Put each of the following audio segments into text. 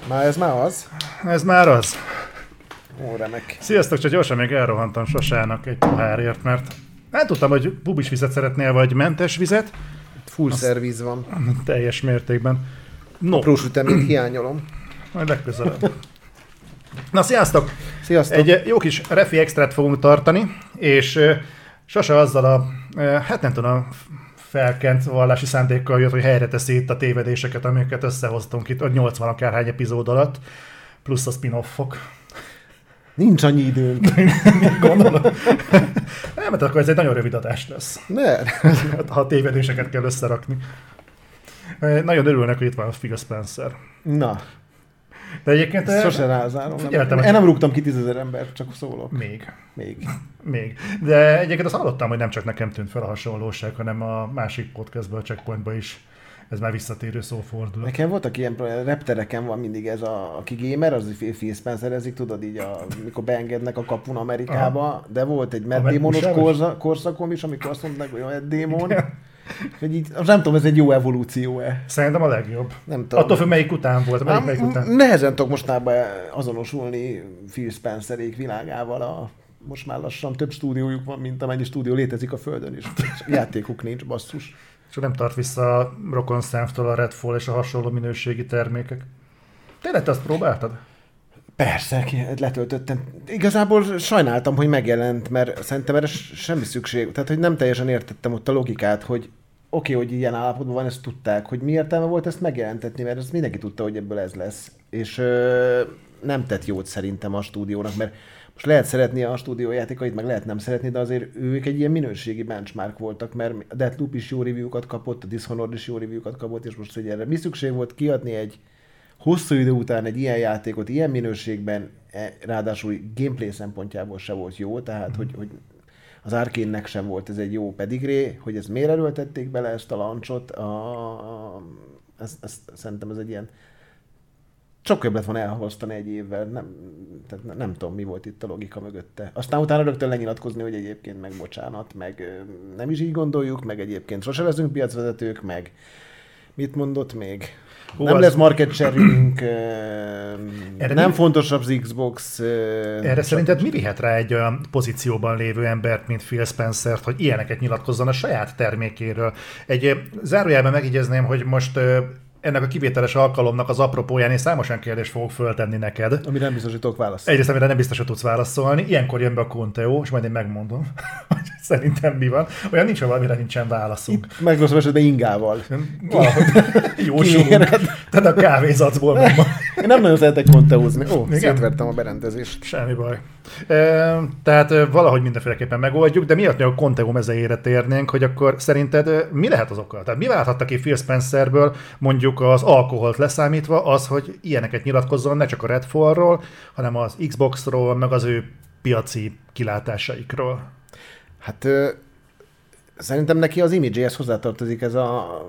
Ez már az? Ez már az. Ó, remek. Sziasztok, csak gyorsan még elrohantam Sasának egy pohárért, mert nem tudtam, hogy bubis vizet szeretnél, vagy mentes vizet. Full szervíz van. Teljes mértékben. No. Aprós ütemét hiányolom. Majd legközelebb. Na, sziasztok! Sziasztok! Egy jó kis refi extrát fogunk tartani, és Sasa azzal a, hát nem tudom, felkent vallási szándékkal jött, hogy helyre teszi itt a tévedéseket, amiket összehoztunk itt a 80 akárhány epizód alatt, plusz a spin-offok. Nincs annyi időnk. Gondolom. Nem, mert akkor ez egy nagyon rövid adás lesz. Mert? Ha a tévedéseket kell összerakni. Nagyon örülnek, hogy itt van a Phil Spencer. Na. De egyébként... Sose rázárom. Figyeltem, én nem rúgtam ki 10 000 embert, csak szólok. Még. De egyébként azt hallottam, hogy nem csak nekem tűnt fel a hasonlóság, hanem a másik podcastban, a Checkpointban is. Ez már visszatérő szóforduló. Nekem voltak ilyen reptereken van mindig ez aki gamer, az Phil Spencerezik, tudod így, amikor beengednek a kapun Amerikába, de volt egy Matt Damonos korszakom is, amikor azt mondták, hogy Matt Damon. Hogy így, nem tudom, ez egy jó evolúció-e. Szerintem a legjobb. Nem tudom. Attól függ, melyik után volt. Melyik után. Nehezen tudok mostában azonosulni Phil Spencerék világával. Most már lassan több stúdiójuk van, mint amennyi stúdió létezik a Földön is. Játékuk nincs, basszus. Csak nem tart vissza a rokon szemtől a Redfall és a hasonló minőségi termékek. Tényleg te azt próbáltad? Persze, letöltöttem. Igazából sajnáltam, hogy megjelent, mert szerintem erre semmi szükség. Tehát, hogy nem teljesen értettem ott a logikát, hogy oké, hogy ilyen állapotban van, ezt tudták, hogy mi értelme volt ezt megjelentetni, mert ezt mindenki tudta, hogy ebből ez lesz. És nem tett jót szerintem a stúdiónak, mert most lehet szeretni a stúdiójátékait, meg lehet nem szeretni, de azért ők egy ilyen minőségi benchmark voltak, mert a Deathloop is jó review-kat kapott, a Dishonored is jó review-kat kapott, és most, hogy erre mi szükség volt kiadni egy hosszú idő után egy ilyen játékot, ilyen minőségben, ráadásul gameplay szempontjából se volt jó, tehát hogy az Arkane-nek sem volt ez egy jó pedigree, hogy ezt miért erőltették bele ezt a launchot, szerintem ez egy ilyen sokkal jobb lett volna elhalasztani egy évvel, tehát nem tudom, mi volt itt a logika mögötte. Aztán utána rögtön lenyilatkozni, hogy egyébként meg bocsánat, meg nem is így gondoljuk, meg egyébként sose leszünk piacvezetők, meg mit mondott még? Nem lesz market sharing, nem fontosabb az Xbox. Erre szerinted mi vihet rá egy olyan pozícióban lévő embert, mint Phil Spencer-t, hogy ilyeneket nyilatkozzon a saját termékéről? Egy zárójelben megjegyezném, hogy most ennek a kivételes alkalomnak az apropóján én számos olyan kérdést fogok föltenni neked. Ami nem biztos, hogy tudok válaszolni. Egyrészt, amire nem biztos, hogy tudsz válaszolni. Ilyenkor jön be a Conteo, és majd én megmondom, hogy szerintem mi van. Olyan nincs, valamire nincsen válaszunk. Megrosszom esetben ingával. Valahogy jósolunk. Tehát a kávézacból megvan. Én nem nagyon szeretek Conteózni. Szétvertem a berendezést. Semmi baj. Tehát valahogy mindenféleképpen megoldjuk, de miatt a Conteo mezejére térnénk, hogy akkor szerinted mi lehet az oka? Tehát mi válthatta ki Phil Spencerből, mondjuk az alkoholt leszámítva, az, hogy ilyeneket nyilatkozzon ne csak a Redfallról, hanem az Xboxról, meg az ő piaci kilátásaikról? Hát szerintem neki az image-éhez hozzátartozik ez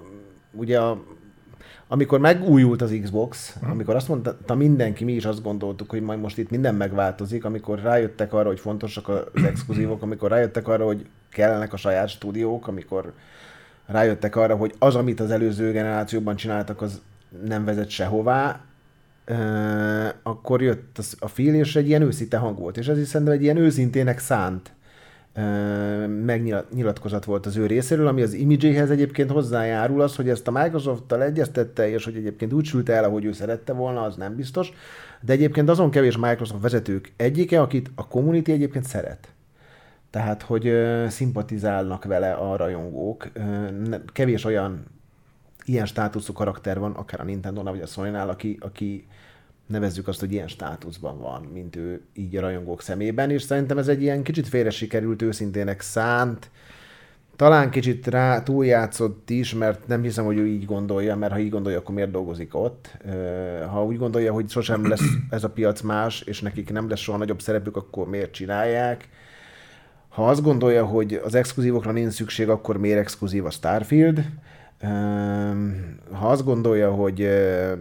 amikor megújult az Xbox, amikor azt mondta mindenki, mi is azt gondoltuk, hogy majd most itt minden megváltozik, amikor rájöttek arra, hogy fontosak az exkluzívok, amikor rájöttek arra, hogy kellenek a saját stúdiók, amikor rájöttek arra, hogy az, amit az előző generációban csináltak, az nem vezet sehová, akkor jött a Phil, és egy ilyen őszinte hang volt. És ez is szerintem egy ilyen őszintének szánt megnyilatkozat volt az ő részéről, ami az image-éhez egyébként hozzájárul az, hogy ezt a Microsoft-tal egyeztette, és hogy egyébként úgy sült el, ahogy ő szerette volna, az nem biztos. De egyébként azon kevés Microsoft vezetők egyike, akit a community egyébként szeret. Tehát, hogy szimpatizálnak vele a rajongók. Kevés olyan ilyen státuszú karakter van, akár a Nintendo-nál vagy a Sony-nál, aki nevezzük azt, hogy ilyen státuszban van, mint ő így a rajongók szemében, és szerintem ez egy ilyen kicsit félre sikerült, őszintének szánt, talán kicsit rá túljátszott is, mert nem hiszem, hogy ő így gondolja, mert ha így gondolja, akkor miért dolgozik ott. Ha úgy gondolja, hogy sosem lesz ez a piac más, és nekik nem lesz soha nagyobb szerepük, akkor miért csinálják. Ha azt gondolja, hogy az exkluzívokra nincs szükség, akkor miért exkluzív a Starfield. Ha azt gondolja, hogy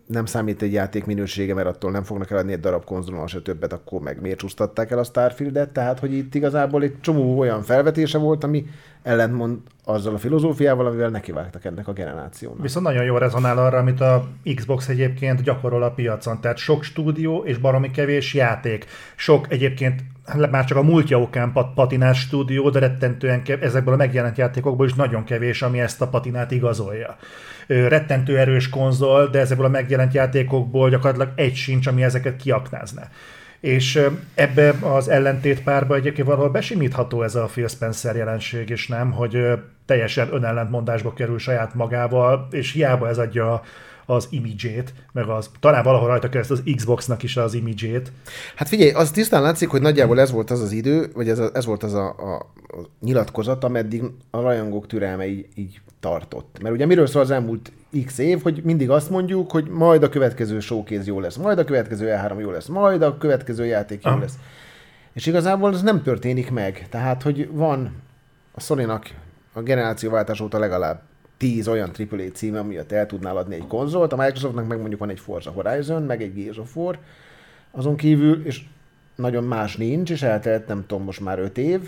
nem számít egy játék minősége, mert attól nem fognak eladni egy darab konzolon, se többet, akkor meg miért csúsztatták el a Starfieldet, tehát hogy itt igazából egy csomó olyan felvetése volt, ami ellentmond azzal a filozófiával, amivel nekivágtak ennek a generációnak. Viszont nagyon jól rezonál arra, amit a Xbox egyébként gyakorol a piacon, tehát sok stúdió és baromi kevés játék. Sok egyébként már csak a múltja okán patinás stúdió, de rettentően ezekből a megjelent játékokból is nagyon kevés, ami ezt a patinát igazolja. Rettentő erős konzol, de ezekből a megjelent játékokból gyakorlatilag egy sincs, ami ezeket kiaknázna. És ebbe az ellentétpárba egyébként valahol besimítható ez a Phil Spencer jelenség, és nem, hogy teljesen önellentmondásba kerül saját magával, és hiába ez adja az image-ét, meg az, talán valahol rajta keresztül az Xboxnak is az image-ét. Hát figyelj, az tisztán látszik, hogy nagyjából ez volt az az idő, vagy ez volt az a nyilatkozat, ameddig a rajongók türelme így tartott. Mert ugye miről szól az elmúlt x év, hogy mindig azt mondjuk, hogy majd a következő showcase jó lesz, majd a következő E3 jó lesz, majd a következő játék jó lesz. És igazából ez nem történik meg. Tehát, hogy van a Sony-nak a generációváltás óta legalább 10 olyan AAA címe, amiatt el tudnál adni egy konzolt, a Microsoftnak meg mondjuk van egy Forza Horizon, meg egy Gears of War, azon kívül, és nagyon más nincs, és eltelt nem tudom, most már 5 év.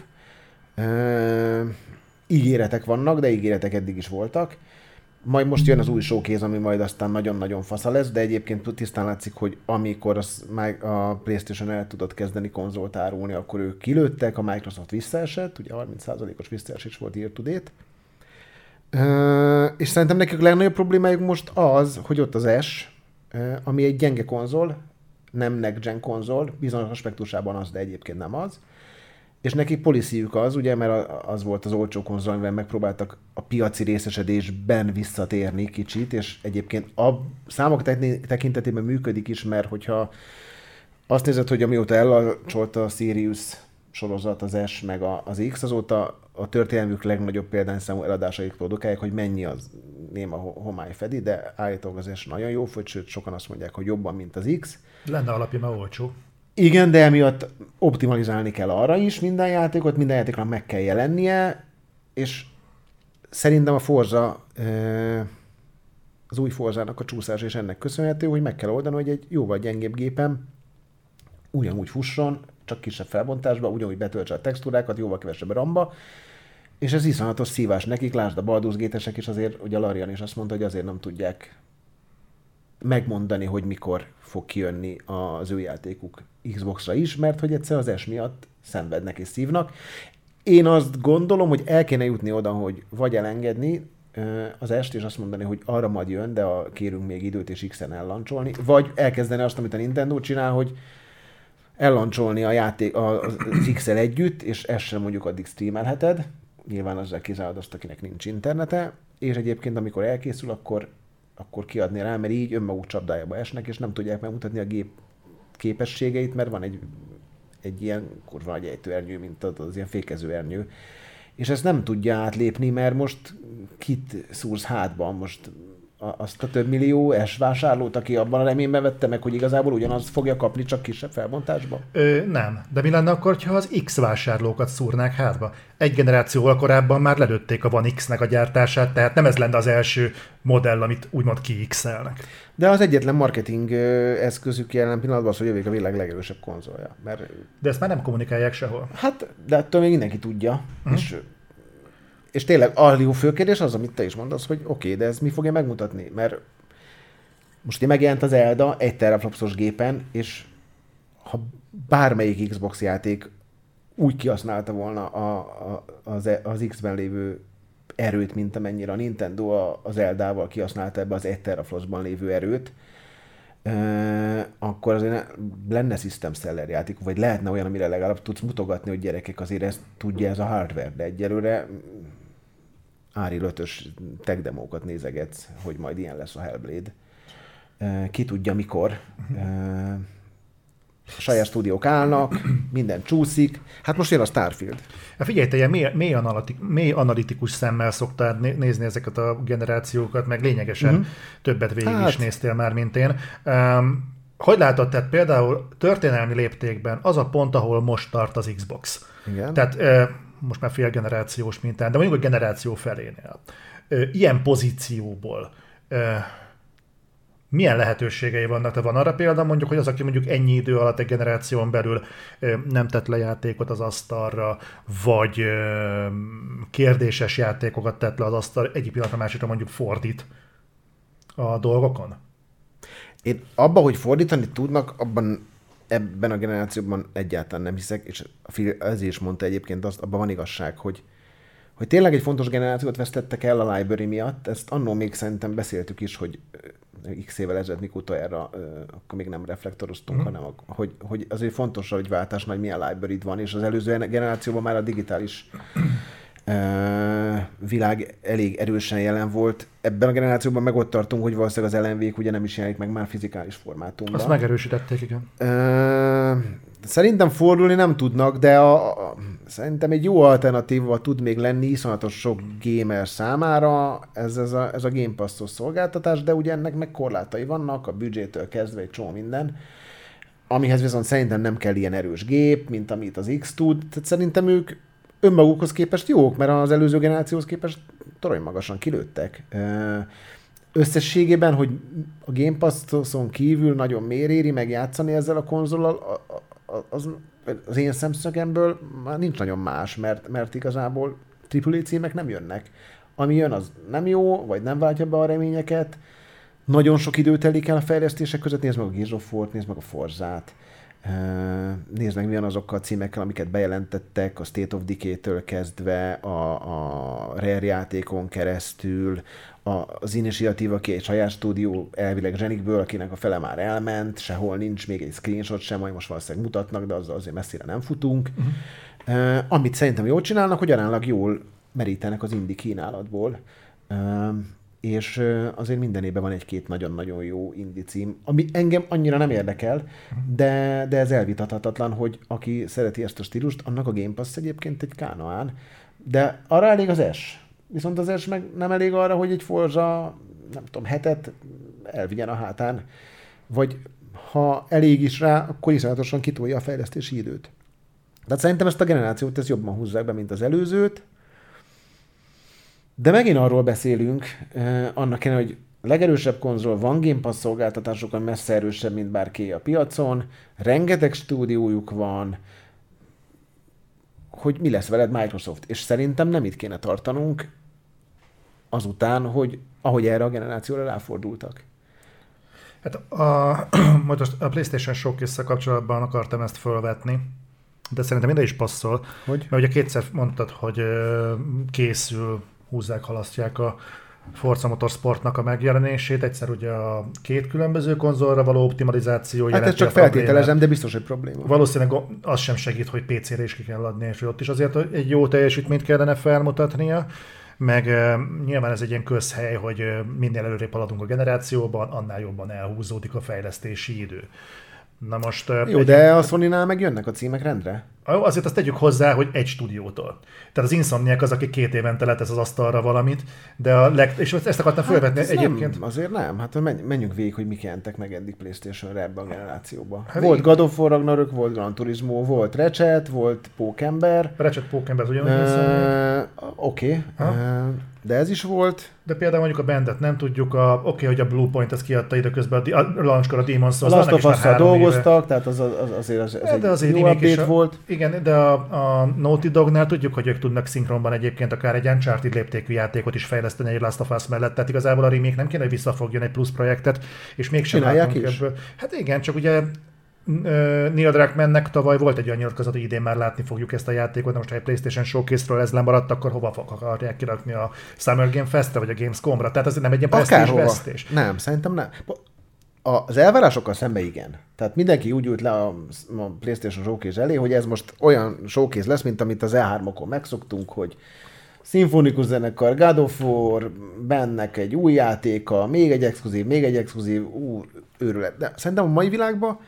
Ígéretek vannak, de ígéretek eddig is voltak. Majd most jön az új showcase, ami majd aztán nagyon-nagyon fasza lesz, de egyébként tisztán látszik, hogy amikor a PlayStation el tudott kezdeni konzolt árulni, akkor ők kilőttek, a Microsoft visszaesett, ugye 30%-os visszaesés volt year to date. És szerintem nekik a legnagyobb problémájuk most az, hogy ott az S, ami egy gyenge konzol, nem next-gen konzol, bizonyos aspektusában az, de egyébként nem az. És nekik policyjük az, ugye, mert az volt az olcsó konzol, amivel megpróbáltak a piaci részesedésben visszatérni kicsit, és egyébként a számok tekintetében működik is, mert hogyha azt nézed, hogy amióta ellacsolt a Sirius sorozat, az S meg az X, azóta a történelmük legnagyobb példányszámú eladásaik produkálják, hogy mennyi az néma homály fedi, de állítólag az S nagyon jó fogy, sőt sokan azt mondják, hogy jobban, mint az X. Lenne alapja, mert olcsó. Igen, de emiatt optimalizálni kell arra is minden játékot, minden játéknak meg kell jelennie, és szerintem a Forza, az új Forzának a csúszás és ennek köszönhető, hogy meg kell oldani, hogy egy jóval gyengébb gépem ugyanúgy fusson, csak kisebb felbontásba, ugyanúgy betöltse a textúrákat, jóval kevesebb ramba, és ez iszonyatos szívás nekik, lásd a Baldur's Gate-esek is azért, ugye a Larian is azt mondta, hogy azért nem tudják megmondani, hogy mikor fog kijönni az ő játékuk Xbox-ra is, mert hogy egyszer az S miatt szenvednek és szívnak. Én azt gondolom, hogy el kéne jutni oda, hogy vagy elengedni az est, és azt mondani, hogy arra majd jön, de kérünk még időt és X-en ellancsolni, vagy elkezdeni azt, amit a Nintendo csinál, hogy ellancsolni a játék az X-el együtt, és ezt sem mondjuk addig streamelheted, nyilván azzal kizárod azt, akinek nincs internete, és egyébként amikor elkészül, akkor kiadni rá, mert így önmaguk csapdájába esnek, és nem tudják megmutatni a gép képességeit, mert van egy ilyen kurva nagy ejtőernyő, mint az ilyen fékezőernyő. És ezt nem tudja átlépni, mert most kit szúrsz hátban, most azt a több millió S vásárlót, aki abban a reményben vette meg, hogy igazából ugyanazt fogja kapni, csak kisebb felbontásban? Nem. De mi lenne akkor, ha az X vásárlókat szúrnák hátba? Egy generációval korábban már lelőtték a One X-nek a gyártását, tehát nem ez lenne az első modell, amit úgymond ki-X-elnek. De az egyetlen marketing eszközük jelen pillanatban az, hogy jövők a világ legerősebb konzolja. De ezt már nem kommunikálják sehol. Hát, de attól még mindenki tudja. És tényleg a jó fő kérdés az, amit te is mondasz, hogy oké, de ez mi fogja megmutatni? Mert most megjelent az Zelda 1 teraflopsos gépen, és ha bármelyik Xbox játék úgy kihasználta volna az X-ben lévő erőt, mint amennyire a Nintendo az Zeldával kihasználta ebbe az 1 teraflopsban lévő erőt, akkor azért lenne system seller játék, vagy lehetne olyan, amire legalább tudsz mutogatni, hogy gyerekek, azért ezt tudja ez a hardware, de egyelőre Ári 5-ös tech demókat nézegetsz, hogy majd ilyen lesz a Hellblade. Ki tudja mikor. A saját stúdiók állnak, minden csúszik. Hát most jön a Starfield. Figyelj, te ilyen mély analitikus szemmel szoktál nézni ezeket a generációkat, meg lényegesen többet végig is néztél már, mint én. Hogy látod, tehát például történelmi léptékben az a pont, ahol most tart az Xbox. Igen. Tehát most már fél generációs mintán, de mondjuk a generáció felénél. Ilyen pozícióból milyen lehetőségei vannak? Te van arra példa mondjuk, hogy az, aki mondjuk ennyi idő alatt egy generáción belül nem tett le játékot az asztalra, vagy kérdéses játékokat tett le az asztalra, egyik pillanatra másikra mondjuk fordít a dolgokon? Én abban, hogy fordítani tudnak, ebben a generációban egyáltalán nem hiszek, és Phil ezért is mondta egyébként azt, abban van igazság, hogy tényleg egy fontos generációt vesztettek el a library miatt. Ezt annól még szerintem beszéltük is, hogy x évvel ezelőtt, mikor utoljára, akkor még nem reflektoroztunk, hanem hogy azért fontos, hogy váltás nagy milyen library van, és az előző generációban már a digitális világ elég erősen jelen volt. Ebben a generációban meg ott tartunk, hogy valószínűleg az LMV-k ugye nem is jelenik meg már fizikális formátumban. Azt megerősítették, igen. Szerintem fordulni nem tudnak, de szerintem egy jó alternatíva tud még lenni iszonyatos sok gamer számára ez a Game Pass-os szolgáltatás, de ugye ennek meg korlátai vannak, a büdzsétől kezdve egy csomó minden, amihez viszont szerintem nem kell ilyen erős gép, mint amit az X tud. Tehát szerintem ők önmagukhoz képest jók, mert az előző generációhoz képest torony magasan kilőttek. Összességében, hogy a Game Pass-on kívül nagyon miért éri megjátszani ezzel a konzollal, az én szemszögemből már nincs nagyon más, mert igazából AAA címek nem jönnek. Ami jön, az nem jó, vagy nem váltja be a reményeket. Nagyon sok idő telik el a fejlesztések között, nézd meg a Gears of War-t, nézd meg a Forzát. Nézd meg, milyen azokkal a címekkel, amiket bejelentettek, a State of Decay-től kezdve, a Rare játékon keresztül, az Initiative, aki egy saját stúdió, elvileg Zsenikből, akinek a fele már elment, sehol nincs még egy screenshot sem, majd most valószínűleg mutatnak, de azért messzire nem futunk. Amit szerintem jól csinálnak, hogy aránylag jól merítenek az indie kínálatból. És azért minden évben van egy-két nagyon-nagyon jó indie cím, ami engem annyira nem érdekel, de ez elvitathatatlan, hogy aki szereti ezt a stílust, annak a Game Pass egyébként egy Kánaán, de arra elég az S. Viszont az S meg nem elég arra, hogy egy Forza, nem tudom, hetet elvigyen a hátán, vagy ha elég is rá, akkor iszonyatosan kitolja a fejlesztési időt. Tehát szerintem ezt a generációt ezt jobban húzzák be, mint az előzőt. De megint arról beszélünk, annak ellenére, hogy a legerősebb konzol, van Game Pass szolgáltatásokon messze erősebb, mint bárki a piacon, rengeteg stúdiójuk van, hogy mi lesz veled Microsoft. És szerintem nem itt kéne tartanunk azután, hogy ahogy erre a generációra ráfordultak. Hát most a PlayStation Showcase-szel kapcsolatban akartam ezt felvetni, de szerintem ide is passzol. Hogy? Mert ugye kétszer mondtad, hogy készül, húzzák, halasztják a Forza Motorsportnak a megjelenését. Egyszer ugye a két különböző konzolra való optimalizáció. Hát ez csak feltételezem, de biztos, hogy probléma. Valószínűleg az sem segít, hogy PC-re is ki kell adni, és ott is azért egy jó teljesítményt kellene felmutatnia. Meg nyilván ez egy ilyen közhely, hogy minél előrébb haladunk a generációban, annál jobban elhúzódik a fejlesztési idő. Na most, jó, de a Sony-nál meg jönnek a címek rendre? Azért azt tegyük hozzá, hogy egy stúdiótól. Tehát az Insomniac az, aki 2 évente letesz az asztalra valamit, de és ezt akartam felvetni egyébként. Nem, azért nem. Hát menjünk végig, hogy mik jelentek meg eddig PlayStation-re ebben a generációban. Hát volt God of War Ragnarök, volt Gran Turismo, volt Ratchet, volt Pókember. Ratchet Pókember az ugyanúgy. Oké. De ez is volt. De például mondjuk a Bandet nem tudjuk, hogy a Bluepoint ezt kiadta időközben a launchkor a Demon's Souls. Last of Us-szal dolgoztak, tehát az egy jó update volt. Igen, de a Naughty Dognál tudjuk, hogy ők tudnak szinkronban egyébként akár egy Uncharted léptékű játékot is fejleszteni egy Last of Us mellett, tehát igazából a remake nem kéne, hogy visszafogjon egy plusz projektet, és mégsem látunk ebből. Hát igen, csak ugye Neil Druckmannnek tavaly volt egy olyan nyilatkozat, hogy idén már látni fogjuk ezt a játékot, de most ha egy PlayStation Showcase-ről ez lemaradt, akkor hova akarják kirakni a Summer Game Fest-re, vagy a Gamescom-ra? Tehát ez nem egy ilyen presztízsvesztés. Nem, szerintem nem. Az elvárásokkal szemben igen. Tehát mindenki úgy ült le a PlayStation Showcase elé, hogy ez most olyan showcase lesz, mint amit az E3-okon megszoktunk, hogy szimfonikus zenekar, God of War, bennek egy új játéka, még egy exkluzív, őrület. De szerintem a mai világban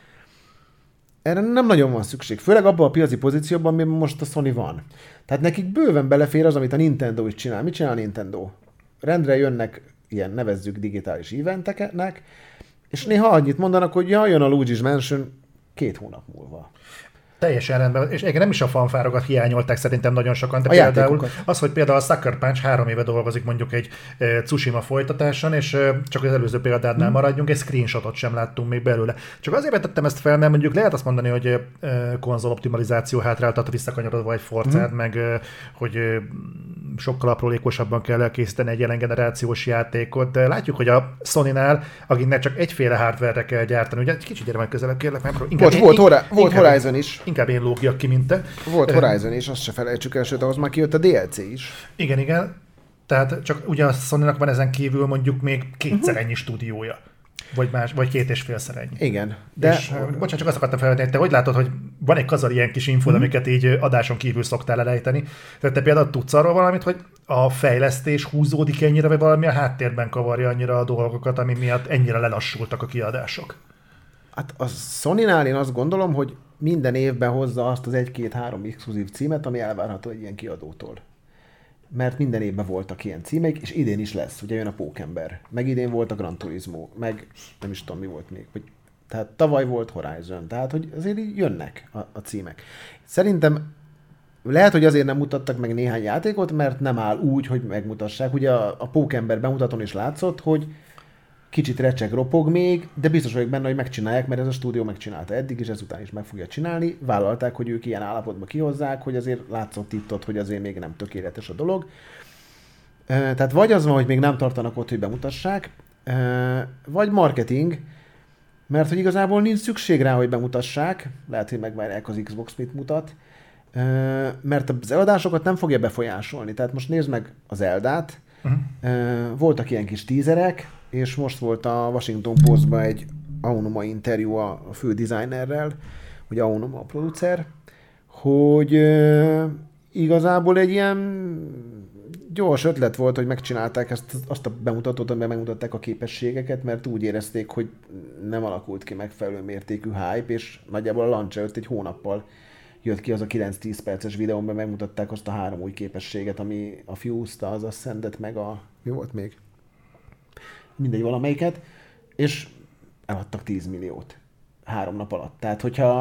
erre nem nagyon van szükség. Főleg abban a piaci pozícióban, amiben most a Sony van. Tehát nekik bőven belefér az, amit a Nintendo is csinál. Mit csinál a Nintendo? Rendre jönnek ilyen, nevezzük, digitális eventeknek, és néha annyit mondanak, hogy jön a Luigi's Mansion 2 hónap múlva. Teljesen rendben, és nem is a fanfárokat hiányolták szerintem nagyon sokan, de A például játékokat. az, hogy például a Sucker Punch 3 éve dolgozik mondjuk egy Tsushima folytatáson, és csak az előző példádnál maradjunk, egy screenshotot sem láttunk még belőle. Csak azért vetettem ezt fel, mert mondjuk lehet azt mondani, hogy konzoloptimalizáció hátráltat visszakanyarodva egy Forzát, meg hogy sokkal aprólékosabban kell elkészíteni egy jelen generációs játékot, de látjuk, hogy a Sony-nál, akiknek csak egyféle hardware-re kell gyártani, ugye kicsit gyere majd közelebb, kérlek, mert Volt Horizon is. Inkább én lógjak ki, mint te. Volt Horizon is, azt se felejtsük el, sőt, ahhoz már kijött a DLC is. Igen. Tehát csak ugye a Sony-nak van ezen kívül mondjuk még kétszer ennyi stúdiója. Vagy 2,5-szer ennyi. Igen. De... És, bocsánat, csak azt akartam felvetni, te hogy látod, hogy van egy kazar ilyen kis info, amiket így adáson kívül szoktál elejteni. Tehát te például tudsz arról valamit, hogy a fejlesztés húzódik ennyire, vagy valami a háttérben kavarja annyira a dolgokat, ami miatt ennyire lelassultak a kiadások? Hát a Sony-nál én azt gondolom, hogy minden évben hozza azt az 1-2-3 exkluzív címet, ami elvárható egy ilyen kiadótól. Mert minden évben voltak ilyen címek, és idén is lesz. Ugye jön a Pókember, meg idén volt a Gran Turismo, meg nem is tudom mi volt még. Tehát tavaly volt Horizon, tehát hogy azért így jönnek a címek. Szerintem lehet, hogy azért nem mutattak meg néhány játékot, mert nem áll úgy, hogy megmutassák. Ugye a Pókember bemutatón is látszott, hogy kicsit recseg, ropog még, de biztos vagyok benne, hogy megcsinálják, mert ez a stúdió megcsinálta eddig, és ezután is meg fogja csinálni. Vállalták, hogy ők ilyen állapotba kihozzák, hogy azért látszott itt, hogy azért még nem tökéletes a dolog. Tehát vagy az van, hogy még nem tartanak ott, hogy bemutassák, vagy marketing, mert hogy igazából nincs szükség rá, hogy bemutassák, lehet, hogy megvárják az Xbox mit mutat, mert az eladásokat nem fogja befolyásolni. Tehát most nézd meg az Eldát, voltak ilyen kis tízerek, és most volt a Washington Postban egy Aonuma interjú a fő designerrel, hogy Aonuma a producer, hogy igazából egy ilyen gyors ötlet volt, hogy megcsinálták azt a bemutatót, amiben megmutatták a képességeket, mert úgy érezték, hogy nem alakult ki megfelelő mértékű hype, és nagyjából a launch előtt egy hónappal jött ki az a 9-10 perces videó, amiben megmutatták azt a 3 új képességet, ami a Fuse-ta, az a Szendet, meg a... Mi volt még? Mindegy valamelyiket, és eladtak 10 milliót 3 nap alatt. Tehát, hogyha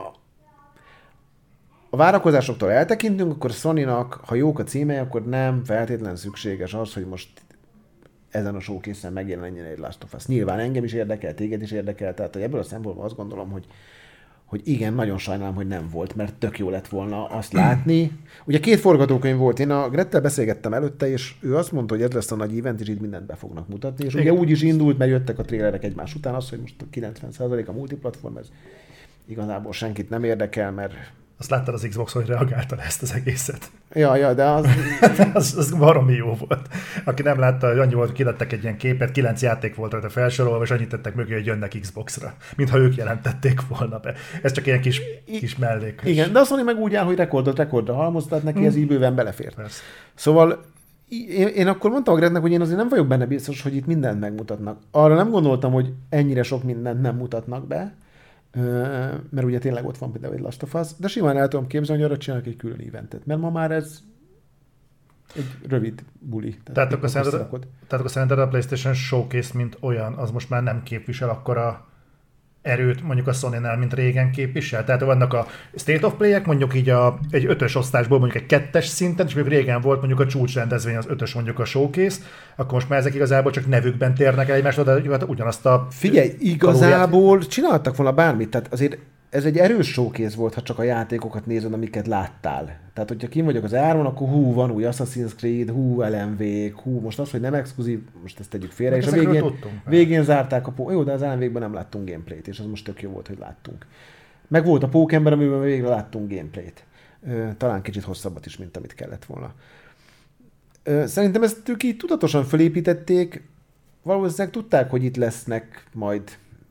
a várakozásoktól eltekintünk, akkor Sony-nak, ha jók a címei, akkor nem feltétlenül szükséges az, hogy most ezen a showcase-en megjelenjen egy Last of Us. Nyilván engem is érdekel, téged is érdekel, tehát hogy ebből a szempontból azt gondolom, hogy igen, nagyon sajnálom, hogy nem volt, mert tök jó lett volna azt látni. Ugye 2 forgatókönyv volt, én a Grettel beszélgettem előtte, és ő azt mondta, hogy ez lesz a nagy event, és itt mindent be fognak mutatni, és ugye úgy is indult, mert jöttek a trélerek egymás után, az, hogy most a 90% a multiplatform, ez igazából senkit nem érdekel, mert... Azt láttad az Xbox, hogy reagálta ezt az egészet. Ja, de az... az baromi jó volt. Aki nem látta, hogy annyi volt, hogy kilettek egy ilyen képet, 9 játék volt rajta felsorolva, és annyit tettek mögé, hogy jönnek Xbox-ra, mintha ők jelentették volna be. Ez csak ilyen kis mellék. Igen, de azt mondja, meg úgy áll, hogy rekordra halmoz, tehát neki ez így bőven belefért. Persze. Szóval én akkor mondtam a Gretnek, hogy én azért nem vagyok benne biztos, hogy itt mindent megmutatnak. Arra nem gondoltam, hogy ennyire sok mindent nem mutatnak be, mert ugye tényleg ott van például egy Last of Us, de simán el tudom képzelni, hogy arra csinálok egy külön eventet, mert ma már ez egy rövid buli. Tehát akkor szerinted a PlayStation Showcase, mint olyan, az most már nem képvisel akkora erőt mondjuk a Sony-nál, mint régen képvisel? Tehát vannak a State of Play-ek, mondjuk így egy 5-ös osztásból mondjuk egy 2-es szinten, és mondjuk régen volt mondjuk a csúcsrendezvény az 5-ös mondjuk a Showcase, akkor most már ezek igazából csak nevükben térnek el egymásra, de ugyanazt a... Figyelj, igazából csináltak volna bármit, tehát azért ez egy erős showcase volt, ha csak a játékokat nézed, amiket láttál. Tehát, hogyha kim vagyok az áron, akkor van új Assassin's Creed, LMV, most az, hogy nem exkluzív, most ezt tegyük félre, és a végén zárták jó, de az LMV-ben nem láttunk gameplayt, és az most tök jó volt, hogy láttunk. Meg volt a Pókember, amiben végre láttunk gameplayt. Talán kicsit hosszabbat is, mint amit kellett volna. Szerintem ezt ők így tudatosan felépítették, valószínűleg tudták, hogy itt lesznek majd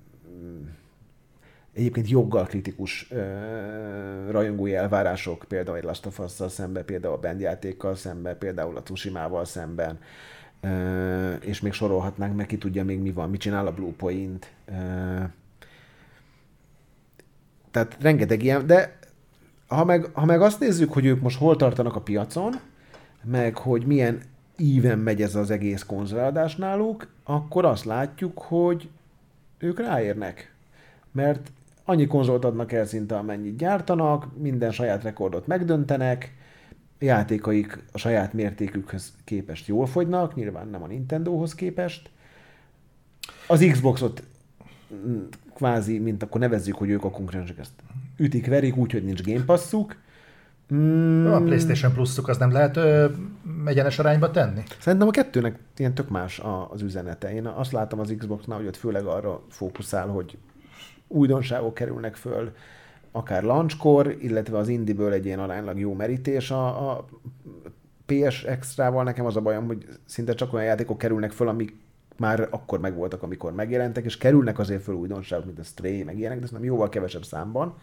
egyébként joggal kritikus rajongói elvárások, például egy Last of Us-szal szemben, például a bandjátékkal szemben, például a Tsushima-val szemben, és még sorolhatnánk, meg ki tudja még mi van, mit csinál a Bluepoint. Tehát rengeteg ilyen, de ha meg azt nézzük, hogy ők most hol tartanak a piacon, meg hogy milyen íven megy ez az egész konzoladás náluk, akkor azt látjuk, hogy ők ráérnek. Mert annyi konzolt adnak el szinte, amennyit gyártanak, minden saját rekordot megdöntenek, játékaik a saját mértékükhöz képest jól fogynak, nyilván nem a Nintendohoz képest. Az Xboxot kvázi, mint akkor nevezzük, hogy ők a konkurensek, ezt ütik-verik úgy, hogy nincs Game Pass-uk. A PlayStation Plus-uk az nem lehet egyenes arányba tenni? Szerintem a kettőnek ilyen tök más az üzenete. Én azt látom az Xboxnál, hogy ott főleg arra fókuszál, hogy újdonságok kerülnek föl, akár launchkor, illetve az indie-ből egy ilyen aránylag jó merítés. A PS Extra-val nekem az a bajom, hogy szinte csak olyan játékok kerülnek föl, amik már akkor megvoltak, amikor megjelentek, és kerülnek azért föl újdonságok, mint a Stray, meg ilyenek, de ez nem jóval kevesebb számban.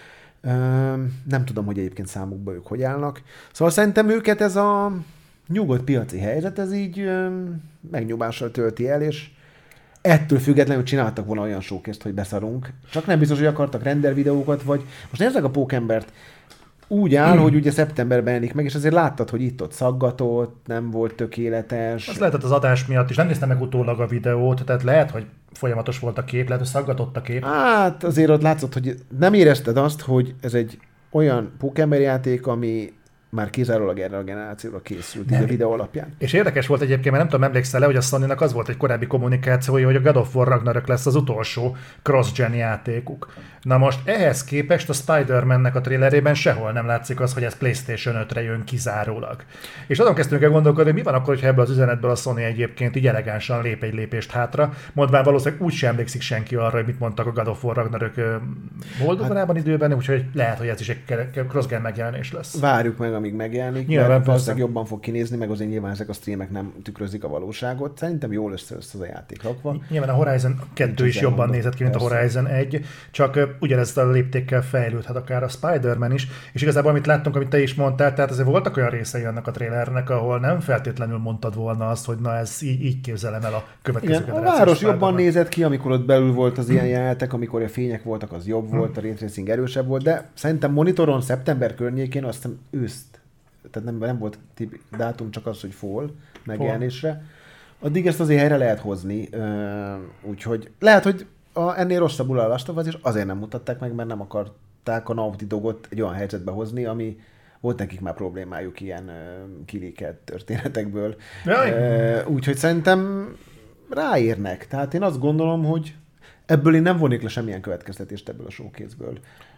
Nem tudom, hogy egyébként számukban ők hogy állnak. Szóval szerintem őket ez a nyugodt piaci helyzet, ez így megnyugvással tölti el, és ettől függetlenül csináltak volna olyan showcase-t, hogy beszarunk. Csak nem biztos, hogy akartak render videókat, vagy most nézzük a Pókembert, úgy áll, hogy ugye szeptemberben jelenik meg, és azért láttad, hogy itt-ott szaggatott, nem volt tökéletes. Az lehetett az adás miatt is, nem néztem meg utólag a videót, tehát lehet, hogy folyamatos volt a kép, lehet, hogy szaggatott a kép. Hát azért ott látszott, hogy nem érezted azt, hogy ez egy olyan Pókember játék, ami már kizárólag erre a generációra készült, így a videó alapján. És érdekes volt egyébként, mert nem tudom, emlékszel-e, hogy a Sony-nak az volt egy korábbi kommunikációja, hogy a God of War Ragnarök lesz az utolsó cross-gen játékuk. Na most ehhez képest a Spider-Man-nek a trailerében sehol nem látszik az, hogy ez PlayStation 5-re jön kizárólag. És azon kezdtünk el gondolkodni, hogy mi van akkor, hogyha ebből az üzenetből a Sony egyébként így elegánsan lép egy lépést hátra, mondván valószínűleg úgy sem emlékszik senki arra, hogy mit mondtak a God of War Ragnarök Moldovában időben, úgyhogy lehet, hogy ez is egy cross-gen megjelenés lesz. Várjuk meg, amíg megjelenik, nyilván, mert valószínűleg jobban fog kinézni, meg azért nyilván ezek a streamek nem tükrözik a valóságot. Szerintem jól össze az a játék rakva. Nyilván a Horizon 2 is jobban nézett ki, mint a Horizon 1, csak ugyanezt a léptékkel fejlődhet akár a Spider-Man is, és igazából amit láttunk, amit te is mondtál, tehát azért voltak olyan részei annak a trailernek, ahol nem feltétlenül mondtad volna azt, hogy na ez így képzelem el a következő generációs. A város jobban nézett ki, amikor ott belül volt az ilyen jelenetek, amikor a fények voltak, az jobb volt, a ray tracing erősebb volt, de szerintem monitoron szeptember környékén azt hiszem őszt, tehát nem volt dátum, csak az, hogy fall megjelenésre. Addig ezt azért helyre lehet hozni, úgyhogy lehet, hogy ennél rosszabbul a Last of Us, és azért nem mutatták meg, mert nem akarták a Naughty Dogot egy olyan helyzetbe hozni, ami volt nekik már problémájuk ilyen kilékelt történetekből. Úgyhogy szerintem ráérnek. Tehát én azt gondolom, hogy ebből én nem vonik le semmilyen következtetést ebből a showcase-ből.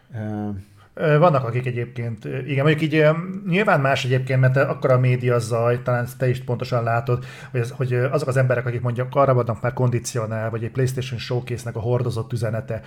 Vannak, akik egyébként, igen, mondjuk így nyilván más egyébként, mert akkora a média zaj, talán te is pontosan látod, hogy azok az emberek, akik mondjuk arra vannak már kondicionál, vagy egy PlayStation Showcase-nek a hordozott üzenete,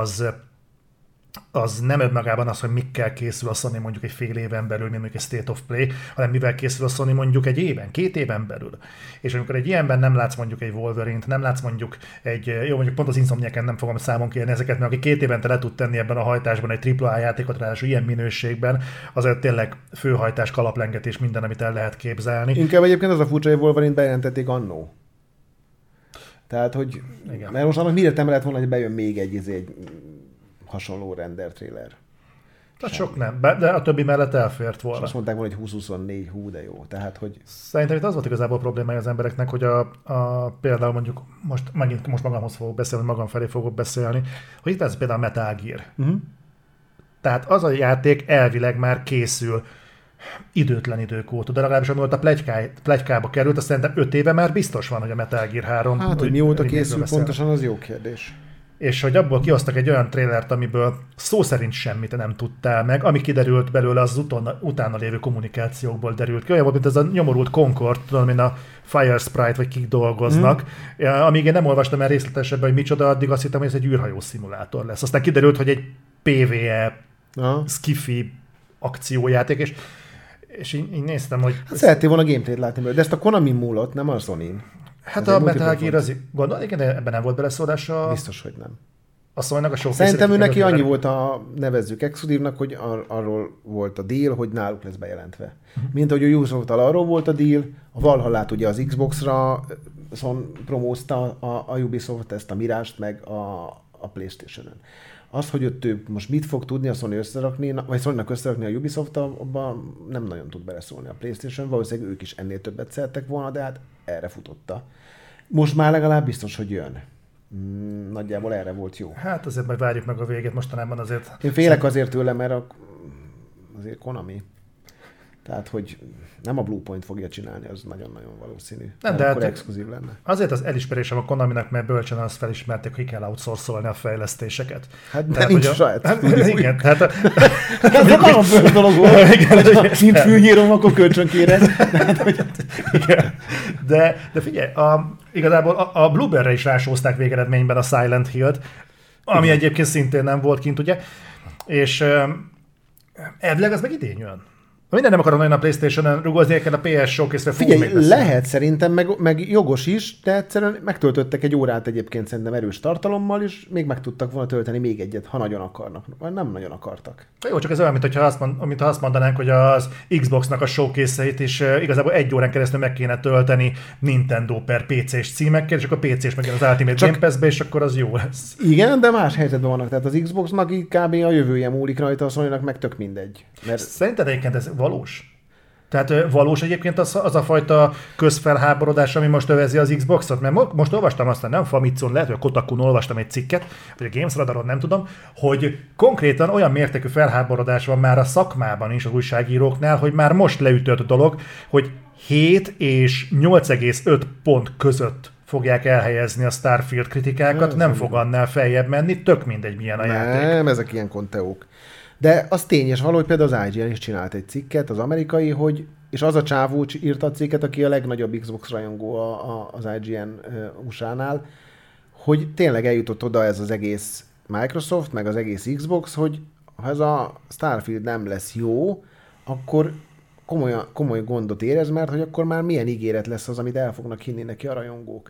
az nem önmagában az, hogy mikkel készül a Sony mondjuk egy fél éven belül, mint mondjuk egy State of Play, hanem mivel készül a Sony mondjuk egy éven, 2 éven belül. És amikor egy ilyenben nem látsz mondjuk egy Wolverine-t, nem látsz mondjuk jó mondjuk pont az Insomniac-en nem fogom számon kérni ezeket, mert aki 2 évente le tud tenni ebben a hajtásban egy AAA játékot, ráadásul ilyen minőségben, azért tényleg főhajtás, kalaplengetés, minden, amit el lehet képzelni. Inkább egyébként az a furcsa, hogy Wolverine bejelentették annó. Tehát, hogy igen. Mert most annak mire lehet volna, hogy bejön még egy hasonló render trailer. Tehát sok nem, de a többi mellett elfért volna. És azt mondták volna, hogy 2024, de jó. Tehát, hogy... Szerintem itt az volt igazából problémája az embereknek, hogy például mondjuk, most magamhoz fogok beszélni, magam felé fogok beszélni, hogy itt ez például a Metal Gear. Tehát az a játék elvileg már készül időtlen idők óta, de legalábbis amióta pletykába került, azt szerintem 5 éve már biztos van, hogy a Metal Gear 3... Hát, hogy mióta készül pontosan, az jó kérdés. És hogy abból kihoztak egy olyan trailert, amiből szó szerint semmit nem tudtál meg, ami kiderült belőle, az utána lévő kommunikációkból derült ki. Olyan volt, mint ez a nyomorult Concord, tudom, mint a Fire Sprite, vagy kik dolgoznak. Amíg én nem olvastam el részletesebben, hogy micsoda, addig azt hittem, hogy ez egy űrhajó szimulátor lesz. Aztán kiderült, hogy egy PvE, skifi akciójáték, és így néztem, hogy... Hát szerettél volna gameplayt látni belőle, de ezt a Konami múlott, nem a Sony-n. Hát a Metal Gear az... igen, de ebben nem volt beleszólás Biztos, hogy nem. A Sony-nak a showcase. Szerintem ő neki annyi volt nevezzük exkluzívnak, hogy arról volt a deal, hogy náluk lesz bejelentve. Mint ahogy a Ubisoft-tal arról volt a deal, a Valhallát ugye az Xbox-ra promózta a Ubisoft, ezt a Mirage-t meg a PlayStation-ön. Az, hogy ott ő most mit fog tudni a Sony összerakni, vagy Sony-nak összerakni a Ubisoft, abban nem nagyon tud beleszólni a PlayStation, valószínűleg ők is ennél többet szerettek volna, de hát erre futotta. Most már legalább biztos, hogy jön. Nagyjából erre volt jó. Hát azért majd várjuk meg a végét mostanában azért. Én félek azért tőle, mert azért Konami. Tehát, hogy nem a Bluepoint fogja csinálni, az nagyon-nagyon valószínű. Nem, de akkor hát exkluzív lenne. Azért az elismerésem a Konaminak, mert bölcsen azt felismerték, hogy kell outsourcolni a fejlesztéseket. Hát de nincs saját. Igen, tehát... Ez nagyon bős dolog volt. Nincs fűnyírom, akkor kölcsönkérez. Igen. De figyelj, igazából a Blueberry-re is rásózták végeredményben a Silent Hill-t, ami egyébként szintén nem volt kint, ugye? És elvileg az meg idén jön. Minden nem akarom nagyon a PlayStation-en rugózni, kell a PS Showcase-re fogunk még beszélni. Lehet szerintem, meg jogos is, de egyszerűen megtöltöttek egy órát egyébként szerintem erős tartalommal, és még meg tudtak volna tölteni még egyet, ha nagyon akarnak. Vagy nem nagyon akartak. Jó, csak ez olyan, mintha azt mondanánk, hogy az Xbox-nak a showcase-eit is igazából egy órán keresztül meg kéne tölteni Nintendo per PC-s címekkel, és akkor a PC-s meg az Ultimate Game Pass-be, és akkor az jó lesz. Igen, de más helyzetben vannak. Tehát az Xbox-nak kb. A jövője múlik rajta, a Sony-nak meg tök mindegy. Mert... Szerinted egyébként ez valós? Tehát valós egyébként az a fajta közfelháborodás, ami most övezi az Xboxot? Mert most olvastam azt, nem Famitsu-n, lehet, hogy a Kotakun olvastam egy cikket, vagy a Games Radaron, nem tudom, hogy konkrétan olyan mértékű felháborodás van már a szakmában is az újságíróknál, hogy már most leütött a dolog, hogy 7 és 8,5 pont között fogják elhelyezni a Starfield kritikákat, nem fog annál feljebb menni, tök mindegy milyen a játék. Nem, ezek ilyen konteók. De az tény és való, hogy például az IGN is csinált egy cikket, az amerikai, hogy, és az a csávó írta a cikket, aki a legnagyobb Xbox rajongó az IGN USA-nál, hogy tényleg eljutott oda ez az egész Microsoft, meg az egész Xbox, hogy ha ez a Starfield nem lesz jó, akkor komoly gondot érez, mert hogy akkor már milyen ígéret lesz az, amit el fognak hinni neki a rajongók.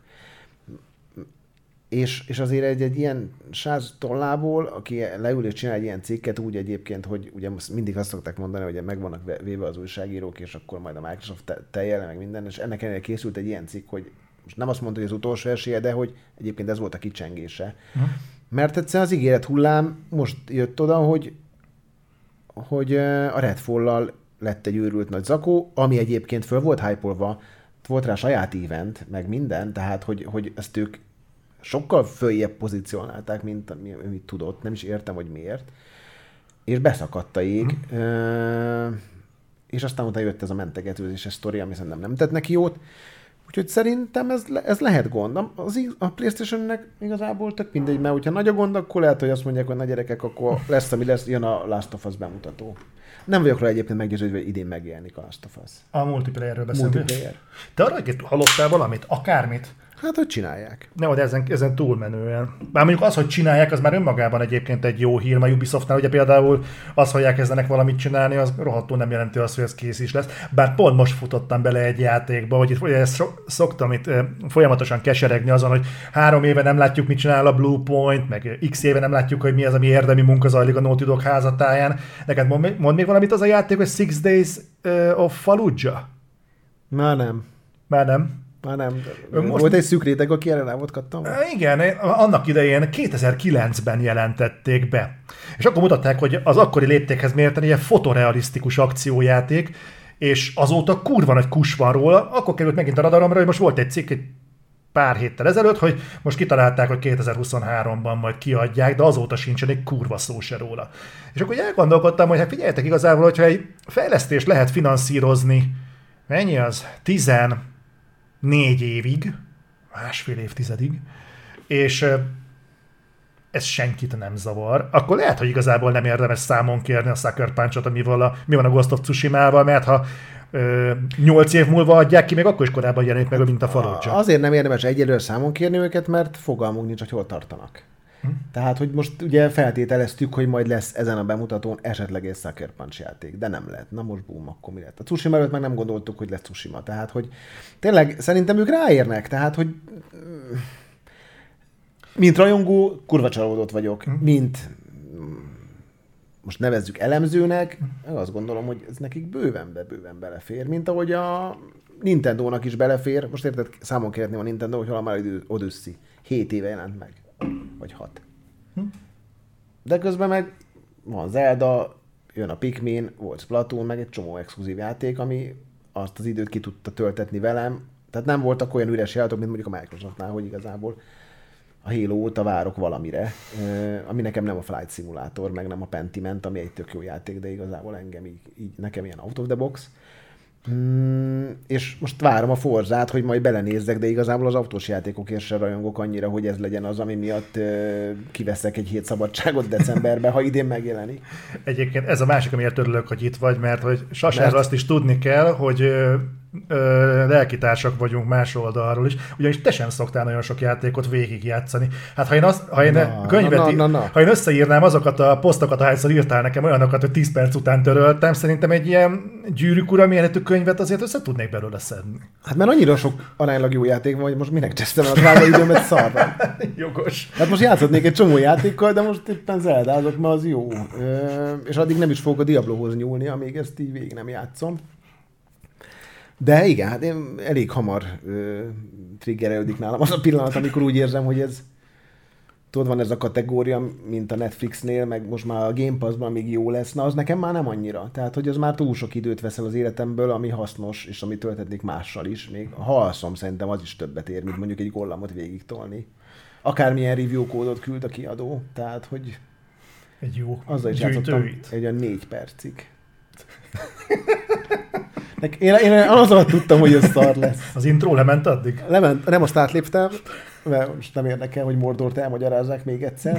És azért egy ilyen sáz tollából, aki leül és csinál egy ilyen cikket úgy egyébként, hogy ugye mindig azt szokták mondani, hogy meg vannak véve az újságírók, és akkor majd a Microsoft teljel, meg minden, és ennek ellenére készült egy ilyen cikk, hogy most nem azt mondta, hogy az utolsó esélye, de hogy egyébként ez volt a kicsengése. Mert egyszerűen az ígéret hullám most jött oda, hogy a Redfall-lal lett egy őrült nagy zakó, ami egyébként föl volt hype-olva, volt rá saját event, meg minden, tehát hogy ezt ők sokkal följebb pozícionálták, mint amit tudott, nem is értem, hogy miért. És beszakadt a jég. És aztán utána jött ez a mentegetőzéses sztori, ami szerintem nem tett neki jót. Úgyhogy szerintem ez lehet gond. A PlayStation-nek igazából tök mindegy, mert hogyha nagy a gond, akkor lehet, hogy azt mondják, hogy na gyerekek, akkor lesz, ami lesz, jön a Last of Us bemutató. Nem vagyok rá egyébként meggyőződve, hogy idén megjelenik a Last of Us. A multiplayerről beszélünk. Multiplayer. Te arra hallottál valamit? Akármit? Hát, hogy csinálják. Nem, de ezen túlmenően. Bár mondjuk az, hogy csinálják, az már önmagában egyébként egy jó hír, mert Ubisoftnál ugye például az, hogy elkezdenek valamit csinálni, az rohadtul nem jelenti azt, hogy ez kész is lesz. Bár pont most futottam bele egy játékba, hogy itt ezt szoktam itt folyamatosan keseregni azon, hogy 3 éve nem látjuk, mit csinál a Bluepoint, meg x éve nem látjuk, hogy mi az, ami érdemi munka zajlik a Naughty Dog házatáján. Neked mond még valamit az a játék, hogy 6 Days of Fallujah? Már nem. Már nem. Már nem. Volt egy szűk réteg, aki erre rá volt kattam? Igen, annak idején 2009-ben jelentették be. És akkor mutatták, hogy az akkori léptékhez mérten egy fotorealisztikus akciójáték, és azóta kurva nagy kus van róla, akkor került megint a radaromra, hogy most volt egy cikk egy pár héttel ezelőtt, hogy most kitalálták, hogy 2023-ban majd kiadják, de azóta sincsen egy kurva szó se róla. És akkor elgondolkodtam, hogy hát figyeljetek igazából, hogyha egy fejlesztést lehet finanszírozni, mennyi az? 14 évig, másfél évtizedig, és ez senkit nem zavar, akkor lehet, hogy igazából nem érdemes számon kérni a Sucker Punch-ot, mi van a Ghost of Tsushima-val, mert ha 8 év múlva adják ki, még akkor is korábban jelenik meg, mint a Fallujah. Azért nem érdemes egyelőre számon kérni őket, mert fogalmunk nincs, hogy hol tartanak. Tehát, hogy most ugye feltételeztük, hogy majd lesz ezen a bemutatón esetleg egy Sucker Punch játék, de nem lett. Na most boom, akkor mi lett? A Tsushima előtt meg nem gondoltuk, hogy lesz Tsushima. Tehát, hogy tényleg szerintem ők ráérnek, tehát, hogy mint rajongó, kurva csalódott vagyok, mint most nevezzük elemzőnek, azt gondolom, hogy ez nekik bőven belefér, mint ahogy a Nintendónak is belefér. Most érted, számon kérhetném a Nintendo, hogy hol a Mario Odyssey 7 éve jelent meg. Vagy 6. De közben meg van Zelda, jön a Pikmin, volt Splatoon, meg egy csomó exkluzív játék, ami azt az időt ki tudta töltetni velem. Tehát nem voltak olyan üres játékok, mint mondjuk a Microsoftnál, hogy igazából a Halo óta várok valamire, ami nekem nem a Flight Simulator, meg nem a Pentiment, ami egy tök jó játék, de igazából engem így nekem ilyen out of the box. És most várom a Forzát, hogy majd belenézzek, de igazából az autós játékokért sem rajongok annyira, hogy ez legyen az, ami miatt kiveszek egy hét szabadságot decemberben, ha idén megjelenik. Egyébként ez a másik, amiért örülök, hogy itt vagy, mert hogy Sasára azt is tudni kell, hogy lelkitársak vagyunk más oldalról is, ugyanis te sem szoktál nagyon sok játékot végigjátszani. Hát ha én összeírnám azokat a posztokat, ahányszor írtál nekem olyanokat, hogy 10 perc után töröltem, szerintem egy ilyen Gyűrűk ura méretű könyvet azért össze tudnék belőle szedni. Hát mert annyira sok aránylag jó játék van, hogy most minek csesztem a drága időmet szarra. Jogos. Hát most játszhatnék egy csomó játékkal, de most éppen zeldázok, mert az jó. És addig nem is fogok a Diablohoz nyúlni, amíg ezt így végig nem játszom. De igen, hát én elég hamar triggerelődik nálam az a pillanat, amikor úgy érzem, hogy ez tudod, van ez a kategória, mint a Netflixnél, meg most már a Game Pass-ban még jó lesz, na az nekem már nem annyira. Tehát, hogy az már túl sok időt veszel az életemből, ami hasznos, és amit tölthetnék mással is. Még ha alszom, szerintem az is többet ér, mint mondjuk egy gollamot végig tolni. Akármilyen review kódot küld a kiadó, tehát, hogy egy jó azzal is játszottam egy olyan 4 percig. Én az alatt tudtam, hogy ez szar lesz. Az intro lement addig? Lement, nem azt átléptem, mert most nem érdekel, hogy Mordort elmagyarázzák még egyszer.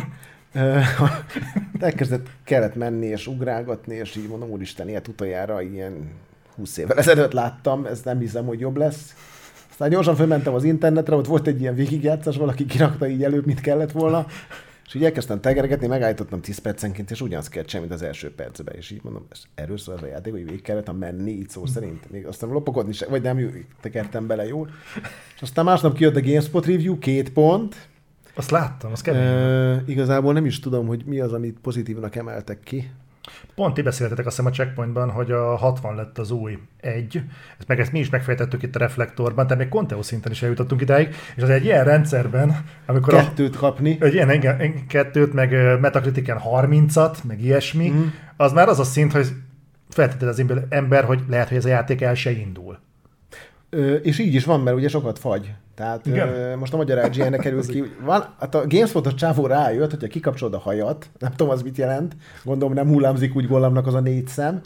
Kellett menni és ugrálgatni, és így mondom, úristen, ilyet utoljára ilyen 20 évvel ezelőtt láttam, ezt nem hiszem, hogy jobb lesz. Aztán gyorsan fölmentem az internetre, ott volt egy ilyen végigjátszás, valaki kirakta így előbb, mint kellett volna. És így elkezdtem tegergetni, megállítottam 10 percenként, és ugyanaz kellett sem, mint az első percben. És így mondom, erről szól az a játék, hogy végig kellett menni, így szó szerint. Még aztán lopakodni sem, vagy nem tekertem bele jól. És aztán másnap kijött a GameSpot Review, 2 pont. Azt láttam, az kemény. Igazából nem is tudom, hogy mi az, amit pozitívnak emeltek ki. Pont ti beszéltetek azt hiszem a Checkpointban, hogy a 60 lett az új 1, ezt mi is megfejtettük itt a Reflektorban, tehát még Conteo szinten is eljutottunk idáig, és az egy ilyen rendszerben, amikor 2-t kapni. Egy ilyen 2-t, meg Metacritiken 30-at, meg ilyesmi, az már az a szint, hogy feltételez az ember, hogy lehet, hogy ez a játék el se indul. És így is van, mert ugye sokat fagy. Tehát most a magyar IGN-nek került ki. Hát a GameSpot-os csávó rájött, hogyha kikapcsolod a hajat, nem tudom az mit jelent, gondolom nem hullámzik úgy Gollamnak az a 4 szem,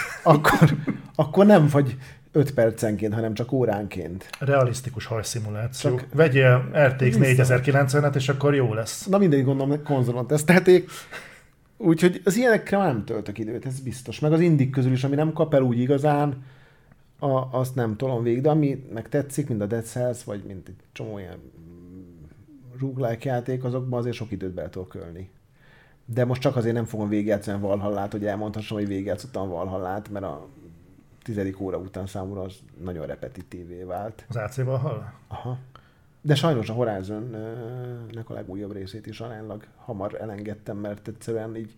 akkor nem fagy 5 percenként, hanem csak óránként. Realisztikus hajszimuláció. Vegyél RTX 4090-et, és akkor jó lesz. Na mindegy, gondolom konzolon tesztelték. Úgyhogy az ilyenekre nem töltök időt, ez biztos. Meg az indik közül is, ami nem kap el úgy igazán, azt nem tolom végig, de ami meg tetszik, mint a Dead Cells, vagy mint egy csomó ilyen roguelike játék, azokban azért sok időt bele tudok ölni. De most csak azért nem fogom végigjátszani a Valhallát, hogy elmondhassam, hogy végigjátszottam a Valhallát, mert a 10. óra után számomra az nagyon repetitívé vált. Az AC Valhalla? Aha. De sajnos a Horizon-nek a legújabb részét is aránylag hamar elengedtem, mert egyszerűen így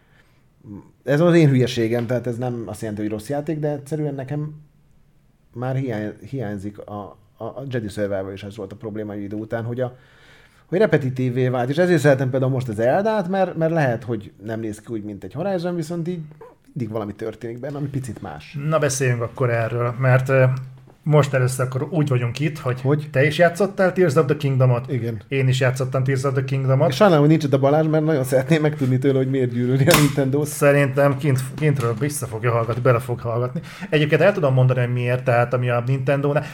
ez az én hülyeségem, tehát ez nem azt jelenti, hogy rossz játék, de egyszerűen nekem már hiányzik a Jedi Survivor is ez volt a probléma egy idő után, hogy repetitívvé vált, és ezért szeretem például most az Eldát, mert lehet, hogy nem néz ki úgy, mint egy Horizon, viszont így mindig valami történik benne, ami picit más. Na beszéljünk akkor erről, mert most először akkor úgy vagyunk itt, hogy te is játszottál Tears of the Kingdomot. Igen. Én is játszottam Tears of the Kingdomot. És sajnálom, hogy nincs itt a Balázs, mert nagyon szeretném megtudni tőle, hogy miért gyűlöli a Nintendo-t. Szerintem kintről vissza fogja hallgatni, bele fog hallgatni. Egyébként el tudom mondani, hogy miért, tehát ami a Nintendo-nál.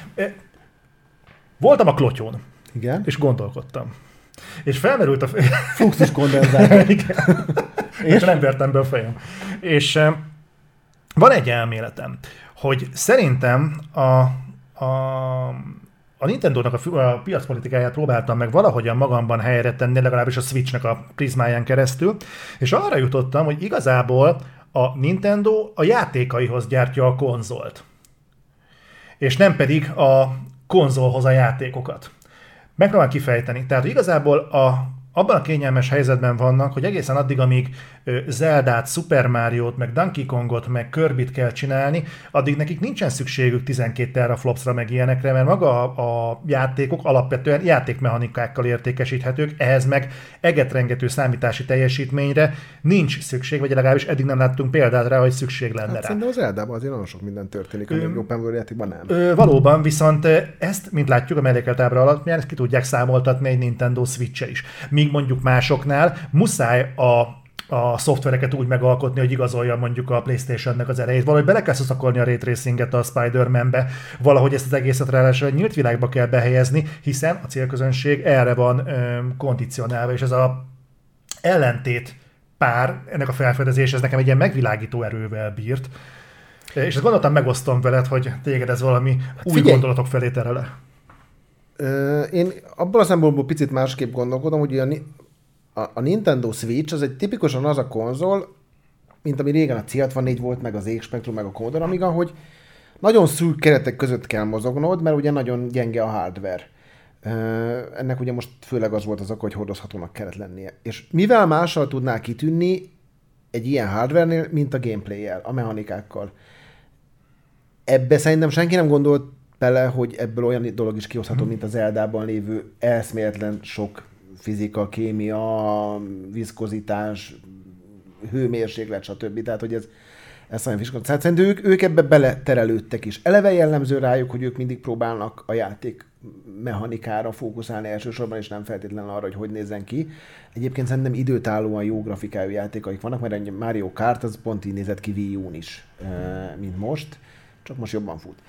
Voltam a klotyón. Igen. És gondolkodtam. És felmerült a... Fluxus kondenzátor. Igen. És nem vertem be a fejem. És van egy elméletem, hogy szerintem a Nintendo-nak a piacpolitikáját próbáltam meg valahogyan magamban helyre tenni, legalábbis a Switch-nek a prizmáján keresztül, és arra jutottam, hogy igazából a Nintendo a játékaihoz gyártja a konzolt, és nem pedig a konzolhoz a játékokat. Megpróbálom kifejteni. Tehát igazából abban a kényelmes helyzetben vannak, hogy egészen addig, amíg Zeldát, Super Mario-t, meg Donkey Kongot, meg Kirbyt kell csinálni, addig nekik nincsen szükségük 12 teraflopsra, meg ilyenekre, mert maga a játékok alapvetően játékmechanikákkal értékesíthetők, ehhez meg egetrengető számítási teljesítményre nincs szükség, vagy legalábbis eddig nem láttunk példát rá, hogy szükség lenne rá. Szerintem az Zeldában azért nagyon sok minden történik, ami open world játékban nem. Valóban, viszont ezt, mint látjuk a mellékelt ábra alatt, ezt ki tudják számoltatni egy Nintendo Switch-e is. Míg mondjuk másoknál muszáj a szoftvereket úgy megalkotni, hogy igazolja mondjuk a PlayStation-nek az erejét. Valahogy bele kell szakolni a Ray Tracinget a Spider-Man-be, valahogy ezt az egészet ráadásul egy nyílt világba kell behelyezni, hiszen a célközönség erre van kondicionálva, és ez a ellentét pár, ennek a felfedezés, ez nekem egy ilyen megvilágító erővel bírt. És ezt gondoltam, megosztom veled, hogy téged ez valami új gondolatok felé terele. Én abban a szempontból picit másképp gondolkodom, hogy a Nintendo Switch az egy tipikusan az a konzol, mint ami régen a C64 volt, meg az ZX Spectrum, meg a Commodore Amiga, hogy nagyon szűk keretek között kell mozognod, mert ugye nagyon gyenge a hardware. Ennek ugye most főleg az volt az oka, hogy hordozhatónak kellett lennie. És mivel mással tudná kitűnni egy ilyen hardware-nél, mint a gameplay-jel, a mechanikákkal. Ebbe szerintem senki nem gondolt bele, hogy ebből olyan dolog is kihozható, mint az Zeldában lévő eszméletlen sok fizika, kémia, viszkozitás, hőmérséklet, stb. Tehát, hogy ez olyan fiskal. Tehát szerintem ők ebbe beleterelődtek is. Eleve jellemző rájuk, hogy ők mindig próbálnak a játék mechanikára fókuszálni elsősorban, és nem feltétlenül arra, hogy nézzen ki. Egyébként szerintem időtállóan jó grafikájú játékaik vannak, mert a Mario Kart az pont így nézett ki Wii U-n is, mint most, csak most jobban fut.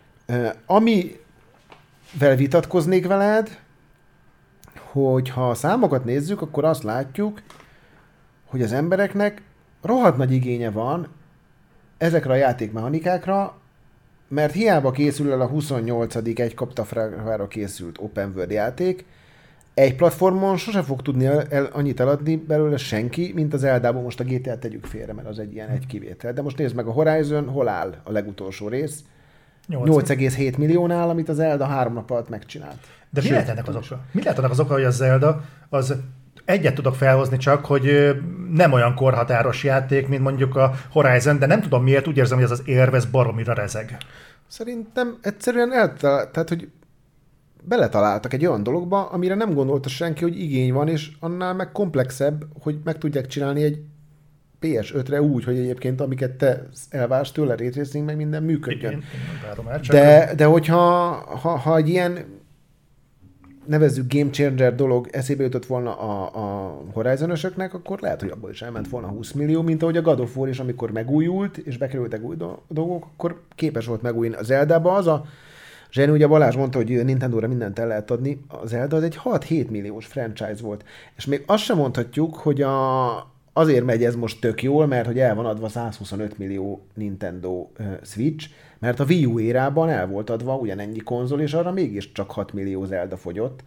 Amivel vitatkoznék veled, hogy ha a számokat nézzük, akkor azt látjuk, hogy az embereknek rohadt nagy igénye van ezekre a játékmechanikákra, mert hiába készül el a 28. egy kaptafrára készült open world játék, egy platformon sose fog tudni annyit eladni belőle senki, mint az Zeldában. Most a GTA-t tegyük félre, mert az egy kivétel. De most nézd meg, a Horizon hol áll a legutolsó rész? 8,7 milliónál, amit az Zelda 3 nap alatt megcsinált. De mi lehet ennek az oka? Mi lehet ennek az oka, hogy a Zelda az egyet tudok felhozni csak, hogy nem olyan korhatáros játék, mint mondjuk a Horizon, de nem tudom miért, úgy érzem, hogy ez az érvez baromira rezeg. Szerintem egyszerűen tehát, hogy beletaláltak egy olyan dologba, amire nem gondolta senki, hogy igény van, és annál meg komplexebb, hogy meg tudják csinálni egy PS5-re úgy, hogy egyébként amiket te elvársz tőle, Ray Tracing, meg minden működjön. Igen, de hogyha egy ilyen nevezzük game changer dolog eszébe jutott volna a Horizon-ösöknek, akkor lehet, hogy abból is elment volna 20 millió, mint ahogy a God of War is, amikor megújult, és bekerültek új dolgok, akkor képes volt megújulni. A Zeldában az a zseni, ugye Balázs mondta, hogy Nintendo-ra mindent el lehet adni, a Zelda az egy 6-7 milliós franchise volt. És még azt sem mondhatjuk, hogy azért megy ez most tök jól, mert hogy el van adva 125 millió Nintendo Switch, mert a Wii U érában el volt adva ugyanennyi konzol, és arra mégis csak 6 millió Zelda fogyott.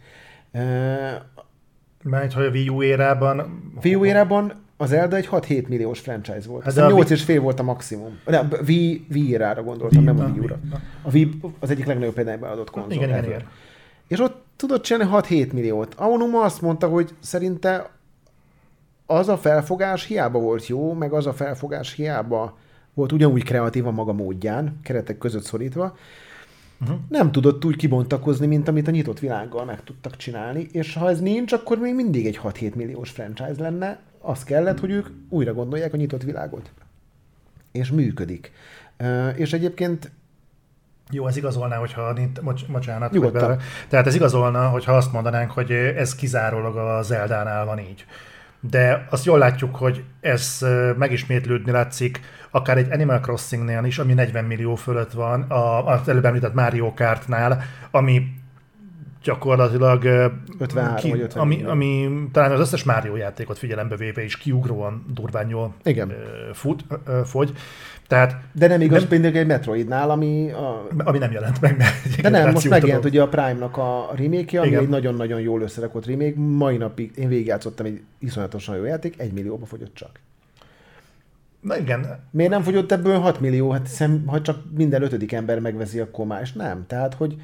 Mert hogy a Wii U érában... Wii U érában a Zelda egy 6-7 milliós franchise volt. Hát 8,5 volt a maximum. Wii érára gondoltam, nem a Wii U-ra. A Wii az egyik legnagyobb példányban adott konzol. Igen. És ott tudott csinálni 6-7 milliót. Aonuma azt mondta, hogy szerinte az a felfogás hiába volt jó, meg az a felfogás hiába volt ugyanúgy kreatív a maga módján, keretek között szorítva, nem tudott úgy kibontakozni, mint amit a nyitott világgal meg tudtak csinálni, és ha ez nincs, akkor még mindig egy 6-7 milliós franchise lenne, az kellett, hogy ők újra gondolják a nyitott világot. És működik. És egyébként... Jó, ez igazolná, hogyha... Bocsánat. Tehát ez igazolna, hogyha azt mondanánk, hogy ez kizárólag a Zeldánál van így. De azt jól látjuk, hogy ez megismétlődni látszik akár egy Animal Crossing-nél is, ami 40 millió fölött van, az előbb említett Mario Kartnál, ami gyakorlatilag 53 vagy 50 ami talán az összes Mario játékot figyelembe véve is kiugróan durván jól fogy. Tehát, de nem igaz például egy Metroidnál, ami nem jelent meg. De nem, most megjelent ugye a Prime-nak a remake-je, ami egy nagyon-nagyon jól összerakott remake. Mai napig én végigjátszottam egy iszonyatosan jó játék, 1 millióba fogyott csak. Na igen. Miért nem fogyott ebből 6 millió? Hát hiszem, ha csak minden 5. ember megveszi, akkor más nem. Tehát, hogy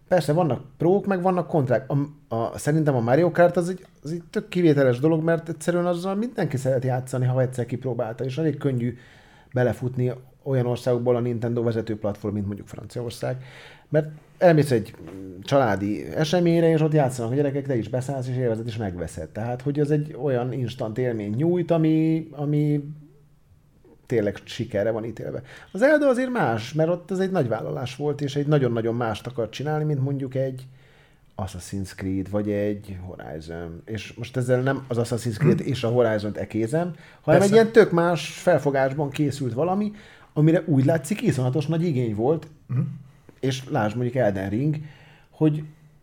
Persze vannak prók, meg vannak kontrák. Szerintem a Mario Kart az egy tök kivételes dolog, mert egyszerűen azzal mindenki szeret játszani, ha egyszer kipróbálta, és elég könnyű belefutni olyan országokból a Nintendo vezető platform, mint mondjuk Franciaország. Mert elmész egy családi eseményre, és ott játszanak a gyerekek, te is beszállsz, és élvezed, és megveszed. Tehát, hogy ez egy olyan instant élmény nyújt, ami tényleg sikerre van ítélve. Az Zelda azért más, mert ott ez egy nagy vállalás volt, és egy nagyon-nagyon mást akart csinálni, mint mondjuk egy Assassin's Creed, vagy egy Horizon. És most ezzel nem az Assassin's Creed és a Horizont ekézem, hanem egy ilyen tök más felfogásban készült valami, amire úgy látszik iszonyatos nagy igény volt, és lásd mondjuk Elden Ring, hogy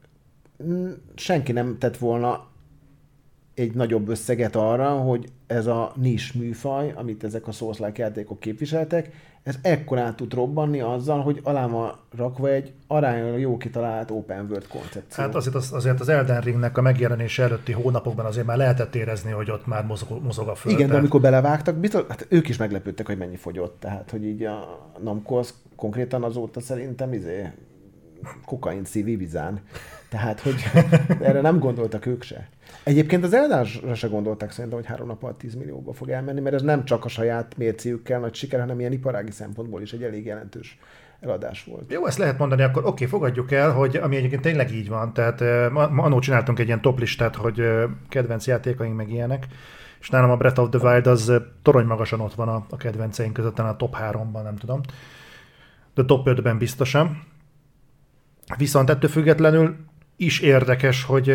senki nem tett volna egy nagyobb összeget arra, hogy ez a niche műfaj, amit ezek a Souls-like játékok képviseltek, ez ekkorát tud robbanni azzal, hogy alá van rakva egy aránylag jó kitalált open world koncepció. Hát azért az Elden Ringnek a megjelenése előtti hónapokban azért már lehetett érezni, hogy ott már mozog a föld. Igen, de amikor belevágtak, biztos, hát ők is meglepődtek, hogy mennyi fogyott. Tehát, hogy így a Namco az konkrétan azóta szerintem kokain szív Ibizán. Tehát, hogy erre nem gondoltak ők se. Egyébként az Eldásra se gondolták szerintem, hogy 3 nap alatt 10 millióba fog elmenni, mert ez nem csak a saját mércéjükkel nagy siker, hanem ilyen iparági szempontból is egy elég jelentős eladás volt. Jó, ezt lehet mondani, akkor oké, fogadjuk el, hogy ami egyébként tényleg így van. Tehát annól csináltunk egy ilyen top listát, hogy kedvenc játékaink meg ilyenek, és nálam a Breath of the Wild az torony magasan ott van a kedvenceink között, a top 3-ban, nem tudom. De top 5-ben biztosan. Viszont ettől függetlenül is érdekes, hogy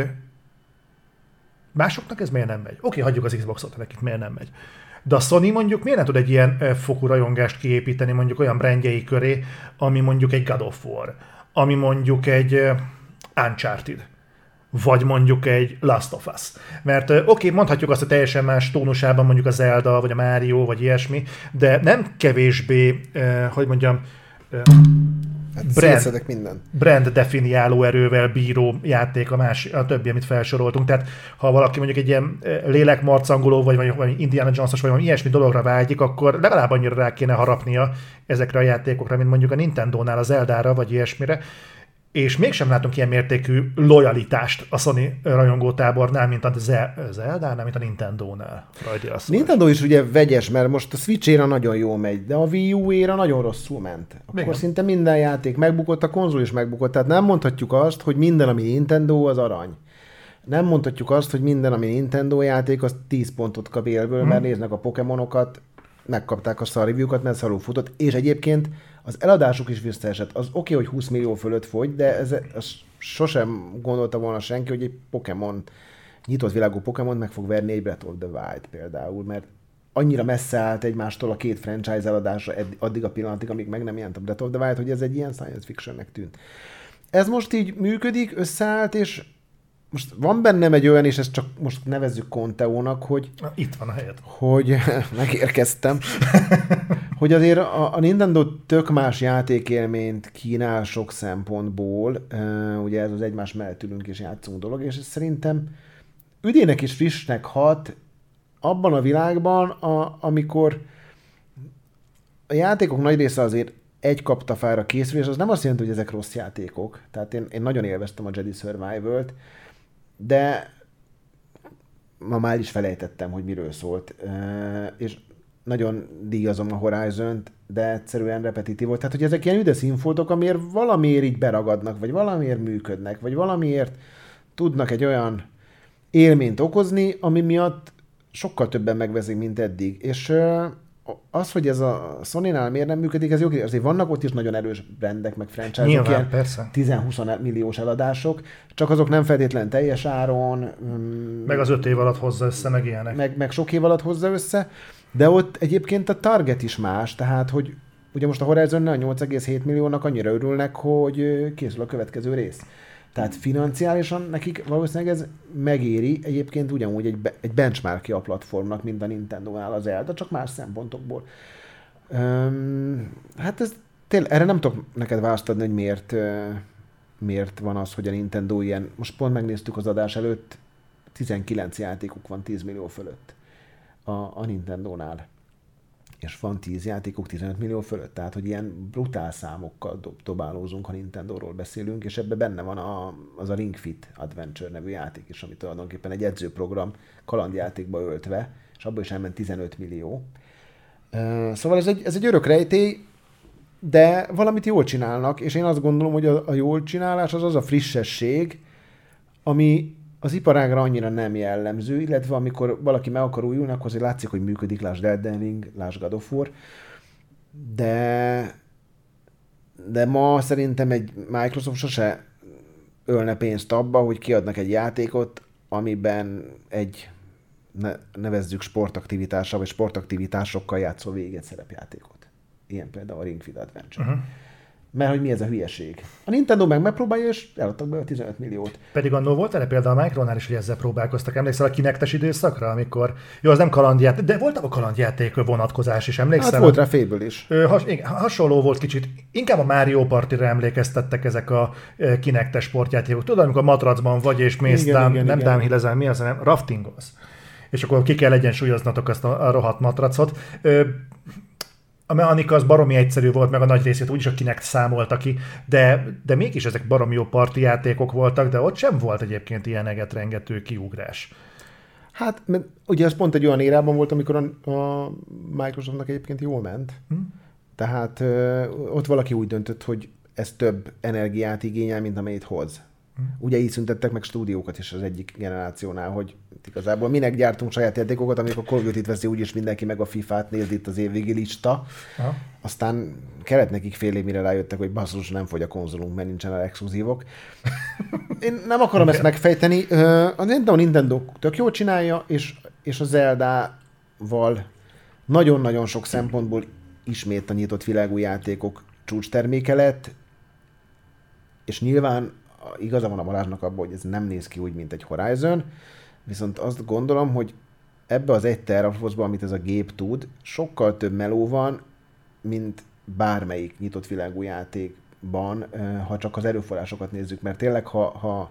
másoknak ez miért nem megy? Oké, hagyjuk az Xboxot, nekik miért nem megy. De a Sony mondjuk miért nem tud egy ilyen fokú rajongást kiépíteni mondjuk olyan brandjei köré, ami mondjuk egy God of War, ami mondjuk egy Uncharted, vagy mondjuk egy Last of Us. Mert oké, mondhatjuk azt, hogy teljesen más tónusában mondjuk a Zelda, vagy a Mario, vagy ilyesmi, de nem kevésbé, hogy mondjam, brand definiáló erővel bíró játék a többi, amit felsoroltunk. Tehát ha valaki mondjuk egy ilyen lélekmarcangoló, vagy Indiana Jones-os, vagy ilyesmi dologra vágyik, akkor legalább annyira rá kéne harapnia ezekre a játékokra, mint mondjuk a Nintendo-nál, a Zeldára, vagy ilyesmire. És mégsem látunk ilyen mértékű lojalitást a Sony rajongótábornál, mint a Zeldánál, mint a Nintendo-nál. Nintendo is ugye vegyes, mert most a Switch-ére nagyon jól megy, de a Wii U-ére nagyon rosszul ment. Akkor igen. Szinte minden játék megbukott, a konzol is megbukott. Tehát nem mondhatjuk azt, hogy minden, ami Nintendo, az arany. Nem mondhatjuk azt, hogy minden, ami Nintendo játék, az 10 pontot kap élből, mert néznek a Pokémonokat, megkapták a szar review-kat, mert szarul futott, és egyébként az eladásuk is visszaesett. Az oké, hogy 20 millió fölött fogy, de ez sosem gondolta volna senki, hogy egy Pokémon, nyitott világú Pokémon meg fog verni egy Breath of the Wild például, mert annyira messze állt egymástól a két franchise eladása addig a pillanatig, amíg meg nem jelent a Breath of the Wild, hogy ez egy ilyen science fictionnek tűnt. Ez most így működik, összeállt, és most van bennem egy olyan, és ezt csak most nevezzük Conteónak, hogy... Itt van a helyed. Hogy megérkeztem. Hogy azért a Nintendo tök más játékélményt kínál sok szempontból. Ugye ez az egymás mellett ülünk és játszunk dolog, és ez szerintem üdének és frissnek hat abban a világban, amikor a játékok nagy része azért egy kaptafára készül, és az nem azt jelenti, hogy ezek rossz játékok. Tehát én nagyon élveztem a Jedi Survival-t, de ma már is felejtettem, hogy miről szólt. És nagyon díjazom a Horizont, de egyszerűen repetitív volt. Tehát, hogy ezek ilyen üde színfoltok, amiért valamiért így beragadnak, vagy valamiért működnek, vagy valamiért tudnak egy olyan élményt okozni, ami miatt sokkal többen megveszik, mint eddig. És az, hogy ez a Sony-nál miért nem működik, ez jó, azért vannak ott is nagyon erős brandek, meg franchise-ok, ilyen 10-20 milliós eladások, csak azok nem feltétlen teljes áron. Meg az 5 év alatt hozza össze, meg ilyenek. Meg sok év alatt hozza össze, de ott egyébként a target is más, tehát, hogy ugye most a Horizonnál 8,7 milliónak annyira örülnek, hogy készül a következő rész. Tehát financiálisan nekik valószínűleg ez megéri, egyébként ugyanúgy egy benchmarkja a platformnak, mint a Nintendo-nál az Zelda, csak más szempontokból. Hát ez tényleg, erre nem tudok neked választ adni, hogy miért van az, hogy a Nintendo ilyen, most pont megnéztük az adás előtt, 19 játékuk van 10 millió fölött a Nintendo-nál. és van 10 játékok 15 millió fölött, tehát hogy ilyen brutál számokkal dobálózunk, ha Nintendo-ról beszélünk, és ebben benne van az a Ring Fit Adventure nevű játék is, ami tulajdonképpen egy edzőprogram kalandjátékba öltve, és abból is elment 15 millió. Szóval ez egy örök rejtély, de valamit jól csinálnak, és én azt gondolom, hogy a jól csinálás az a frissesség, ami az iparágra annyira nem jellemző, illetve amikor valaki meg akar újulni, akkor azért látszik, hogy működik, lásd Elden Ring, lásd God of War, de ma szerintem egy Microsoft sose ölne pénzt abba, hogy kiadnak egy játékot, amiben egy nevezzük sportaktivitással, vagy sportaktivitásokkal játszol végig egy szerepjátékot. Ilyen például a Ring Fit Adventure. Uh-huh. Mert hogy mi ez a hülyeség. A Nintendo meg megpróbálja, és eladtak be a 15 milliót. Pedig annól volt erre például a Micronál is, hogy ezzel próbálkoztak. Emlékszel a Kinectes időszakra, amikor... Jó, az nem kalandjáték, de volt a kalandjáték vonatkozás is, emlékszel? Hát volt rá Fable is. Hasonló volt kicsit. Inkább a Mario Party-ra emlékeztettek ezek a Kinectes sportjátékok. Tudod, amikor matracban vagy, és mész nem downhill-ezel, mi az, hanem raftingolsz. És akkor ki kell egyensúlyoznatok azt a rohadt matracot. A mechanika az baromi egyszerű volt, meg a nagy részét úgyis a Kinect számolta ki, de mégis ezek baromi jó parti játékok voltak, de ott sem volt egyébként ilyen egetrengető kiugrás. Hát, ugye ez pont egy olyan érában volt, amikor a Microsoftnak egyébként jól ment. Tehát ott valaki úgy döntött, hogy ez több energiát igényel, mint amennyit hoz. Ugye így szüntettek meg stúdiókat is az egyik generációnál, hogy igazából minek gyártunk saját játékokat, amikor Call of Duty-t veszi úgyis mindenki meg a FIFA-t, nézd itt az évvégi lista. Aha. Aztán kellett nekik fél év, mire rájöttek, hogy basszus, nem fogy a konzolunk, mert nincsenek exkluzívok. Én nem akarom ezt megfejteni. A Nintendo tök jól csinálja, és a Zelda-val nagyon-nagyon sok szempontból ismét a nyitott világú játékok csúcsterméke lett, és nyilván igaza van a Balázsnak abban, hogy ez nem néz ki úgy, mint egy Horizon, viszont azt gondolom, hogy ebbe az 1 terafloszba, amit ez a gép tud, sokkal több meló van, mint bármelyik nyitott világú játékban, ha csak az erőforrásokat nézzük, mert tényleg, ha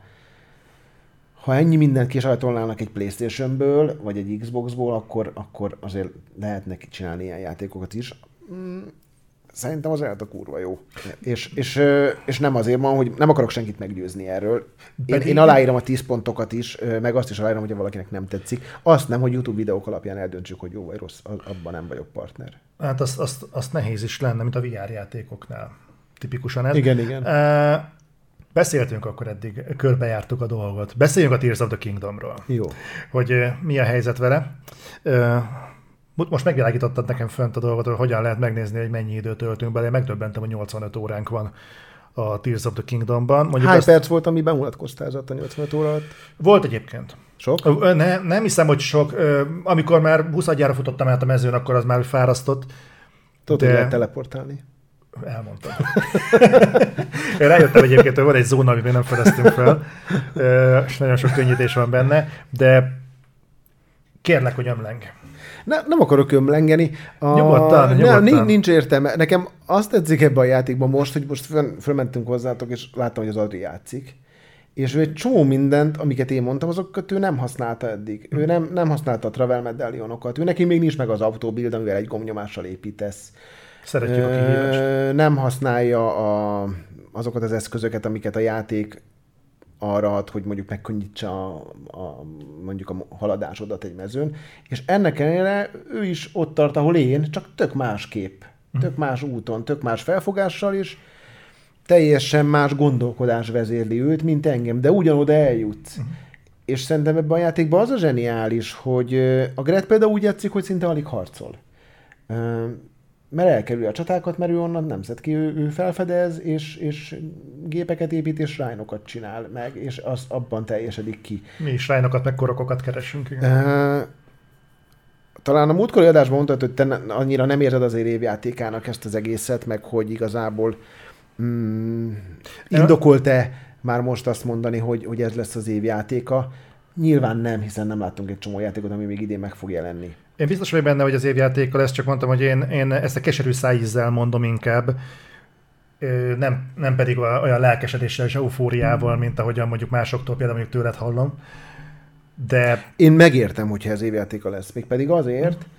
ennyi mindent kisajtolnának egy PlayStation-ből, vagy egy Xbox-ból, akkor azért lehet neki csinálni ilyen játékokat is. Szerintem az a kurva jó. És nem azért van, hogy nem akarok senkit meggyőzni erről. Én aláírom a 10 pontokat is, meg azt is aláírom, hogyha valakinek nem tetszik. Azt nem, hogy YouTube videók alapján eldöntsük, hogy jó vagy rossz, abban nem vagyok partner. Hát azt nehéz is lenne, mint a VR játékoknál. Tipikusan ez. Igen. Beszéltünk akkor eddig, körbejártuk a dolgot. Beszéljünk a Tears of the Kingdomról. Jó. Hogy mi a helyzet vele. Most megvilágítottad nekem fönt a dolgot, hogy hogyan lehet megnézni, hogy mennyi időt töltünk bele. Én megdöbbentem, hogy 85 óránk van a Tears of the Kingdomban. Hány perc volt, ami bemutatkoztál a 85 óra alatt? Volt egyébként. Sok? Nem hiszem, hogy sok. Amikor már 20-adjára futottam át a mezőn, akkor az már fárasztott. Tudod, hogy lehet teleportálni? Elmondtam. Én rájöttem egyébként, hogy van egy zóna, amit még nem fedeztünk fel, és nagyon sok könnyítés van benne, de kérlek, hogy ömleng. Nem akarok ömlengeni. Nyugodtan. Nincs értelme. Nekem azt tetszik ebben a játékban most, hogy most fölmentünk hozzátok, és láttam, hogy az Adri játszik. És ő egy csomó mindent, amiket én mondtam, azokat ő nem használta eddig. Ő nem használta a travel medallionokat. Ő neki még nincs meg az autóbuild, amivel egy gombnyomással építesz. Szeretjük a kihívást. Nem használja azokat az eszközöket, amiket a játék arra ad, hogy mondjuk megkönnyítse mondjuk a haladásodat egy mezőn, és ennek ellenére ő is ott tart, ahol én, csak tök másképp, tök más úton, tök más felfogással is, teljesen más gondolkodás vezérli őt, mint engem, de ugyanoda eljutsz. És szerintem ebben a játékban az a zseniális, hogy a Gret például úgy játszik, hogy szinte alig harcol. Mert elkerül a csatákat, mert ő onnan nem szed ki, ő felfedez, és gépeket épít, és rájnokat csinál meg, és az abban teljesedik ki. Mi is rájnokat, meg korokokat keresünk. Talán a múltkori adásban mondtad, hogy te annyira nem érzed azért évjátékának ezt az egészet, meg hogy igazából indokolt-e már most azt mondani, hogy ez lesz az évjátéka. Nyilván nem, hiszen nem láttunk egy csomó játékot, ami még idén meg fog jelenni. Én biztos vagyok benne, hogy az évjátéka lesz, csak mondtam, hogy én ezt a keserű szájízzel mondom inkább, nem pedig olyan lelkesedéssel és eufóriával, mint ahogyan mondjuk másoktól, például mondjuk tőled hallom. De... Én megértem, hogyha ez évjátéka lesz, mégpedig azért,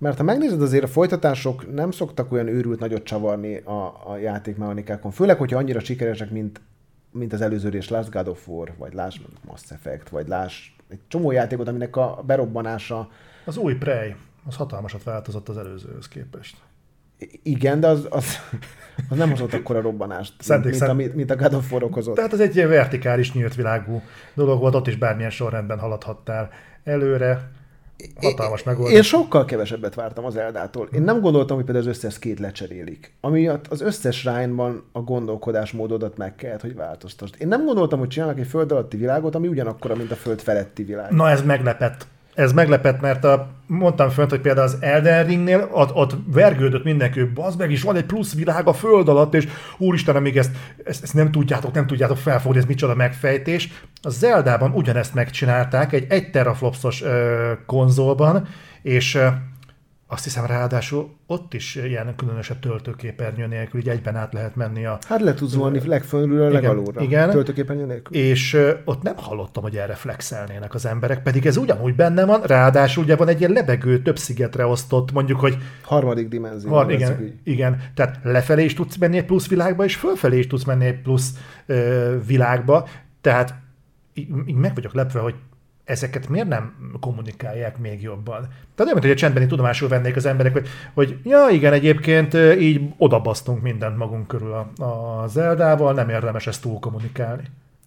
Mert ha megnézed, azért a folytatások nem szoktak olyan őrült nagyot csavarni a játékmechanikákon. Főleg, hogyha annyira sikeresek, mint az előző rész, Last God of War, vagy Last Mass Effect, vagy Last egy csomó játékot, aminek a berobbanása... Az új Prey, az hatalmasat változott az előzőhöz képest. Igen, de az nem hozott akkora robbanást, mint a God of War okozott. Tehát ez egy ilyen vertikális, nyílt világú dolog volt, ott is bármilyen sorrendben haladhattál előre. Hatalmas megoldás. Én sokkal kevesebbet vártam az Eldától. Én nem gondoltam, hogy például az összes skate lecserélik. Amiatt az összes Shrine-ban a gondolkodásmódodat meg kellett, hogy változtasd. Én nem gondoltam, hogy csinálnak egy föld alatti világot, ami ugyanakkora, mint a föld feletti világ. Na, ez meglepett. Ez meglepett, mert mondtam fönt, hogy például az Elden Ringnél ott vergődött mindenki, hogy bazd meg, is van egy plusz világ a föld alatt, és úristen, amíg ezt nem tudjátok felfogni, ez micsoda megfejtés. A Zeldában ugyanezt megcsinálták egy 1 teraflopsos konzolban, és azt hiszem ráadásul ott is ilyen különösebb töltőképernyő nélkül, így egyben át lehet menni a... Hát le tudsz volni legfölülről a legalóra. Igen. Töltőképernyő nélkül. És ott nem hallottam, hogy erre flexelnének az emberek, pedig ez ugyanúgy benne van, ráadásul ugye van egy ilyen lebegő, több szigetre osztott, mondjuk, hogy... Harmadik dimenzió. Igen, tehát lefelé is tudsz menni egy plusz világba, és fölfelé is tudsz menni egy plusz világba, tehát így meg vagyok lepve, hogy ezeket miért nem kommunikálják még jobban? Tehát olyan, mint hogy a csendben tudomásul vennék az emberek, hogy ja igen, egyébként így odabasztunk mindent magunk körül a Zeldával, nem érdemes ezt túl kommunikálni.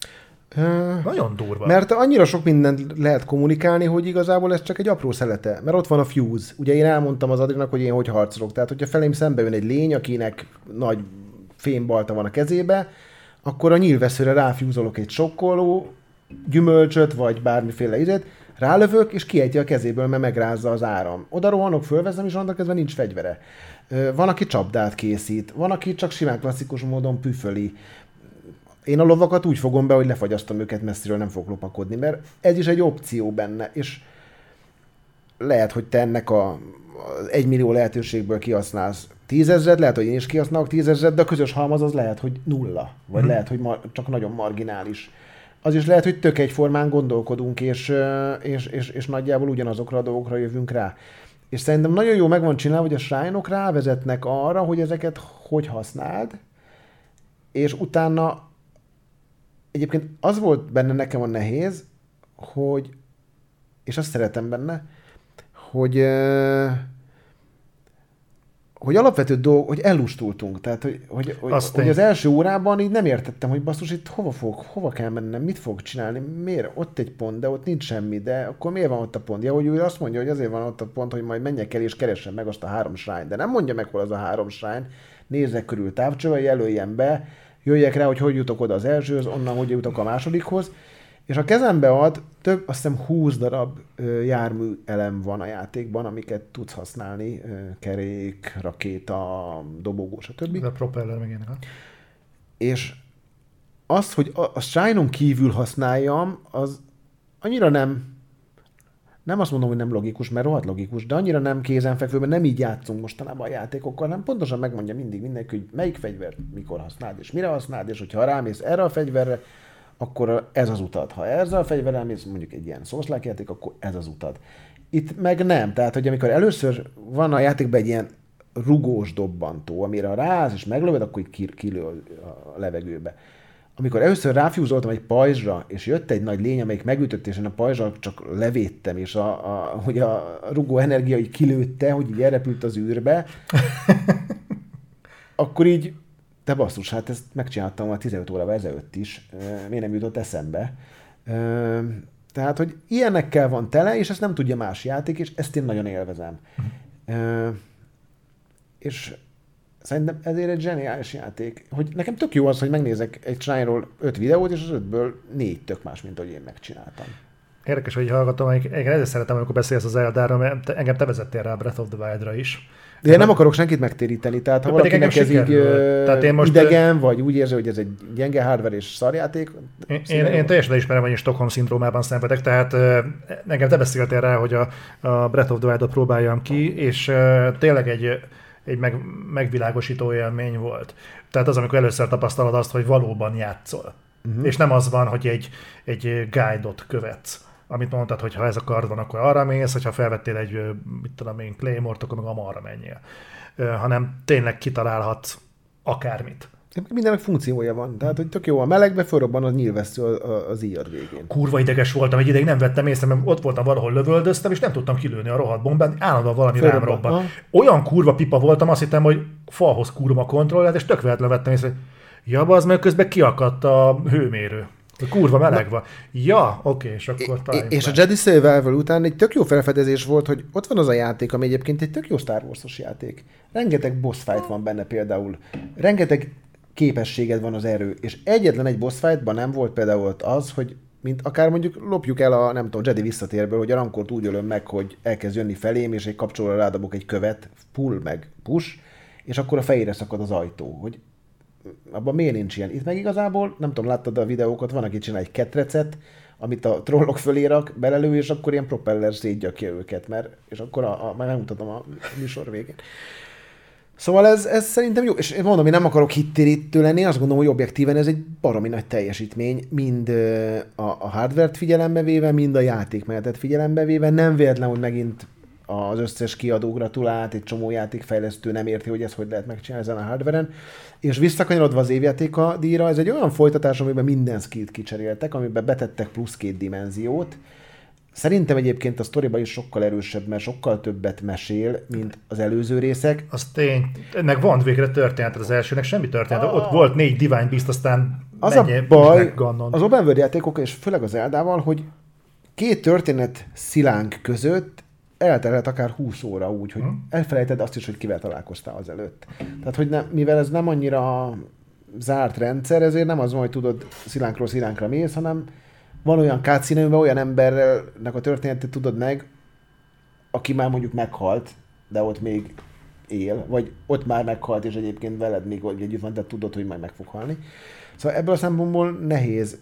Nagyon durva. Mert annyira sok mindent lehet kommunikálni, hogy igazából ez csak egy apró szelete. Mert ott van a fuse. Ugye én elmondtam az Adrinak, hogy én hogy harcolok. Tehát, hogyha felém szembe jön egy lény, akinek nagy fémbalta van a kezébe, akkor a nyílveszőre ráfúzolok egy sokkoló gyümölcsöt, vagy bármiféle izet, rálövök, és kiejti a kezéből, mert megrázza az áram. Oda rohanok, fölveszem, és annak közben nincs fegyvere. Van, aki csapdát készít, van, aki csak simán klasszikus módon püföli. Én a lovakat úgy fogom be, hogy lefagyasztom őket messziről, nem fogok lopakodni, mert ez is egy opció benne, és lehet, hogy te ennek az 1 millió lehetőségből kihasználsz 10 000, lehet, hogy én is kihasználok 10 000, de a közös halmaz az lehet, hogy 0, vagy lehet, hogy csak nagyon marginális. Az is lehet, hogy tök egyformán gondolkodunk, és nagyjából ugyanazokra a dolgokra jövünk rá. És szerintem nagyon jó meg van csinálva, hogy a shrine-ok rávezetnek arra, hogy ezeket hogy használd, és utána egyébként az volt benne nekem a nehéz, hogy, és azt szeretem benne, hogy alapvető dolgok, hogy ellustultunk. Tehát, hogy az első órában így nem értettem, hogy basszus, itt hova kell mennem, mit fog csinálni, miért? Ott egy pont, de ott nincs semmi, de akkor miért van ott a pont? Ja, hogy ő azt mondja, hogy azért van ott a pont, hogy majd menjek el és keressem meg azt a 3 shrine, de nem mondja meg, hol az a 3 shrine, nézzek körül távcsővel, jelöljem be, jöjjek rá, hogy jutok oda az elsőhöz, onnan hogy jutok a másodikhoz, és a kezembe ad azt hiszem 20 darab jármű elem van a játékban, amiket tudsz használni, kerék, rakéta, dobogó, stb. A propeller meg ilyenek. És az, hogy a Shrine-on kívül használjam, az annyira nem azt mondom, hogy nem logikus, mert rohadt logikus, de annyira nem kézenfekvő, mert nem így játszunk mostanában a játékokkal, hanem pontosan megmondja mindig mindenki, hogy melyik fegyvert mikor használd, és mire használd, és hogyha rámész erre a fegyverre, akkor ez az utad. Ha ezzel a fegyverrel mész, mondjuk egy ilyen Souls-like játék, akkor ez az utad. Itt meg nem. Tehát, hogy amikor először van a játékban egy ilyen rugós dobbantó, amire ráállsz és meglövöd, akkor így kilő a levegőbe. Amikor először ráfúzoltam egy pajzsra, és jött egy nagy lény, amelyik megütött, és én a pajzsra csak levédtem, és hogy a rugó energia így kilőtte, hogy így elrepült az űrbe, akkor így de basszus, hát ezt megcsináltam már 15 órával ezelőtt is, miért nem jutott eszembe. Tehát, hogy ilyenekkel van tele, és ezt nem tudja más játék, és ezt én nagyon élvezem. És szerintem ezért egy zseniális játék. Hogy nekem tök jó az, hogy megnézek egy Shrine-ról 5 videót, és az 5-ből 4 tök más, mint ahogy én megcsináltam. Érdekes, hogy hallgatom, én ezért szeretem, amikor beszélsz az Zeldáról, mert engem te vezettél rá a Breath of the Wild-ra is. De én nem akarok senkit megtéríteni, tehát ha valakinek ez így idegen, vagy úgy érzi, hogy ez egy gyenge hardware és szarjáték. Én teljesen ismerem, hogy én Stockholm-szindrómában szenvedek, tehát engem te beszéltél rá, hogy a Breath of the Wild-ot próbáljam ki, és tényleg egy megvilágosító élmény volt. Tehát az, amikor először tapasztalod azt, hogy valóban játszol. És nem az van, hogy egy guide-ot követsz, amit mondtad, hogy ha ez a kard van, akkor arra mész, hogyha felvettél egy, mit tudom én, Claymore-t, akkor meg amarra menjél. Hanem tényleg kitalálhatsz akármit. Mindennek funkciója van. Tehát, hogy tök jó, a melegbe fölrobban az nyílvesztő az íjad végén. Kurva ideges voltam, egy ideig nem vettem észre, mert ott voltam valahol lövöldöztem, és nem tudtam kilőni a rohadt bombát, állandóan valami rám robban. Olyan kurva pipa voltam, azt hittem, hogy falhoz kúrom a kontrollert, és tök véletlenül vettem észre, hogy ja, az meg közben kiakadt a hőmérő. A kurva meleg van. Ja, oké, és akkor talán. És a Jedi Survival után egy tök jó felfedezés volt, hogy ott van az a játék, ami egyébként egy tök jó Star Wars-os játék. Rengeteg boss fight van benne például. Rengeteg képességed van az erő, és egyetlen egy boss fightban nem volt például ott az, hogy mint akár mondjuk lopjuk el a, nem tudom, Jedi visszatérből, hogy a Rancort úgy ölöm meg, hogy elkezd jönni felém, és egy kapcsolóra rádobok egy követ, pull meg push, és akkor a fejére szakad az ajtó, hogy abban miért nincs ilyen. Itt meg igazából, nem tudom, láttad a videókat, van, aki csinál egy ketrecet, amit a trollok fölé rak, belelő, és akkor ilyen propeller szétgyakja ki őket, és akkor már megmutatom a műsor végén. Szóval ez szerintem jó, és mondom, én nem akarok hittérítő lenni, azt gondolom, hogy objektíven ez egy baromi nagy teljesítmény, mind a hardware-t figyelembe véve, mind a játékmenetet figyelembe véve, nem véletlen, hogy megint az összes kiadó gratulált, egy csomó játékfejlesztő nem érti, hogy ezt hogy lehet megcsinálni ezen a hardware-en, és visszakanyarodva az évjátéka díjra, ez egy olyan folytatás, amiben minden skillt kicseréltek, amiben betettek plusz 2 dimenziót. Szerintem egyébként a sztoriban is sokkal erősebb, mert sokkal többet mesél, mint az előző részek. Az tény. Ennek van végre történet az elsőnek, semmi történet. Ott volt 4 Divine Beast, aztán az a baj az open world játékok, és főleg az Eldával, hogy 2 történet szilánk között eltelhet akár 20 óra úgy, hogy elfelejted azt is, hogy kivel találkoztál azelőtt. Tehát, hogy mivel ez nem annyira zárt rendszer, ezért nem az van, hogy tudod szilánkról szilánkra mész, hanem van olyan cutscene, olyan embernek a történetét tudod meg, aki már mondjuk meghalt, de ott még él, vagy ott már meghalt, és egyébként veled még együtt van, de tudod, hogy majd meg fog halni. Szóval ebből a szempontból nehéz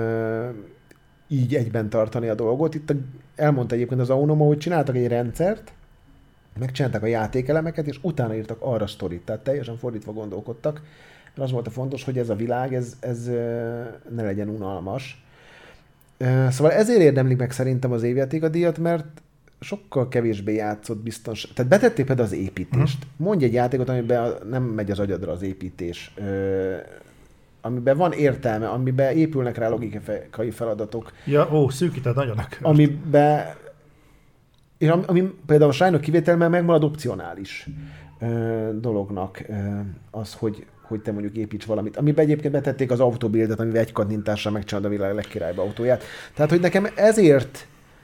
így egyben tartani a dolgot. Itt elmondta egyébként az Aonuma, hogy csináltak egy rendszert, megcsináltak a játékelemeket, és utána írtak arra sztorit, tehát teljesen fordítva gondolkodtak, mert az volt a fontos, hogy ez a világ, ez ne legyen unalmas. Szóval ezért érdemlik meg szerintem az évjáték díjat, mert sokkal kevésbé játszott biztos. Tehát betették például az építést. Mondj egy játékot, amiben nem megy az agyadra az építés. Amiben van értelme, amiben épülnek rá logikai feladatok. Ja, szűkíted nagyon a kört. Amiben, és ami például a Shrine-ok kivételben megmarad opcionális dolognak az, hogy te mondjuk építs valamit. Amiben egyébként betették az autobuildet, amivel egy kattintással megcsinálod a világ legkirályba autóját. Tehát, hogy nekem ezért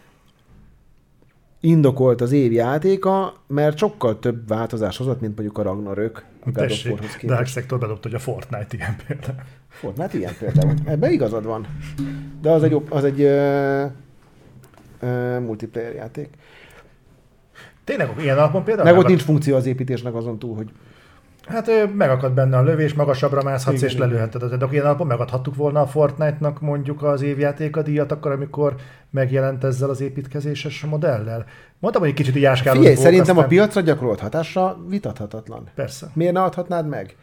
indokolt az év játéka, mert sokkal több változás hozott, mint mondjuk a Ragnarök. Tessék, Dark Sector bedobta, hogy a Fortnite ilyen például. Fortnite ilyen például. Ebben igazad van. De az egy multiplayer játék. Tényleg ilyen alapon például? Meg ott nincs funkció az építésnek azon túl, hogy hát megakad benne a lövés, magasabbra mászhatsz és lelőheted. De ilyen alapon megadhattuk volna a Fortnite-nak mondjuk az évjátéka díjat, akkor amikor megjelent ezzel az építkezéses modellel. Mondtam, hogy egy kicsit így áskálódni. Figyelj, szerintem a piacra gyakorolt hatásra vitathatatlan. Persze. Miért ne adhatnád meg?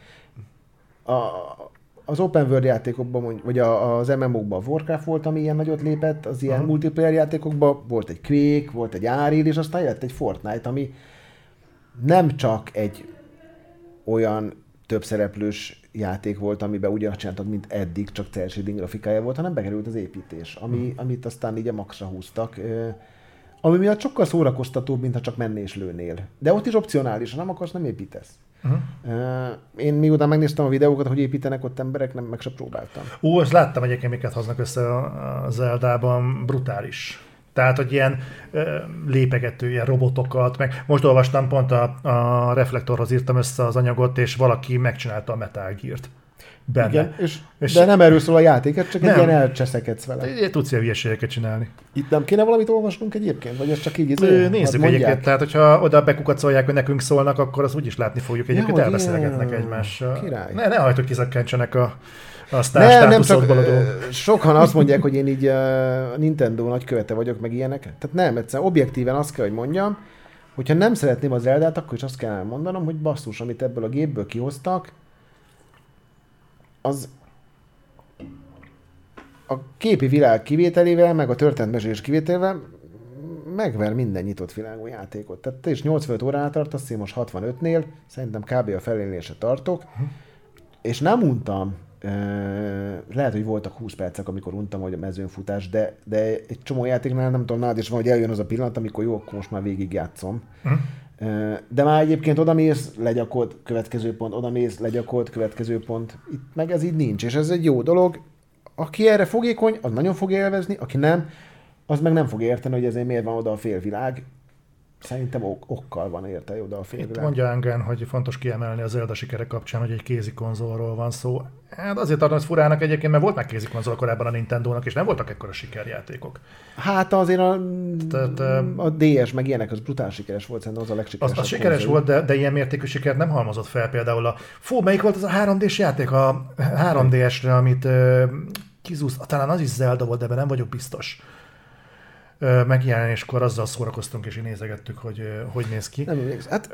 Az open world játékokban, vagy az MMO-kban a Warcraft volt, ami ilyen nagyot lépett, az ilyen multiplayer játékokban volt egy Quake, volt egy Unreal, és aztán jött egy Fortnite, ami nem csak egy olyan többszereplős játék volt, amiben ugyanazt csináltad, mint eddig, csak cel shading grafikája volt, hanem bekerült az építés, amit aztán így a maxra húztak. Ami miatt sokkal szórakoztatóbb, mintha csak mennél és lőnél. De ott is opcionális, ha nem akarsz, nem építesz. Én miután megnéztem a videókat, hogy építenek ott emberek, meg se próbáltam. Azt láttam egyébként, miket hoznak össze a Zeldában, brutális. Tehát, hogy ilyen lépegető, ilyen robotokat, meg most olvastam pont a Reflektorhoz írtam össze az anyagot, és valaki megcsinálta a Metal Gear-t benne. Igen, de nem erről szól a játék, csak egy ilyen elcseszekedsz vele. Tudsz ilyen hülyeségeket csinálni. Itt nem kéne valamit olvasnunk egyébként? Vagy ez csak így nézzük egyébként, tehát hogyha oda bekukacolják, hogy nekünk szólnak, akkor azt úgyis látni fogjuk. Egyébként elbeszélgetnek egymással. Ne hagyd, kiszakentsenek a nem csak sokan azt mondják, hogy én így Nintendo nagykövete vagyok, meg ilyenek. Tehát nem, egyszerűen objektíven azt kell, hogy mondjam, hogyha nem szeretném az Zeldát, akkor is azt kell mondanom, hogy basszus, amit ebből a gépből kihoztak, a képi világ kivételével, meg a történetmesélés kivételével megver minden nyitott világú játékot. Tehát te is 85 óránál tartasz, én most 65-nél, szerintem kb. A felélése tartok, és nem untam. Lehet, hogy voltak 20 percek, amikor untam, hogy a mezőnfutás, de egy csomó játéknál nem tudom, nálad is van, hogy eljön az a pillanat, amikor jó, akkor most már végigjátszom. De már egyébként odamész, legyakolt, következő pont, odamész, legyakolt, következő pont. Itt meg ez így nincs, és ez egy jó dolog. Aki erre fogékony, az nagyon fog élvezni, aki nem, az meg nem fog érteni, hogy ezért miért van oda a félvilág. Szerintem okkal van érte oda a félvilág. Itt mondja Engen, hogy fontos kiemelni az Zelda sikere kapcsán, hogy egy kézi konzolról van szó. Hát azért tartom, hogy furának egyébként, mert volt már kézi konzol korábban a Nintendónak, és nem voltak ekkora sikerjátékok. Hát azért a DS meg ilyenek, az brutál sikeres volt, szerintem az a legsikeresebb. Az sikeres volt, de ilyen mértékű sikert nem halmozott fel például melyik volt az a 3D-s játék a 3DS-re, amit talán az is Zelda volt, de ebben nem vagyok biztos. Megjelenéskor azzal szórakoztunk, és így nézegettük, hogy néz ki. Nem emlékszem. Hát,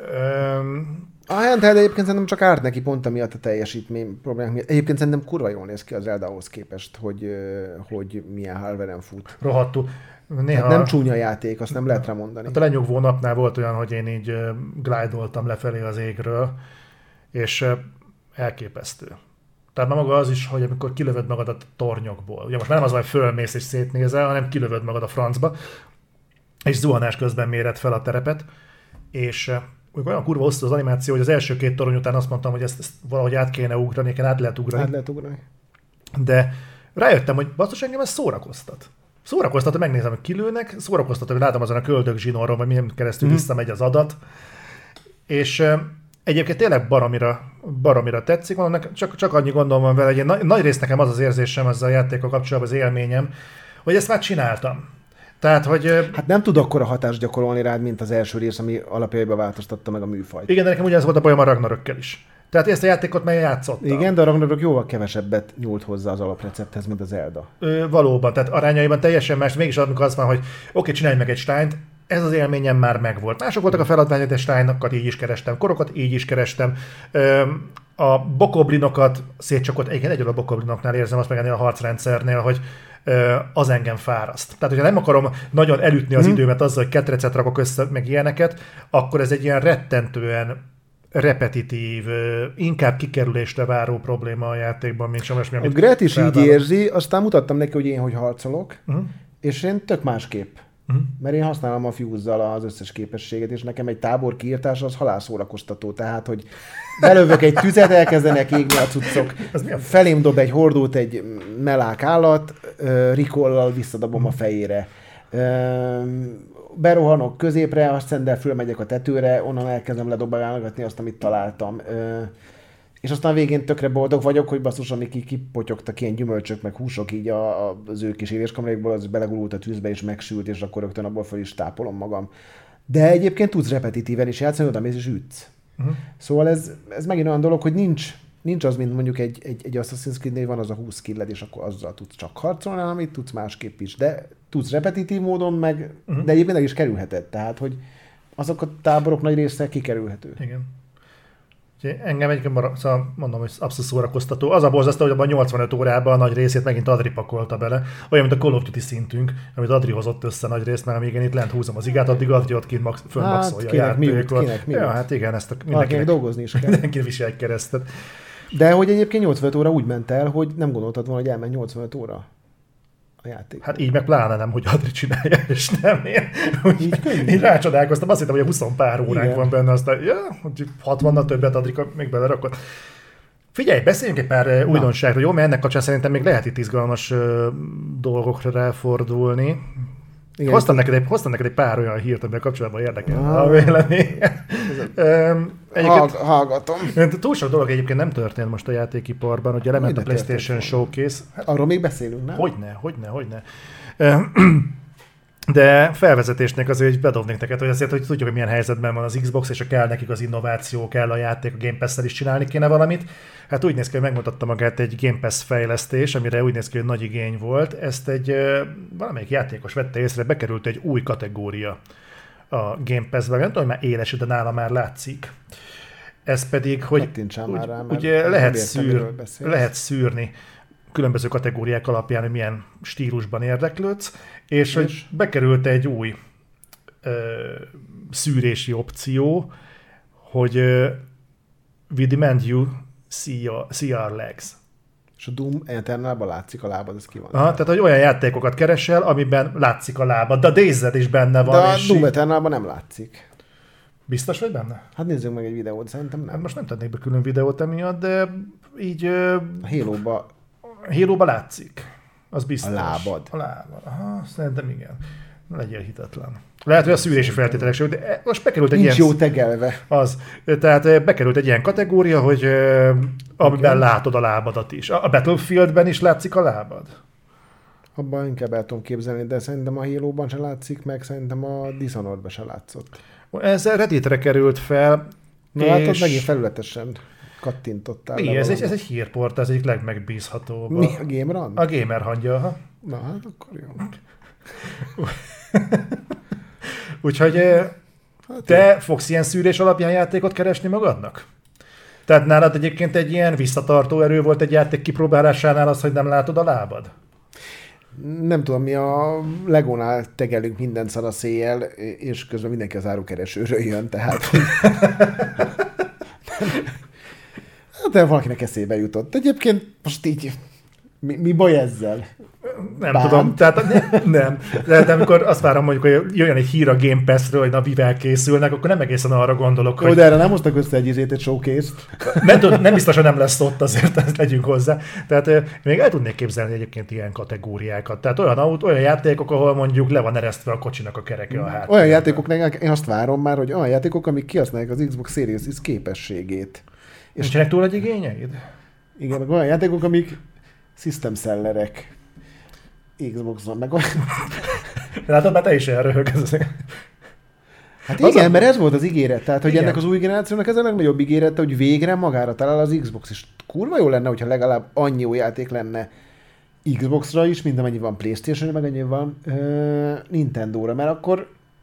a handheld egyébként szerintem csak árt neki pont amiatt a teljesítmény problémák miatt. Egyébként szerintem kurva jól néz ki az Zeldahoz képest, hogy milyen hardware-en fut. Rohadtul. Néha... Hát nem csúnya játék, azt nem lehet rá mondani. Hát a lenyugvó napnál volt olyan, hogy én így glide-oltam lefelé az égről, és elképesztő. Tehát maga az is, hogy amikor kilövöd magad a tornyokból. Ugye most már nem az, hogy fölmész és szétnézel, hanem kilövöd magad a francba, és zuhanás közben méred fel a terepet, és olyan kurva hosszú az animáció, hogy az első 2 torony után azt mondtam, hogy ezt valahogy át kéne ugrani, át lehet ugrani. Át lehet ugrani. De rájöttem, hogy basszus, engem ez szórakoztat. Szórakoztat, hogy megnézem, hogy kilőnek, szórakoztat, hogy látom azon a köldök zsinóron, vagy milyen keresztül visszamegy az adat, és egyébként tényleg baromira tetszik, mondom, csak annyi gondom van vele, hogy nagy rész nekem az az érzésem ezzel a játékkal kapcsolatban, az élményem, hogy ezt már csináltam. Tehát, hogy... Hát nem tud akkora hatást gyakorolni rád, mint az első rész, ami alapjaiban változtatta meg a műfajt. Igen, de nekem ugyanez volt a bajom a Ragnarökkel is. Tehát ezt a játékot már játszottam. Igen, de a Ragnarök jóval kevesebbet nyúlt hozzá az alaprecepthez, mint az Zelda. Valóban, tehát arányaiban teljesen más, mégis amikor az van, hogy oké, csinálj meg egy Shrine-t, ez az élményem már megvolt. Mások voltak a feladványok, de Shrine-okat így is kerestem, korokat így is kerestem. A bokoblinokat szétcsakott, igen, egyről a bokoblinoknál érzem azt meg ennél a harcrendszernél, hogy az engem fáraszt. Tehát, hogyha nem akarom nagyon elütni az időmet azzal, hogy ketrecet rakok össze, meg ilyeneket, akkor ez egy ilyen rettentően repetitív, inkább kikerülésre váró probléma a játékban, mint sem olyasmi, amit... A Gret is így érzi, aztán mutattam neki, hogy én hogy harcolok, és én tök másképp. Mert én használom a Fuse-zal az összes képességet, és nekem egy tábor kiírtása az halálszórakoztató. Tehát, hogy belövök egy tüzet, elkezdenek égni a cuccok, felém dob egy hordót egy melák állat, rikollal visszadobom a fejére. Berohanok középre, aztán fölmegyek a tetőre, onnan elkezdem ledobálgatni azt, amit találtam. És aztán a végén tökre boldog vagyok, hogy basszus, amik kipotyogtak ilyen gyümölcsök, meg húsok így az ő kis éléskamrékból, az belegulult a tűzbe és megsült, és akkor rögtön abból fel is tápolom magam. De egyébként tudsz repetitíven is játszani, oda mész és ütsz. Szóval ez megint olyan dolog, hogy nincs az, mint mondjuk egy Assassin's Creed-nél van az a 20 skilled, és akkor azzal tudsz csak harcolni, amit tudsz másképp is. De tudsz repetitív módon, de egyébként meg is kerülheted. Tehát, hogy azok a táborok nagy része kikerülhető. Igen. Engem egyébként szóval mondom, hogy abszolút szórakoztató. Az a borzasztó, hogy abban 85 órában a nagy részét megint Adri pakolta bele. Olyan, mint a Call of Duty szintünk, amit Adri hozott össze nagy részt, mert amíg én itt lent húzom az igát, addig Adri ott kint fölmaxolja a játékot. Ja, hát igen, ezt mindenkinek dolgozni is kell. Mindenki visel egy keresztet. De hogy egyébként 85 óra úgy ment el, hogy nem gondoltad volna, hogy elment 85 óra a játék. Hát így meg pláne nem, hogy Adri csinálja, és nem én. Így rácsodálkoztam, azt hittem, hogy a 20 pár óránk van benne, aztán 60-nal többet Adrika még belerakott. Figyelj, beszéljünk egy pár újdonságról, jó? Mert ennek kapcsán szerintem még lehet itt izgalmas dolgokra ráfordulni. Igen, hoztam neked egy pár olyan hírt, amivel kapcsolatban érdekel a vélemény. Hallgatom. Túl sok dolog egyébként nem történt most a játékiparban, ugye lement a PlayStation Showcase. Arról még beszélünk, nem? Hogyne. De felvezetésnek azért, hogy bedobnék neked, hogy azért, hogy tudjuk, hogy milyen helyzetben van az Xbox, és kell nekik az innováció, kell a játék, a Game Pass-szel is csinálni kéne valamit. Hát úgy néz ki, hogy megmutatta magát egy Game Pass fejlesztés, amire úgy néz ki, hogy nagy igény volt. Ezt egy valamelyik játékos vette észre, bekerült egy új kategória a Game Pass-be. Nem tudom, hogy már éles, de nála már látszik. Ez pedig, hogy ugye lehet szűrni különböző kategóriák alapján, hogy milyen stílusban érdeklődsz, és hogy bekerült egy új szűrési opció, hogy we demand you see our legs. És a Doom Eternalban látszik a lábad, ez ki van? Aha, tehát, hogy olyan játékokat keresel, amiben látszik a lábad, de a DayZ is benne van. De a Doom Eternalban nem látszik. Biztos vagy benne? Hát nézzünk meg egy videót, szerintem nem. Hát most nem tennék be külön videót emiatt, de így... A Halo-ba látszik. Az biztos. A lábad. A lábad. Aha, szerintem igen. Legyél hitetlen. Lehet, hogy a szűrési feltételek, de most bekerült egy Nincs ilyen... jó tegelve. Az. Tehát bekerült egy ilyen kategória, hogy amiben látod a lábadat is. A Battlefieldben is látszik a lábad? Abban inkább el tudom képzelni, de szerintem a Halo-ban se látszik, meg szerintem a Dishonored-ban se látszott. Ez Redditre került fel. Na és... hát ott megint felületesen kattintottál. Mi? Ez egy hírport, ez egyik legmegbízhatóbb. Mi? A GameRun? A Gamer hangja. Na hát akkor jó. Úgyhogy te fogsz ilyen szűrés alapján játékot keresni magadnak? Tehát nálad egyébként egy ilyen visszatartó erő volt egy játék kipróbálásánál az, hogy nem látod a lábad? Nem tudom, mi a Legónál tegelünk minden szar széjjel, és közben mindenki az árukeresőről jön, tehát... De valakinek eszébe jutott. Egyébként most így... Mi baj ezzel? Nem tudom, tehát nem. De amikor azt várom mondjuk, hogy jöjjön egy hír a Game Pass-ről, hogy mivel készülnek, akkor nem egészen arra gondolok, hogy... De erre nem hoztak össze egy showcase-t. Nem biztos, hogy nem lesz ott azért, ezt legyünk hozzá. Tehát még el tudnék képzelni egyébként ilyen kategóriákat. Tehát olyan játékok, ahol mondjuk le van eresztve a kocsinak a kereke a háttérben. Olyan játékoknak én azt várom már, hogy olyan játékok, amik kihasználják az Xbox Series X képességét. És nincsenek túl nagy igényeid? Igen, meg olyan játékok, amik system sellerek. Xboxon, meg olyan... Látod, már te is elröhögsz. Hát igen, mert ez volt az ígéret. Tehát, hogy ennek az új generációnak ez a legnagyobb ígérete, hogy végre magára talál az Xbox. És kurva jó lenne, hogyha legalább annyi jó játék lenne Xboxra is, mint amennyi van PlayStation-ra, meg annyi van Nintendo-ra, mert akkor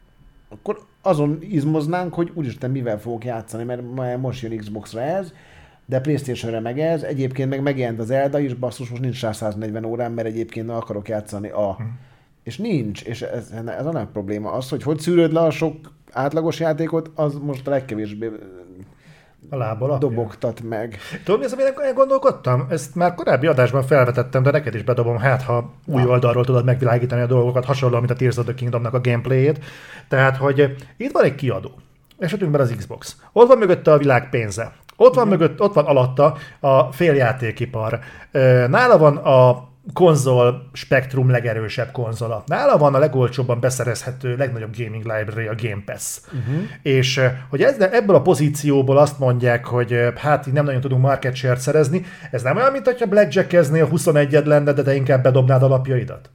azon izmoznánk, hogy úristen mivel fogok játszani, mert most jön Xboxra ez, de PlayStation-re meg ez, egyébként meg megjelent az Zelda is, basszus, most nincs rá 140 órán, mert egyébként akarok játszani És nincs, és ez a nagy probléma. Az, hogy szűröd le a sok átlagos játékot, az most a legkevésbé a lába dobogtat meg. Tudod, mi az, amire gondolkodtam? Ezt már korábbi adásban felvetettem, de neked is bedobom, hát ha új oldalról tudod megvilágítani a dolgokat, hasonlóan, mint a Tears of the Kingdomnak a gameplayét. Tehát, hogy itt van egy kiadó, esetünkben az Xbox. Ott van mögötte a világ pénze. Ott van alatta a féljátékipar. Nála van a konzol spektrum legerősebb konzola. Nála van a legolcsóbban beszerezhető legnagyobb gaming library, a Game Pass. És hogy ebből a pozícióból azt mondják, hogy hát így nem nagyon tudunk market share-t szerezni, ez nem olyan, mint hogyha blackjackeznél 21-ed lenne, de te inkább bedobnád alapjaidat?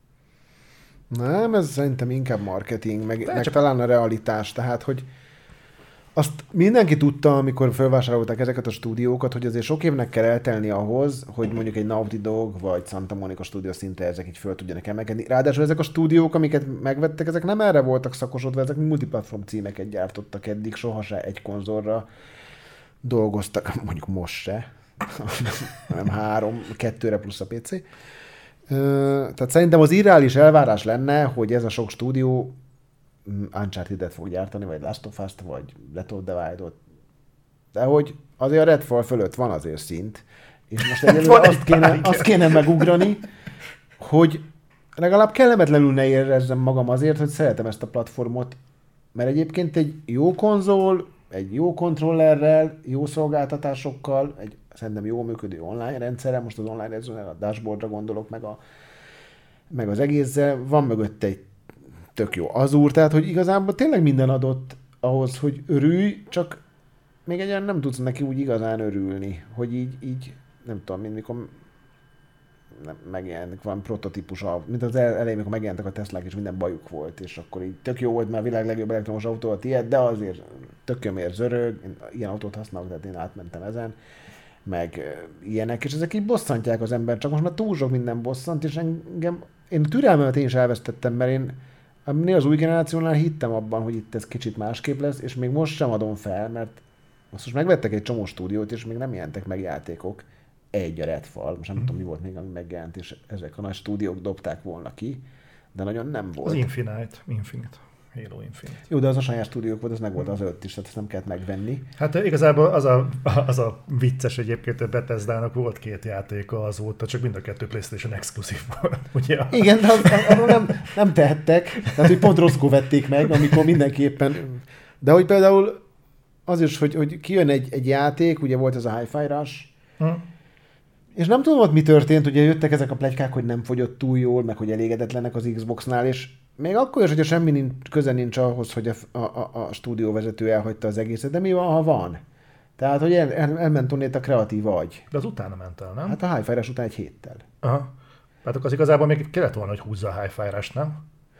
Nem, ez szerintem inkább marketing, meg talán a realitás. Tehát, hogy azt mindenki tudta, amikor felvásárolták ezeket a stúdiókat, hogy azért sok évnek kell eltelni ahhoz, hogy mondjuk egy Naughty Dog vagy Santa Monica stúdió szinte ezek így föl tudjanak emelkedni. Ráadásul ezek a stúdiók, amiket megvettek, ezek nem erre voltak szakosodva, ezek multiplatform címeket gyártottak eddig, sohasem egy konzolra dolgoztak, mondjuk most se, hanem 2-re plusz a PC. Tehát szerintem az irreális elvárás lenne, hogy ez a sok stúdió Uncharted-et fog gyártani, vagy Last of Us-t, vagy Breath of the Wild-ot. De hogy azért a Redfall fölött van azért szint, és most egyelőre azt kéne megugrani, hogy legalább kellemetlenül ne érezzem magam azért, hogy szeretem ezt a platformot, mert egyébként egy jó konzol, egy jó kontrollerrel, jó szolgáltatásokkal, egy szerintem jó működő online rendszerrel, most az online rendszerrel, a dashboardra gondolok, meg az egészzel, van mögötte egy tök jó azúr, tehát hogy igazából tényleg minden adott ahhoz, hogy örülj, csak még egyen nem tudsz neki úgy igazán örülni, hogy így nem tudom, mint mikor megjelennek van prototípus, mint az elején, mikor megjelentek a Teslák, és minden bajuk volt, és akkor így tök jó volt, mert a világ legjobb elektromos autó a tiéd, de azért tökömér zörög, én ilyen autót használok, tehát én átmentem ezen, meg ilyenek, és ezek így bosszantják az ember, csak most már túl sok minden bosszant, és engem, én a türelmemet én is elvesztettem, mert én az új generációnál hittem abban, hogy itt ez kicsit másképp lesz, és még most sem adom fel, mert most megvettek egy csomó stúdiót, és még nem jelentek meg játékok. egy a Redfall, most nem tudom, mi volt még, ami megjelent, és ezek a nagy stúdiók dobták volna ki, de nagyon nem volt. Az Infinite. Halo Infinite. Jó, de az a saját stúdiók volt, az meg volt az 5 is, tehát ezt nem kellett megvenni. Hát igazából az a vicces egyébként, hogy Bethesdának volt 2 játéka azóta, csak mind a 2 PlayStation exkluzív volt, ugye? Igen, de arról nem tehettek, tehát hogy pont rosszkor vették meg, amikor mindenképpen... De hogy például az is, hogy kijön egy játék, ugye volt ez a Hi-Fi Rush, és nem tudom, mi történt, ugye jöttek ezek a pletykák, hogy nem fogyott túl jól, meg hogy elégedetlenek az Xboxnál, és még akkor is, hogyha semmi köze nincs ahhoz, hogy a stúdióvezető elhagyta az egészet, de mi van, ha van? Tehát, hogy elment onnét a kreatív agy. De az utána ment el, nem? Hát a Hi-Fi Rush után egy héttel. Aha. Hát akkor az igazából még kellett volna, hogy húzza a Hi-Fi Rush, nem?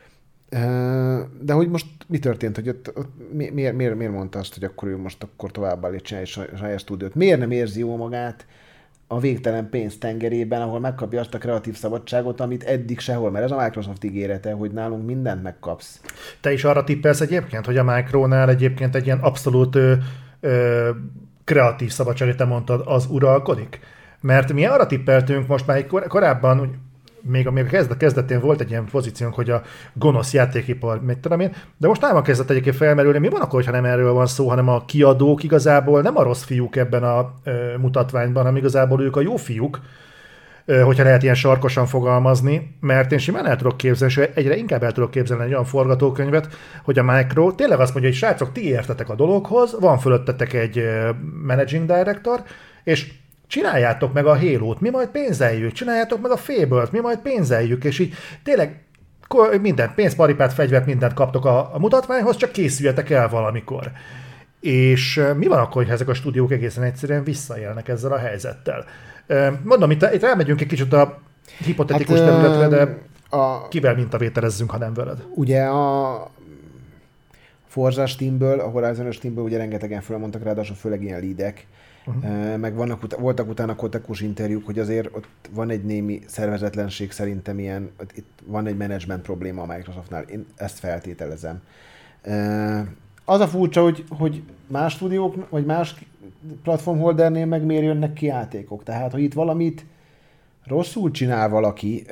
De hogy most mi történt, hogy ott miért mondta azt, hogy akkor ő most akkor tovább csinálja a saját stúdiót? Miért nem érzi jó magát a végtelen pénz tengerében, ahol megkapja azt a kreatív szabadságot, amit eddig sehol, mert ez a Microsoft ígérete, hogy nálunk mindent megkapsz. Te is arra tippelsz egyébként, hogy a Micronál egyébként egy ilyen abszolút kreatív szabadság, hogy te mondtad, az uralkodik? Mert mi arra tippeltünk most már korábban, még a kezdetén volt egy ilyen pozíciónk, hogy a gonosz játékipar, mit tudom én, de most nálam kezdett egyébként felmerülni, mi van akkor, ha nem erről van szó, hanem a kiadók igazából nem a rossz fiúk ebben a mutatványban, hanem igazából ők a jó fiúk, hogyha lehet ilyen sarkosan fogalmazni, mert én simán el tudok képzelni, és egyre inkább el tudok képzelni egy olyan forgatókönyvet, hogy a Micro tényleg azt mondja, hogy srácok, ti értetek a dologhoz, van fölöttetek egy managing director, és csináljátok meg a Halo-t, mi majd pénzeljük, csináljátok meg a Fable-t, mi majd pénzeljük, és így tényleg minden pénzparipát, fegyvert, mindent kaptok a mutatványhoz, csak készüljetek el valamikor. És mi van akkor, ha ezek a stúdiók egészen egyszerűen visszaélnek ezzel a helyzettel? Mondom, itt rámegyünk egy kicsit a hipotetikus területre, de kivel mintavételezzünk, ha nem veled? Ugye a Forza Steamből, a Horizon Steamből ugye rengetegen fölmondtak, ráadásul főleg ilyen leadek, meg voltak utána Kotakus interjúk, hogy azért ott van egy némi szervezetlenség szerintem ilyen, itt van egy menedzsment probléma a Microsoftnál, én ezt feltételezem. Az a furcsa, hogy más stúdiók, vagy más platformholdernél meg miért jönnek ki játékok. Tehát, hogy itt valamit rosszul csinál valaki,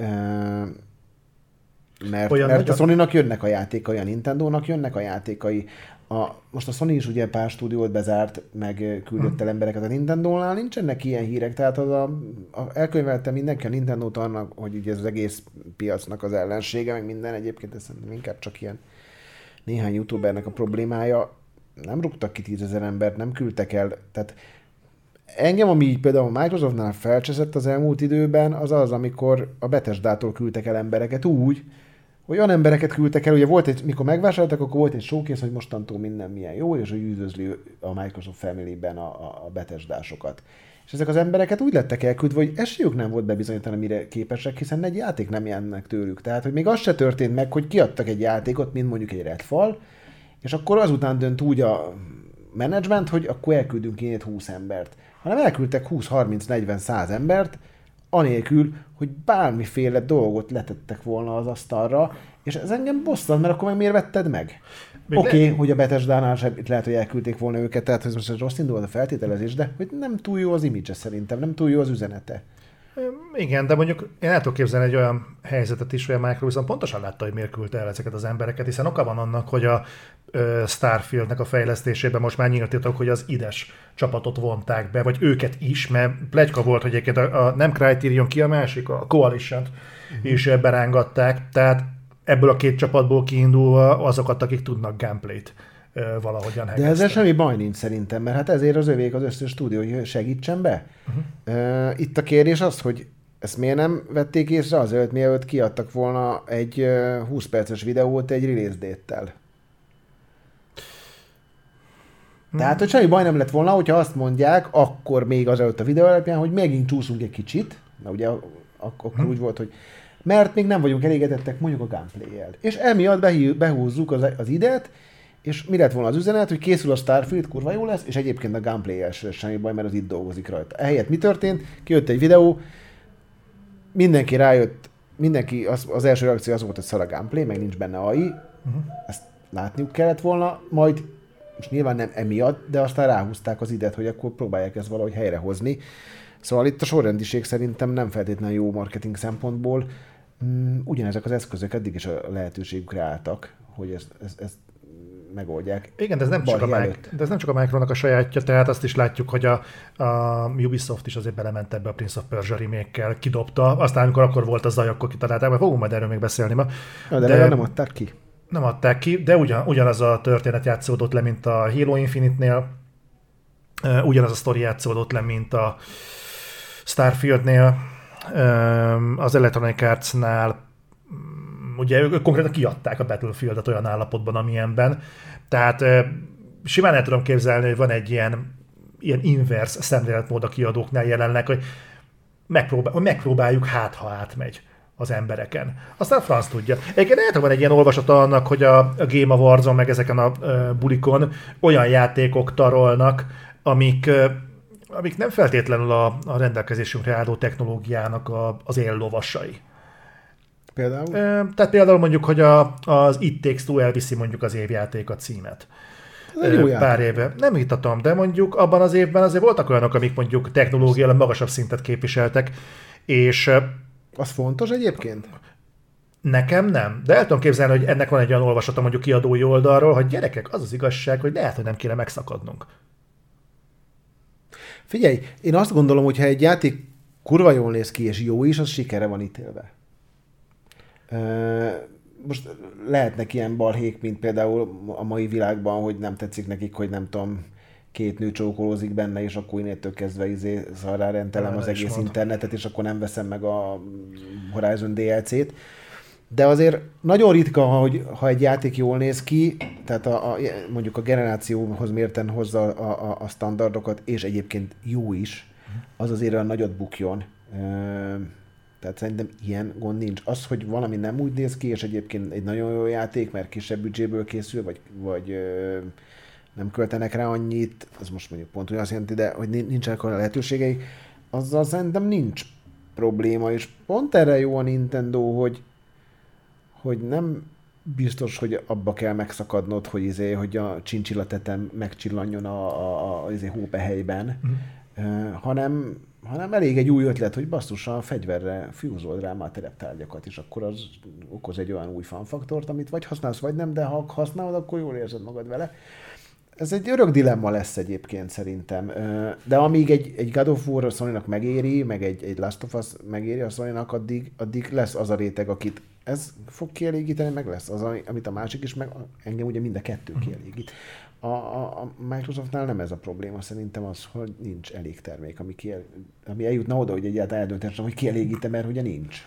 mert a Sony-nak jönnek a játékai, a Nintendo-nak jönnek a játékai. Most a Sony is ugye pár stúdiót bezárt, meg küldött el embereket, a Nintendo-nál nincsenek ilyen hírek, tehát elkönyvelte mindenki a Nintendo-t annak, hogy ugye ez az egész piacnak az ellensége, meg minden egyébként, ez szerintem inkább csak ilyen néhány youtubernek a problémája. Nem rúgtak ki 10 000 embert, nem küldtek el, tehát engem, ami így például a Microsoftnál felcseszett az elmúlt időben, az, amikor a Bethesdától küldtek el embereket úgy, hogy olyan embereket küldtek el, ugye mikor megvásároltak, akkor volt egy showcase, hogy mostantól minden milyen jó, és hogy üdvözli a Microsoft Family-ben a Bethesdásokat. És ezek az embereket úgy lettek elküldve, hogy esélyük nem volt bebizonyítani, mire képesek, hiszen egy játék nem jelennek tőlük. Tehát, hogy még az se történt meg, hogy kiadtak egy játékot, mint mondjuk egy Redfall, és akkor azután dönt úgy a menedzsment, hogy akkor elküldünk innét 20 embert. Hanem elküldtek 20, 30, 40, 100 embert, anélkül, hogy bármiféle dolgot letettek volna az asztalra, és ez engem bosszant, mert akkor meg miért vetted meg? Oké, hogy a Bethesdánál sem lehet, hogy elküldték volna őket, tehát ez most egy rossz indul a feltételezés, de hogy nem túl jó az image szerintem, nem túl jó az üzenete. Igen, de mondjuk én el tudok képzelni egy olyan helyzetet is, hogy a Microsoft pontosan látta, hogy miért küldte el ezeket az embereket, hiszen oka van annak, hogy a Starfieldnek a fejlesztésében most már nyílt titok, hogy az ides csapatot vonták be, vagy őket is, mert pletyka volt, hogy egyébként nem Criterion, ki a másik, a Coalition-t is berángatták, tehát ebből a 2 csapatból kiindulva azokat, akik tudnak gameplayt valahogyan hegeszteni. De ezzel semmi baj nincs szerintem, mert hát ezért az övék az összes stúdió, hogy segítsen be. Itt a kérdés az, hogy ezt miért nem vették észre azért, mielőtt kiadtak volna egy 20 perces videót egy release date-tel. Tehát, hogy semmi baj nem lett volna, hogyha azt mondják, akkor még azelőtt a videó alapján, hogy megint csúszunk egy kicsit, mert ugye akkor úgy volt, hogy mert még nem vagyunk elégedettek mondjuk a gameplay-jel. És emiatt behúzzuk az idet, és mi lett volna az üzenet, hogy készül a Starfield, kurva jó lesz, és egyébként a gameplay-jel sem semmi baj, mert az itt dolgozik rajta. Ehelyett mi történt? Kijött egy videó, mindenki rájött, az első reakció az volt, hogy szar a gameplay, meg nincs benne AI, ezt látniuk kellett volna, majd most nyilván nem emiatt, de aztán ráhúzták az idet, hogy akkor próbálják ezt valahogy helyrehozni. Szóval itt a sorrendiség szerintem nem feltétlenül jó marketing szempontból. Ugyanezek az eszközök eddig is a lehetőségükre álltak, hogy ezt megoldják. Igen, de ez nem csak a Micronak a sajátja, tehát azt is látjuk, hogy a Ubisoft is azért belement ebbe a Prince of Persia remake-kel, kidobta, aztán akkor volt a zaj, akkor kitalálták, mert fogunk majd erről még beszélni ma. De nem adták ki. Nem adták ki, de ugyanaz a történet játszódott le, mint a Halo Infinite-nél, ugyanaz a sztori játszódott le, mint a Starfieldnél, az Electronic Arts-nál, ugye ők konkrétan kiadták a Battlefield-et olyan állapotban, amilyenben. Tehát simán el tudom képzelni, hogy van egy ilyen inverse szemléletmód a kiadóknál jelenleg, hogy megpróbáljuk ha átmegy az embereken. Aztán a franc tudja. Egyébként lehet, hogy van egy ilyen olvasata annak, hogy a Game Awards-on, meg ezeken a bulikon olyan játékok tarolnak, amik nem feltétlenül a rendelkezésünkre álló technológiának az éllovasai. Például? Tehát például mondjuk, hogy az It Takes Two elviszi mondjuk az évjáték a címet. Pár éve. Nem hitatom, de mondjuk abban az évben azért voltak olyanok, amik mondjuk technológiailag magasabb szintet képviseltek, és... Az fontos egyébként? Nekem nem, de el tudom képzelni, hogy ennek van egy olyan olvasata mondjuk kiadói oldalról, hogy gyerekek, az az igazság, hogy lehet, hogy nem kéne megszakadnunk. Figyelj, én azt gondolom, hogy ha egy játék kurva jól néz ki és jó is, az sikerre van ítélve. Most lehetnek ilyen balhék, mint például a mai világban, hogy nem tetszik nekik, hogy nem tudom, 2 nő csókolózik benne, és akkor innétől kezdve szarrá rendelem az egész internetet, és akkor nem veszem meg a Horizon DLC-t. De azért nagyon ritka, ha egy játék jól néz ki, tehát mondjuk a generációhoz mérten hozza a standardokat, és egyébként jó is, az azért olyan nagyot bukjon. Tehát szerintem ilyen gond nincs. Az, hogy valami nem úgy néz ki, és egyébként egy nagyon jó játék, mert kisebb büdzséből készül, vagy nem költenek rá annyit, az most mondjuk pont olyan azt jelenti, de hogy nincsenek olyan lehetőségei, azzal szerintem nincs probléma, és pont erre jó a Nintendo, hogy nem biztos, hogy abba kell megszakadnod, hogy a csincsilla tetem megcsillanjon a hópehelyben, hanem elég egy új ötlet, hogy basszus, a fegyverre fűzold rá már tereptárgyakat, és akkor az okoz egy olyan új fanfaktort, amit vagy használsz, vagy nem, de ha használod, akkor jól érzed magad vele. Ez egy örök dilemma lesz egyébként szerintem. De amíg egy God of War a Sony-nak megéri, meg egy Last of Us megéri a Sony-nak, addig lesz az a réteg, akit ez fog kielégíteni, meg lesz az, amit a másik is, meg engem ugye mind a kettő kielégít. A Microsoftnál nem ez a probléma, szerintem az, hogy nincs elég termék, ami eljutna oda, hogy egyáltalán eldönthessen, hogy kielégíte, mert ugye nincs.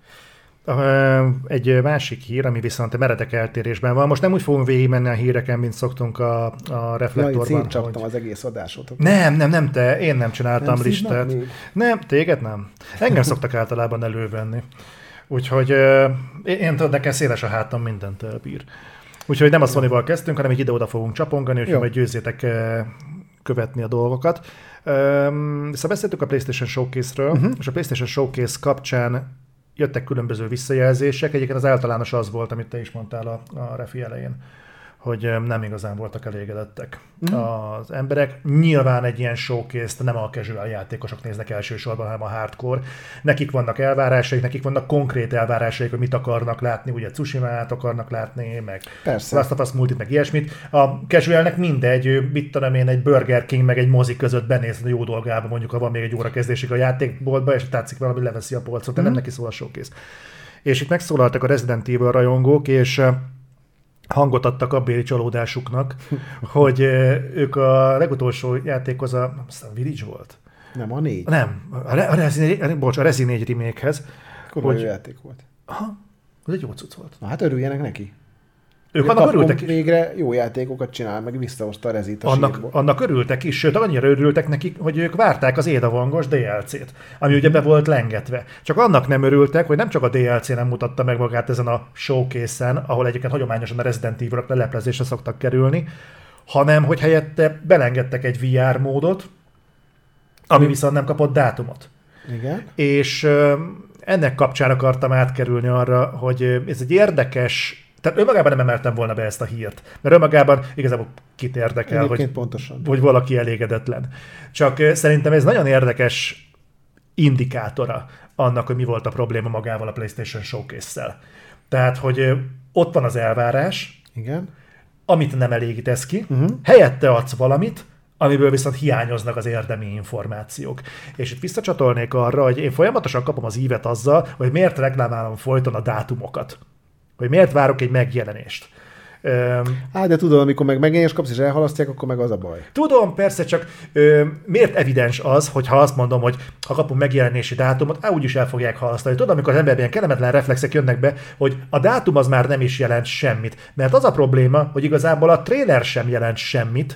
Egy másik hír, ami viszont meredek eltérésben van. Most nem úgy fogunk végigmenni a híreken, mint szoktunk a reflektorban. Jaj, szétcsaptam az egész adásot. Nem, te, én nem csináltam nem listát. Nem, téged nem. Engem szoktak általában elővenni. Úgyhogy én tudod, nekem széles a hátam, mindent elbír. Úgyhogy nem a Sony-val kezdtünk, hanem így ide-oda fogunk csapongani, úgyhogy majd győzzétek követni a dolgokat. Szóval beszéltük a PlayStation Showcase-ről, és a PlayStation Showcase kapcsán jöttek különböző visszajelzések. Egyébként az általános az volt, amit te is mondtál a refi elején, hogy nem igazán voltak elégedettek az emberek. Nyilván egy ilyen showcase-t nem a casual játékosok néznek elsősorban, hanem a hardcore. Nekik vannak elvárásaik, nekik vannak konkrét elvárásaik, hogy mit akarnak látni, ugye Tsushima-t akarnak látni, meg Last of Us multit, meg ilyesmit. A casualnek mindegy, mit tudom én, egy Burger King, meg egy mozi között benézni a jó dolgába, mondjuk ha van még egy óra kezdésig a játékboltba, és tetszik valami, leveszi a polcot, de nem neki szól a showcase. És itt megszólaltak a Resident Evil rajongók, és hangot adtak abbéli csalódásuknak, hogy ők a legutolsó játékhoz a Village volt? Nem, a 4. Nem, a Resi 4 remake-hez. Kurva jó játék volt. Aha, ez egy jó cucc volt. Na hát örüljenek neki. Ők annak örültek is. Végre jó játékokat csinál, meg visszahozta a Rezit a annak örültek is, sőt, annyira örültek nekik, hogy ők várták az édavangos DLC-t, ami ugye be volt lengetve. Csak annak nem örültek, hogy nem csak a DLC nem mutatta meg magát ezen a showcase-en, ahol egyébként hagyományosan a Resident Evil-ok leleplezésre szoktak kerülni, hanem hogy helyette belengedtek egy VR módot, ami viszont nem kapott dátumot. Igen. És ennek kapcsán akartam átkerülni arra, hogy ez egy érdekes. Tehát önmagában nem emeltem volna be ezt a hírt, mert önmagában igazából kit érdekel, hogy valaki elégedetlen. Csak szerintem ez nagyon érdekes indikátora annak, hogy mi volt a probléma magával a PlayStation Showcase-szel. Tehát, hogy ott van az elvárás, igen, amit nem elégítesz ki, helyette adsz valamit, amiből viszont hiányoznak az érdemi információk. És itt visszacsatolnék arra, hogy én folyamatosan kapom az ívet azzal, hogy miért reklámálom folyton a dátumokat. Hogy miért várok egy megjelenést. de tudod, amikor meg megjelenést kapsz és elhalasztják, akkor meg az a baj. Tudom, persze, csak miért evidens az, hogyha azt mondom, hogy ha kapunk megjelenési dátumot, úgyis el fogják halasztani. Tudod, amikor az emberben ilyen kellemetlen reflexek jönnek be, hogy a dátum az már nem is jelent semmit. Mert az a probléma, hogy igazából a trailer sem jelent semmit,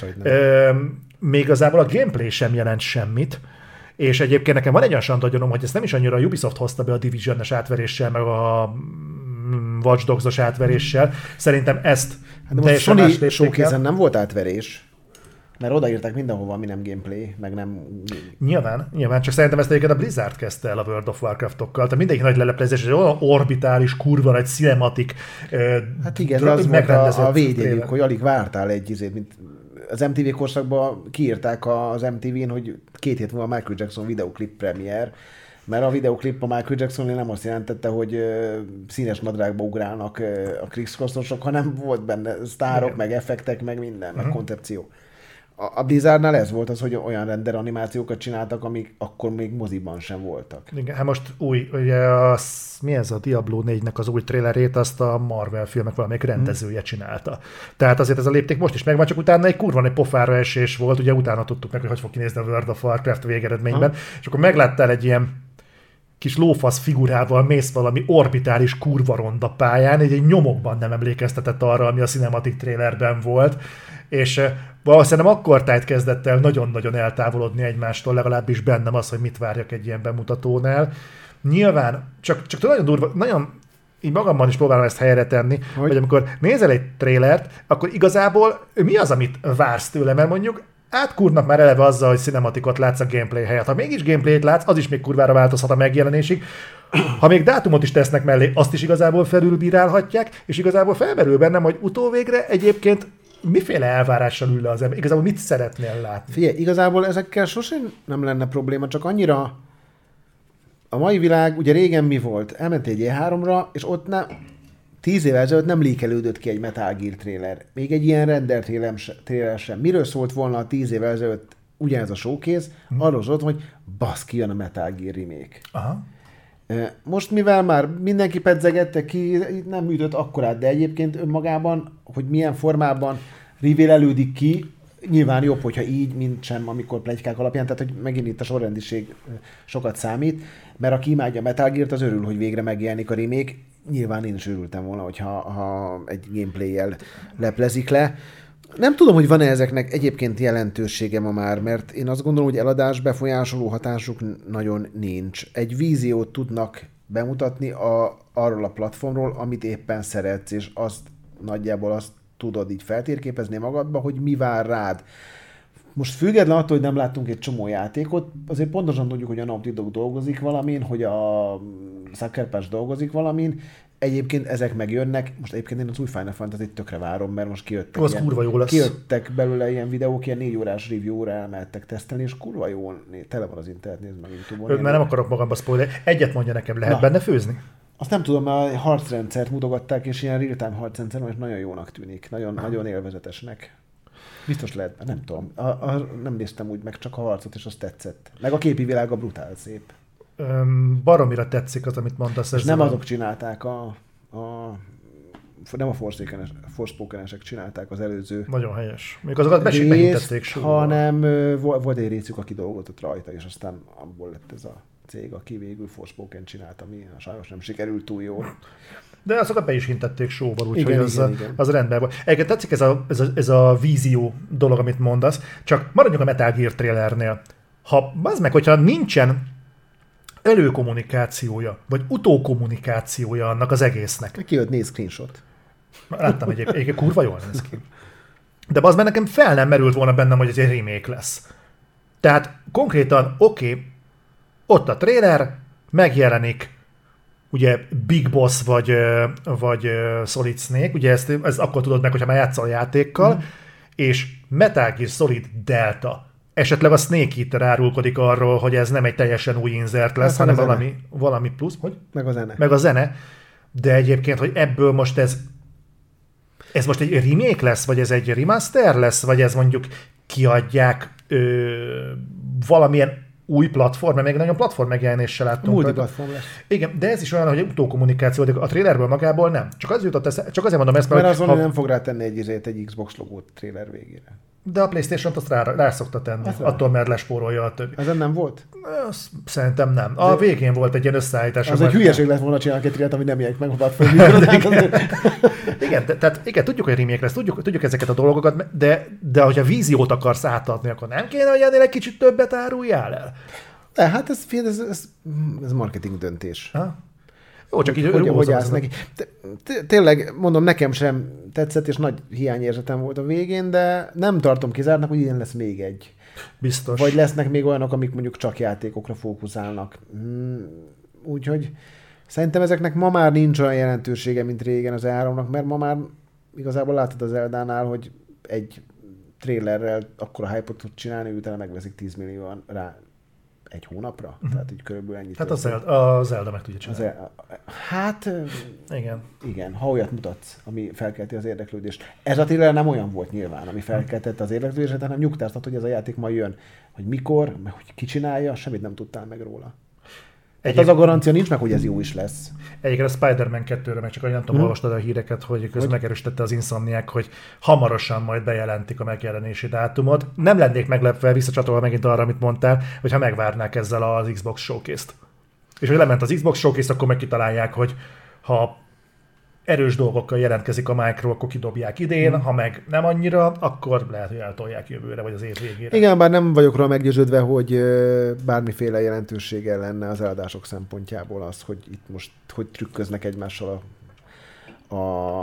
még igazából a gameplay sem jelent semmit, és egyébként nekem van egy olyan santagyanom, hogy ezt nem is annyira a Ubisoft hozta be a Division-es átveréssel, meg a Watch Dogs-os átveréssel. Szerintem ezt teljesen más lépték. Showcase-en nem volt átverés, mert odaírták mindenhova, ami nem gameplay, meg nem... Nyilván, csak szerintem ezt egyébként a Blizzard kezdte el a World of Warcraft-okkal. Tehát mindegyik nagy leleplezés, egy olyan orbitális, kurva, egy cinematic hát igen, de az volt a védjegyük, hogy alig vártál egy izét, mint az MTV korszakban kiírták az MTV-n, hogy 2 hét múlva Michael Jackson videoklip premier, mert a videoklip a Michael Jackson nem azt jelentette, hogy színes nadrágba ugrálnak a krikszkosztosok, hanem volt benne sztárok, meg effektek, meg minden, meg koncepció. A Blizzardnál ez volt az, hogy olyan render animációkat csináltak, amik akkor még moziban sem voltak. Igen, hát most ugye mi ez a Diablo 4-nek az új trailerét, azt a Marvel filmek valamelyik rendezője csinálta. Tehát azért ez a lépték most is megvan, csak utána egy kurva egy pofára esés volt, ugye utána tudtuk meg, hogy fog kinézni a World of Warcraft végeredményben, és akkor megláttál egy ilyen kis lófasz figurával mész valami orbitális kurva ronda pályán, egy nyomokban nem emlékeztetett arra, ami a cinematic trailerben volt, és valószínűleg akkor kezdett el nagyon-nagyon eltávolodni egymástól, legalábbis bennem az, hogy mit várjak egy ilyen bemutatónál. Nyilván, csak nagyon durva, nagyon így magamban is próbálom ezt helyre tenni, hogy amikor nézel egy trailert, akkor igazából mi az, amit vársz tőle, mert mondjuk átkurnak már eleve azzal, hogy cinematikot látsz a gameplay helyett. Ha mégis gameplayt látsz, az is még kurvára változhat a megjelenésig. Ha még dátumot is tesznek mellé, azt is igazából felülbírálhatják, és igazából felmerül bennem, hogy utóvégre egyébként miféle elvárással ül le az ember? Igazából mit szeretnél látni? Figyelj, igazából ezekkel sosem nem lenne probléma, csak annyira a mai világ, ugye régen mi volt? Elmentél egy E3-ra, és ott 10 évvel ezelőtt nem lékelődött ki egy Metal Gear trailer. Még egy ilyen render trailer sem. Miről szólt volna a 10 évvel ezelőtt ugyanez a showcase? Arról szólt, hogy baszki, jön a Metal Gear remake. Aha. Most mivel már mindenki pedzegette ki, nem ütött akkorát, de egyébként önmagában, hogy milyen formában reveal-elődik ki, nyilván jobb, hogyha így, mint sem, amikor pletykák alapján, tehát hogy megint itt a sorrendiség sokat számít, mert aki imádja Metal Geart, az örül, hogy végre megjelenik a remake. Nyilván én is örültem volna, hogyha egy gameplay-jel leplezik le. Nem tudom, hogy van-e ezeknek egyébként jelentősége ma már, mert én azt gondolom, hogy eladás befolyásoló hatásuk nagyon nincs. Egy víziót tudnak bemutatni arról a platformról, amit éppen szeretsz, és azt nagyjából azt tudod így feltérképezni magadba, hogy mi vár rád. Most független attól, hogy nem láttunk egy csomó játékot, azért pontosan tudjuk, hogy a Naughty Dog dolgozik valamin, hogy a Sucker Punch dolgozik valamin, egyébként ezek megjönnek. Most egyébként én az új Final Fantasy-t tökre várom, mert most kijöttek belőle ilyen videók, ilyen 4 órás review-ra elmehettek tesztelni, és kurva jól, tele van az internet, nézd meg YouTube-on. Mert nem akarok magamba spoiler. Egyet mondja nekem, lehet benne főzni? Azt nem tudom, mert a harcrendszert mutogatták, és ilyen real-time harcrendszer van, és nagyon jónak tűnik, nagyon élvezetesnek. Biztos lehet, nem tudom. Nem néztem úgy meg, csak a harcot, és az tetszett. Meg a képi világa brutál szép. Baromira tetszik az, amit mondasz. És nem azok csinálták nem a Forspoken-esek csinálták az előző nagyon helyes. Még azokat behintették sorba. Hanem volt egy részük, aki dolgozott rajta, és aztán abból lett ez a cég, aki végül Forspoken csinált, ami sajnos nem sikerült túl jól. De azokat be is hintették showban, úgyhogy az rendben volt. Egyébként tetszik ez a vízió dolog, amit mondasz, csak maradjunk a Metal Gear trailernél. Bazd meg, hogyha nincsen előkommunikációja, vagy utókommunikációja annak az egésznek. Kijött 4 screenshot. Láttam egyébként kurva jól néz ki. De bazd meg, nekem fel nem merült volna bennem, hogy ez egy remake lesz. Tehát konkrétan ott a trailer, megjelenik ugye Big Boss vagy Solid Snake, ugye ezt akkor tudod meg, hogyha már játszol a játékkal, és Metal Gear Solid Delta esetleg a Snake Eater árulkodik arról, hogy ez nem egy teljesen új insert lesz, hanem valami plusz. Hogy? Meg a zene. De egyébként, hogy ebből most ez most egy remake lesz, vagy ez egy remaster lesz, vagy ez mondjuk kiadják valamilyen új platform, mert még nagyon platform megjelenéssel láttunk. Multiplatform lesz. Igen, de ez is olyan, hogy utókommunikáció, de a trailerből magából nem. Csak azért mondom ezt, mert azon nem fog rátenni egy Xbox logót trailer végére. De a PlayStation-t azt rá szokta tenni, attól mert lespórolja a többi. Ezen nem volt? Szerintem nem. A végén volt egy ilyen összeállítás. Az egy hülyeség lett volna csinálni egy trillert, ami nem jelent meg a platform. Igen, tehát tudjuk, hogy remake lesz, tudjuk ezeket a dolgokat, de hogyha víziót akarsz átadni, akkor nem kéne, hogy ennél egy kicsit többet áruljál el? Hát ez marketing döntés. Ha? Jó, csak így hogy állsz neki. Tényleg, mondom, nekem sem tetszett, és nagy hiányérzetem volt a végén, de nem tartom kizártnak, hogy ilyen lesz még egy. Biztos. Vagy lesznek még olyanok, amik mondjuk csak játékokra fókuszálnak. Úgyhogy szerintem ezeknek ma már nincs olyan jelentősége, mint régen az E3-nak, mert ma már igazából látod az Eldánál, hogy egy trailerrel akkora hype-ot tud csinálni, utána megveszik 10 millióan rá egy hónapra? Tehát így körülbelül ennyit. Hát a Zelda meg tudja csinálni. Hát igen. Igen, ha olyat mutatsz, ami felkelti az érdeklődést. Ez a trailer nem olyan volt nyilván, ami felkeltette az érdeklődést, hanem nyugtáztat, hogy ez a játék majd jön. Hogy mikor, hogy ki csinálja, semmit nem tudtál meg róla. Hát az a garancia nincs meg, hogy ez jó is lesz. Egyébként a Spider-Man 2-re, meg csak nem tudom, olvastad a híreket, hogy közben megerősítette az Insomniac, hogy hamarosan majd bejelentik a megjelenési dátumot. Nem lennék meglepve, visszacsatolva megint arra, amit mondtál, hogyha megvárnák ezzel az Xbox Showcase-t. És hogy lement az Xbox Showcase, akkor meg kitalálják, hogy ha erős dolgokkal jelentkezik a Micro, akkor kidobják idén, ha meg nem annyira, akkor lehet, hogy eltolják jövőre, vagy az év végére. Igen, bár nem vagyok róla meggyőződve, hogy bármiféle jelentősége lenne az eladások szempontjából az, hogy itt most hogy trükköznek egymással a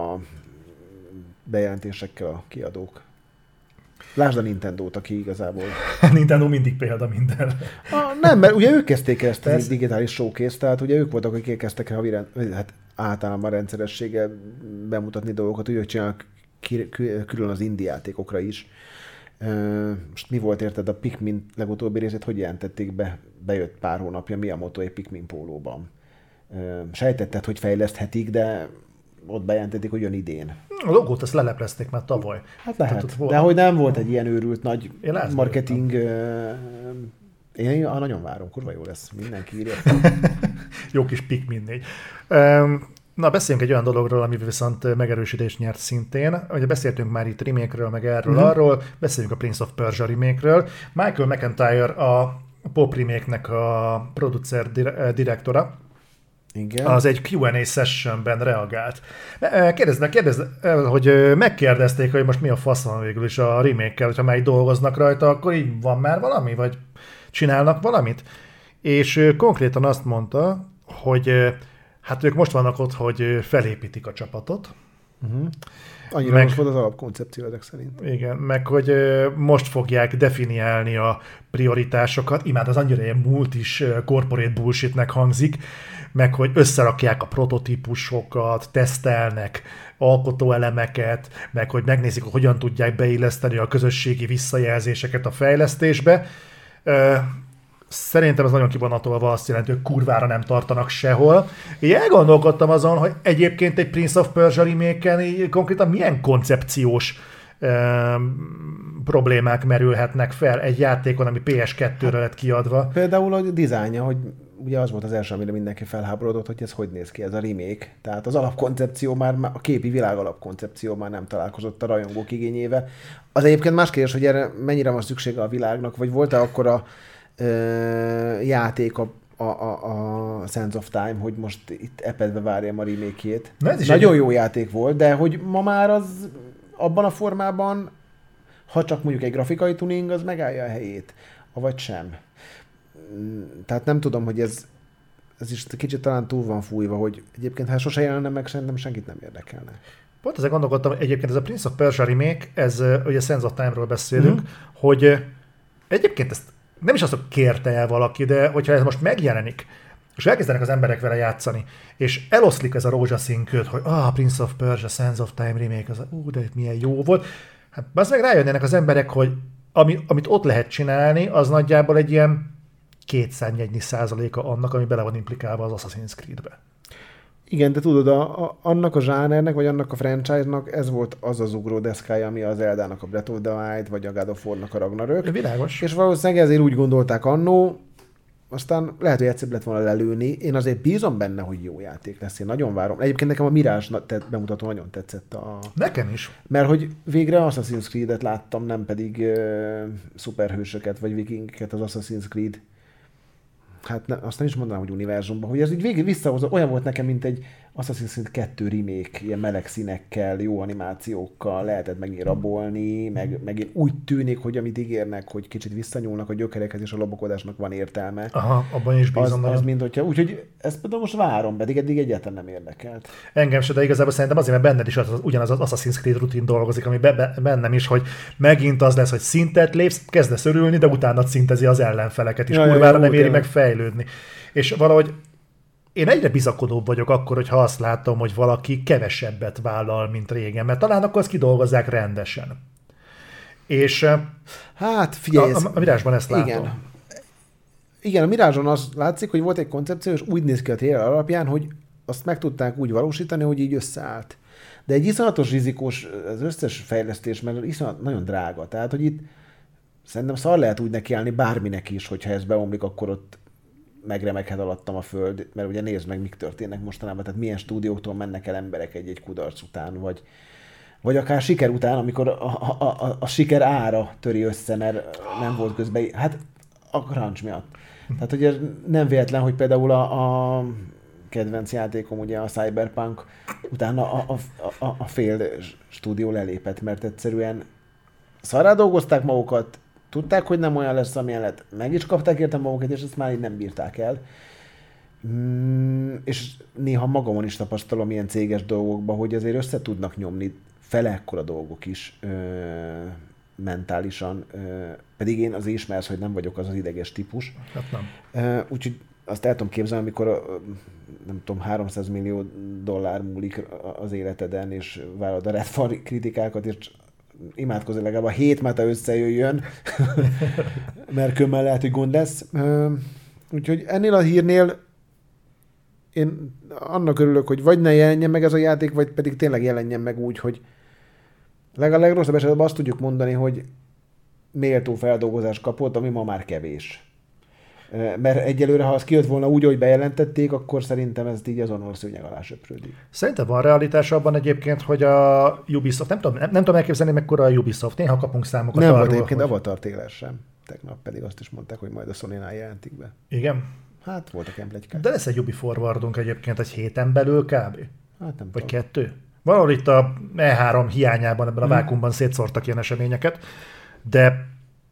bejelentésekkel a kiadók. Lásd a Nintendót, aki igazából... Nintendo mindig példa minden. Nem, mert ugye ők kezdték ezt a digitális showcase, tehát ugye ők voltak, akik kezdtek hát általában rendszerességgel bemutatni dolgokat, úgy, hogy csinálnak külön az indie játékokra is. Most mi volt érted a Pikmin legutóbbi részét, hogy jelentették be? Bejött pár hónapja Miyamoto egy Pikmin pólóban. Sejtetted, hogy fejleszthetik, de ott bejelentették, hogy jön idén. A logót azt leleplezték már tavaly. Hát lehet, de hogy nem volt egy ilyen őrült nagy marketing... Én nagyon várom, kurva jó lesz, mindenki írja. Jó kis Pikmin 4. Na, beszéljünk egy olyan dologról, ami viszont megerősítést nyert szintén. Ugye beszéltünk már itt remake-ről, meg erről, arról, beszéljünk a Prince of Persia remake-ről. Michael McIntyre, a Pop remake-nek a producer direktora, igen. Az egy Q&A sessionben reagált. Kérdezd, hogy megkérdezték, hogy most mi a fasz van végül is a remake-kel, hogyha már így dolgoznak rajta, akkor így van már valami, vagy csinálnak valamit? És konkrétan azt mondta, hogy hát ők most vannak ott, hogy felépítik a csapatot. Annyira most volt az alapkoncepció ezek szerint. Igen, meg hogy most fogják definiálni a prioritásokat. Imád, az annyira ilyen multis corporate bullshitnek hangzik, meg hogy összerakják a prototípusokat, tesztelnek alkotóelemeket, meg hogy megnézik, hogy hogyan tudják beilleszteni a közösségi visszajelzéseket a fejlesztésbe. Szerintem ez nagyon kivonatolva azt jelenti, hogy kurvára nem tartanak sehol. Én elgondolkodtam azon, hogy egyébként egy Prince of Persia remake-en konkrétan milyen koncepciós problémák merülhetnek fel egy játékon, ami PS2-re lett kiadva. Például a dizájnja, hogy ugye az volt az első, amire mindenki felháborodott, hogy ez hogy néz ki, ez a remake. Tehát az alapkoncepció már, a képi világ alapkoncepció már nem találkozott a rajongók igényével. Az egyébként más kérdés, hogy erre mennyire van szüksége a világnak, vagy volt-e akkora játék a Sands of Time, hogy most itt epedve várjam a remake-jét. Nagyon jó játék volt, de hogy ma már az abban a formában, ha csak mondjuk egy grafikai tuning, az megállja a helyét, avagy sem. Tehát nem tudom, hogy ez is kicsit talán túl van fújva, hogy egyébként ha sose jelenne meg, szerintem senkit nem érdekelne. Pont ezzel gondolkodtam, egyébként ez a Prince of Persia remake, ez ugye Sands of Time-ról beszélünk, hogy egyébként ezt nem is azt, hogy kérte el valaki, de hogyha ez most megjelenik, és elkezdenek az emberek vele játszani, és eloszlik ez a rózsaszín köd, hogy Prince of Persia, Sands of Time remake, de milyen jó volt. Hát az meg rájönnének az emberek, hogy amit ott lehet csinálni, az nagyjából egy ilyen 200% annak, ami bele van implikálva az Assassin's Creed-be. Igen, de tudod, annak a zsánernek, vagy annak a franchise-nak ez volt az az ugródeszkája, ami az Zeldának a Breath of the Wild, vagy a God of War-nak a Ragnarök. Világos. És valószínűleg ezért úgy gondolták annó, aztán lehet, hogy egyszerűbb lett volna lelőni. Én azért bízom benne, hogy jó játék lesz. Én nagyon várom. Egyébként nekem a Mirage bemutató nagyon tetszett. Nekem is. Mert hogy végre Assassin's Creed-et láttam, nem pedig szuperhősöket, vagy vikingeket az Assassin's Creed. Hát azt nem is mondanám, hogy univerzumban, hogy ez így végig visszahozza, olyan volt nekem, mint egy Assassin's Creed 2 remake, ilyen meleg színekkel, jó animációkkal, lehetett megint rabolni, meg úgy tűnik, hogy amit ígérnek, hogy kicsit visszanyúlnak a gyökerekhez, és a lobokodásnak van értelme. Aha, abban is bízom. Az mind, hogyha, úgyhogy ezt például most várom, pedig eddig egyáltalán nem érdekelt. Engem se, de igazából szerintem azért, mert benned is ugyanaz az Assassin's Creed rutin dolgozik, ami bennem is, hogy megint az lesz, hogy szintet lépsz, kezdesz örülni, de utána szintezi az ellenfeleket is, kurvára nem éri meg fejlődni. És valahogy én egyre bizakodóbb vagyok akkor, hogyha azt látom, hogy valaki kevesebbet vállal, mint régen, mert talán akkor azt kidolgozzák rendesen. És hát figyelj, a Mirage-ban ezt látom. Igen, a Mirage-on az látszik, hogy volt egy koncepció, és úgy néz ki a trailer alapján, hogy azt meg tudták úgy valósítani, hogy így összeállt. De egy iszonyatos rizikós az összes fejlesztés, mert iszonyat nagyon drága. Tehát, hogy itt szerintem szar lehet úgy nekiállni bárminek is, hogyha ez beomlik, akkor ott megremeghet alattam a föld, mert ugye nézd meg, mik történnek mostanában, tehát milyen stúdióktól mennek el emberek egy kudarc után, vagy akár siker után, amikor a siker ára töri össze, mert nem volt közben, hát a crunch miatt. Tehát, hogy ez nem véletlen, hogy például a kedvenc játékom, ugye a Cyberpunk, utána a fél stúdió lelépett, mert egyszerűen szarrá dolgozták magukat, tudták, hogy nem olyan lesz, amilyen lett. Meg is kapták érte magukat, és ezt már így nem bírták el. És néha magamon is tapasztalom ilyen céges dolgokban, hogy azért össze tudnak nyomni fele ekkora dolgok is mentálisan. Pedig én az ismersz, hogy nem vagyok az az ideges típus. Hát nem. Úgyhogy azt el tudom képzelni, amikor nem tudom, $300 millió múlik az életeden, és várod a Redfall kritikákat, és imádkozni legalább a 7 meta összejöjjön, mert kömmel lehet, hogy gond lesz. Úgyhogy ennél a hírnél én annak örülök, hogy vagy ne jelenjen meg ez a játék, vagy pedig tényleg jelenjen meg úgy, hogy legalább legrosszabb esetben azt tudjuk mondani, hogy méltó feldolgozás kapott, ami ma már kevés. Mert egyelőre, ha az kijött volna úgy, hogy bejelentették, akkor szerintem ez így azonnal szőnyeg alá söprődik. Szerintem van realitás abban egyébként, hogy a Ubisoft, nem tudom elképzelni, mekkora a Ubisoft, néha kapunk számokat nem arról, volt egyébként hogy... Avatar trailer sem. Tegnap pedig azt is mondták, hogy majd a Sony-nál jelentik be. Igen? Hát voltak ilyen pletykák. De lesz egy Ubi forwardunk egyébként egy héten belül kb. Hát nem vagy tudom. 2. Valahol itt a E3 hiányában, ebben a vákuumban szétszórtak ilyen eseményeket, de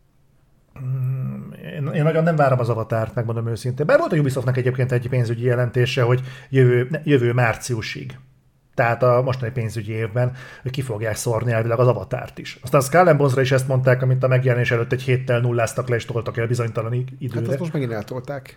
én nagyon nem várom az Avatárt, megmondom őszintén. Bár volt a Ubisoftnak egyébként egy pénzügyi jelentése, hogy jövő márciusig, tehát a mostani pénzügyi évben, hogy ki fogják szórni elvileg az Avatárt is. Aztán a Skull and Bonesra is ezt mondták, amit a megjelenés előtt egy héttel nulláztak le, és toltak el bizonytalan időre. Hát azt most megint eltolták.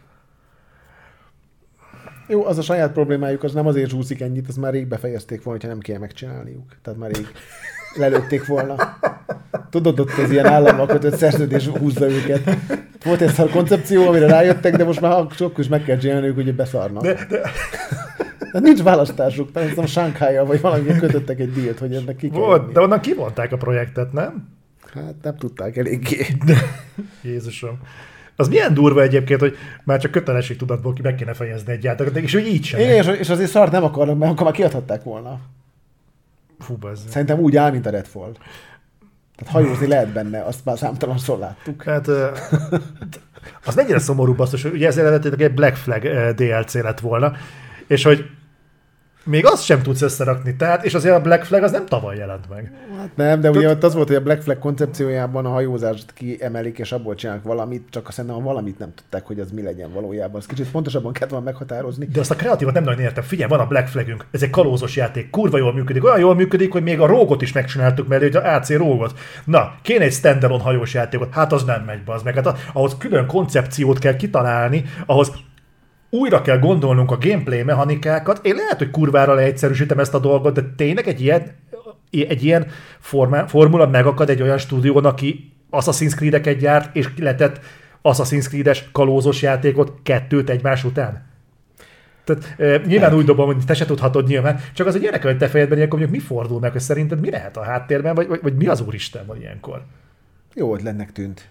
Jó, az a saját problémájuk, az nem azért zsúszik ennyit, azt már rég befejezték volna, hogyha nem kéne megcsinálniuk. Tehát már rég lelőtték volna. Tudod, ott az ilyen állammal kötött szerződés húzza őket. Volt egy szar koncepció, amire rájöttek, de most már sok is meg kell csinálniuk, hogy beszarnak. De nincs választásuk. Talán a Shanghai-jal vagy valamilyen kötöttek egy díjat, hogy ennek ki kell volt, de onnan kivonták a projektet, nem? Hát nem tudták eléggé. Jézusom. Az milyen durva egyébként, hogy már csak kötelességtudatból meg kéne fejezni egy játékot, és hogy így sem. Igen, és azért szart nem akarnak, mert akkor már kiadhatták volna. Fú, bazd. Szerintem úgy áll, mint a Redfall. Tehát hajózni lehet benne, azt már számtalanszor láttuk. Hát az mennyire szomorú basszus, hogy ugye ez eredetileg egy Black Flag DLC lett volna, és hogy még azt sem tudsz összerakni, tehát, és azért a Black Flag az nem tavaly jelent meg. Hát nem, de ugye ott az volt, hogy a Black Flag koncepciójában a hajózást kiemelik, és abból csinálnak valamit, csak szerintem a valamit nem tudták, hogy az mi legyen valójában. Az kicsit pontosabban kellett volna meghatározni. De azt a kreatívat nem nagyon értem. Figyelj, van a Black Flagünk, ez egy kalózos játék, kurva jól működik, olyan jól működik, hogy még a rógot is megcsináltuk mellé, hogy a AC rógot. Na, kéne egy standalone hajós játékot, hát az nem megy, bazd meg. Hát ahhoz külön koncepciót kell kitalálni, ahhoz újra kell gondolnunk a gameplay mechanikákat. Én lehet, hogy kurvára leegyszerűsítem ezt a dolgot, de tényleg egy ilyen formula megakad egy olyan stúdión, aki Assassin's Creed-eket gyárt, és kiletett Assassin's Creed-es kalózos játékot 2 egymás után. Tehát nyilván úgy dobom, hogy te se tudhatod nyilván, csak az egy érdekel, hogy te fejedben ilyenkor mondjuk mi fordul meg, hogy szerinted mi lehet a háttérben, vagy mi az úristen van ilyenkor? Jó ötletnek tűnt.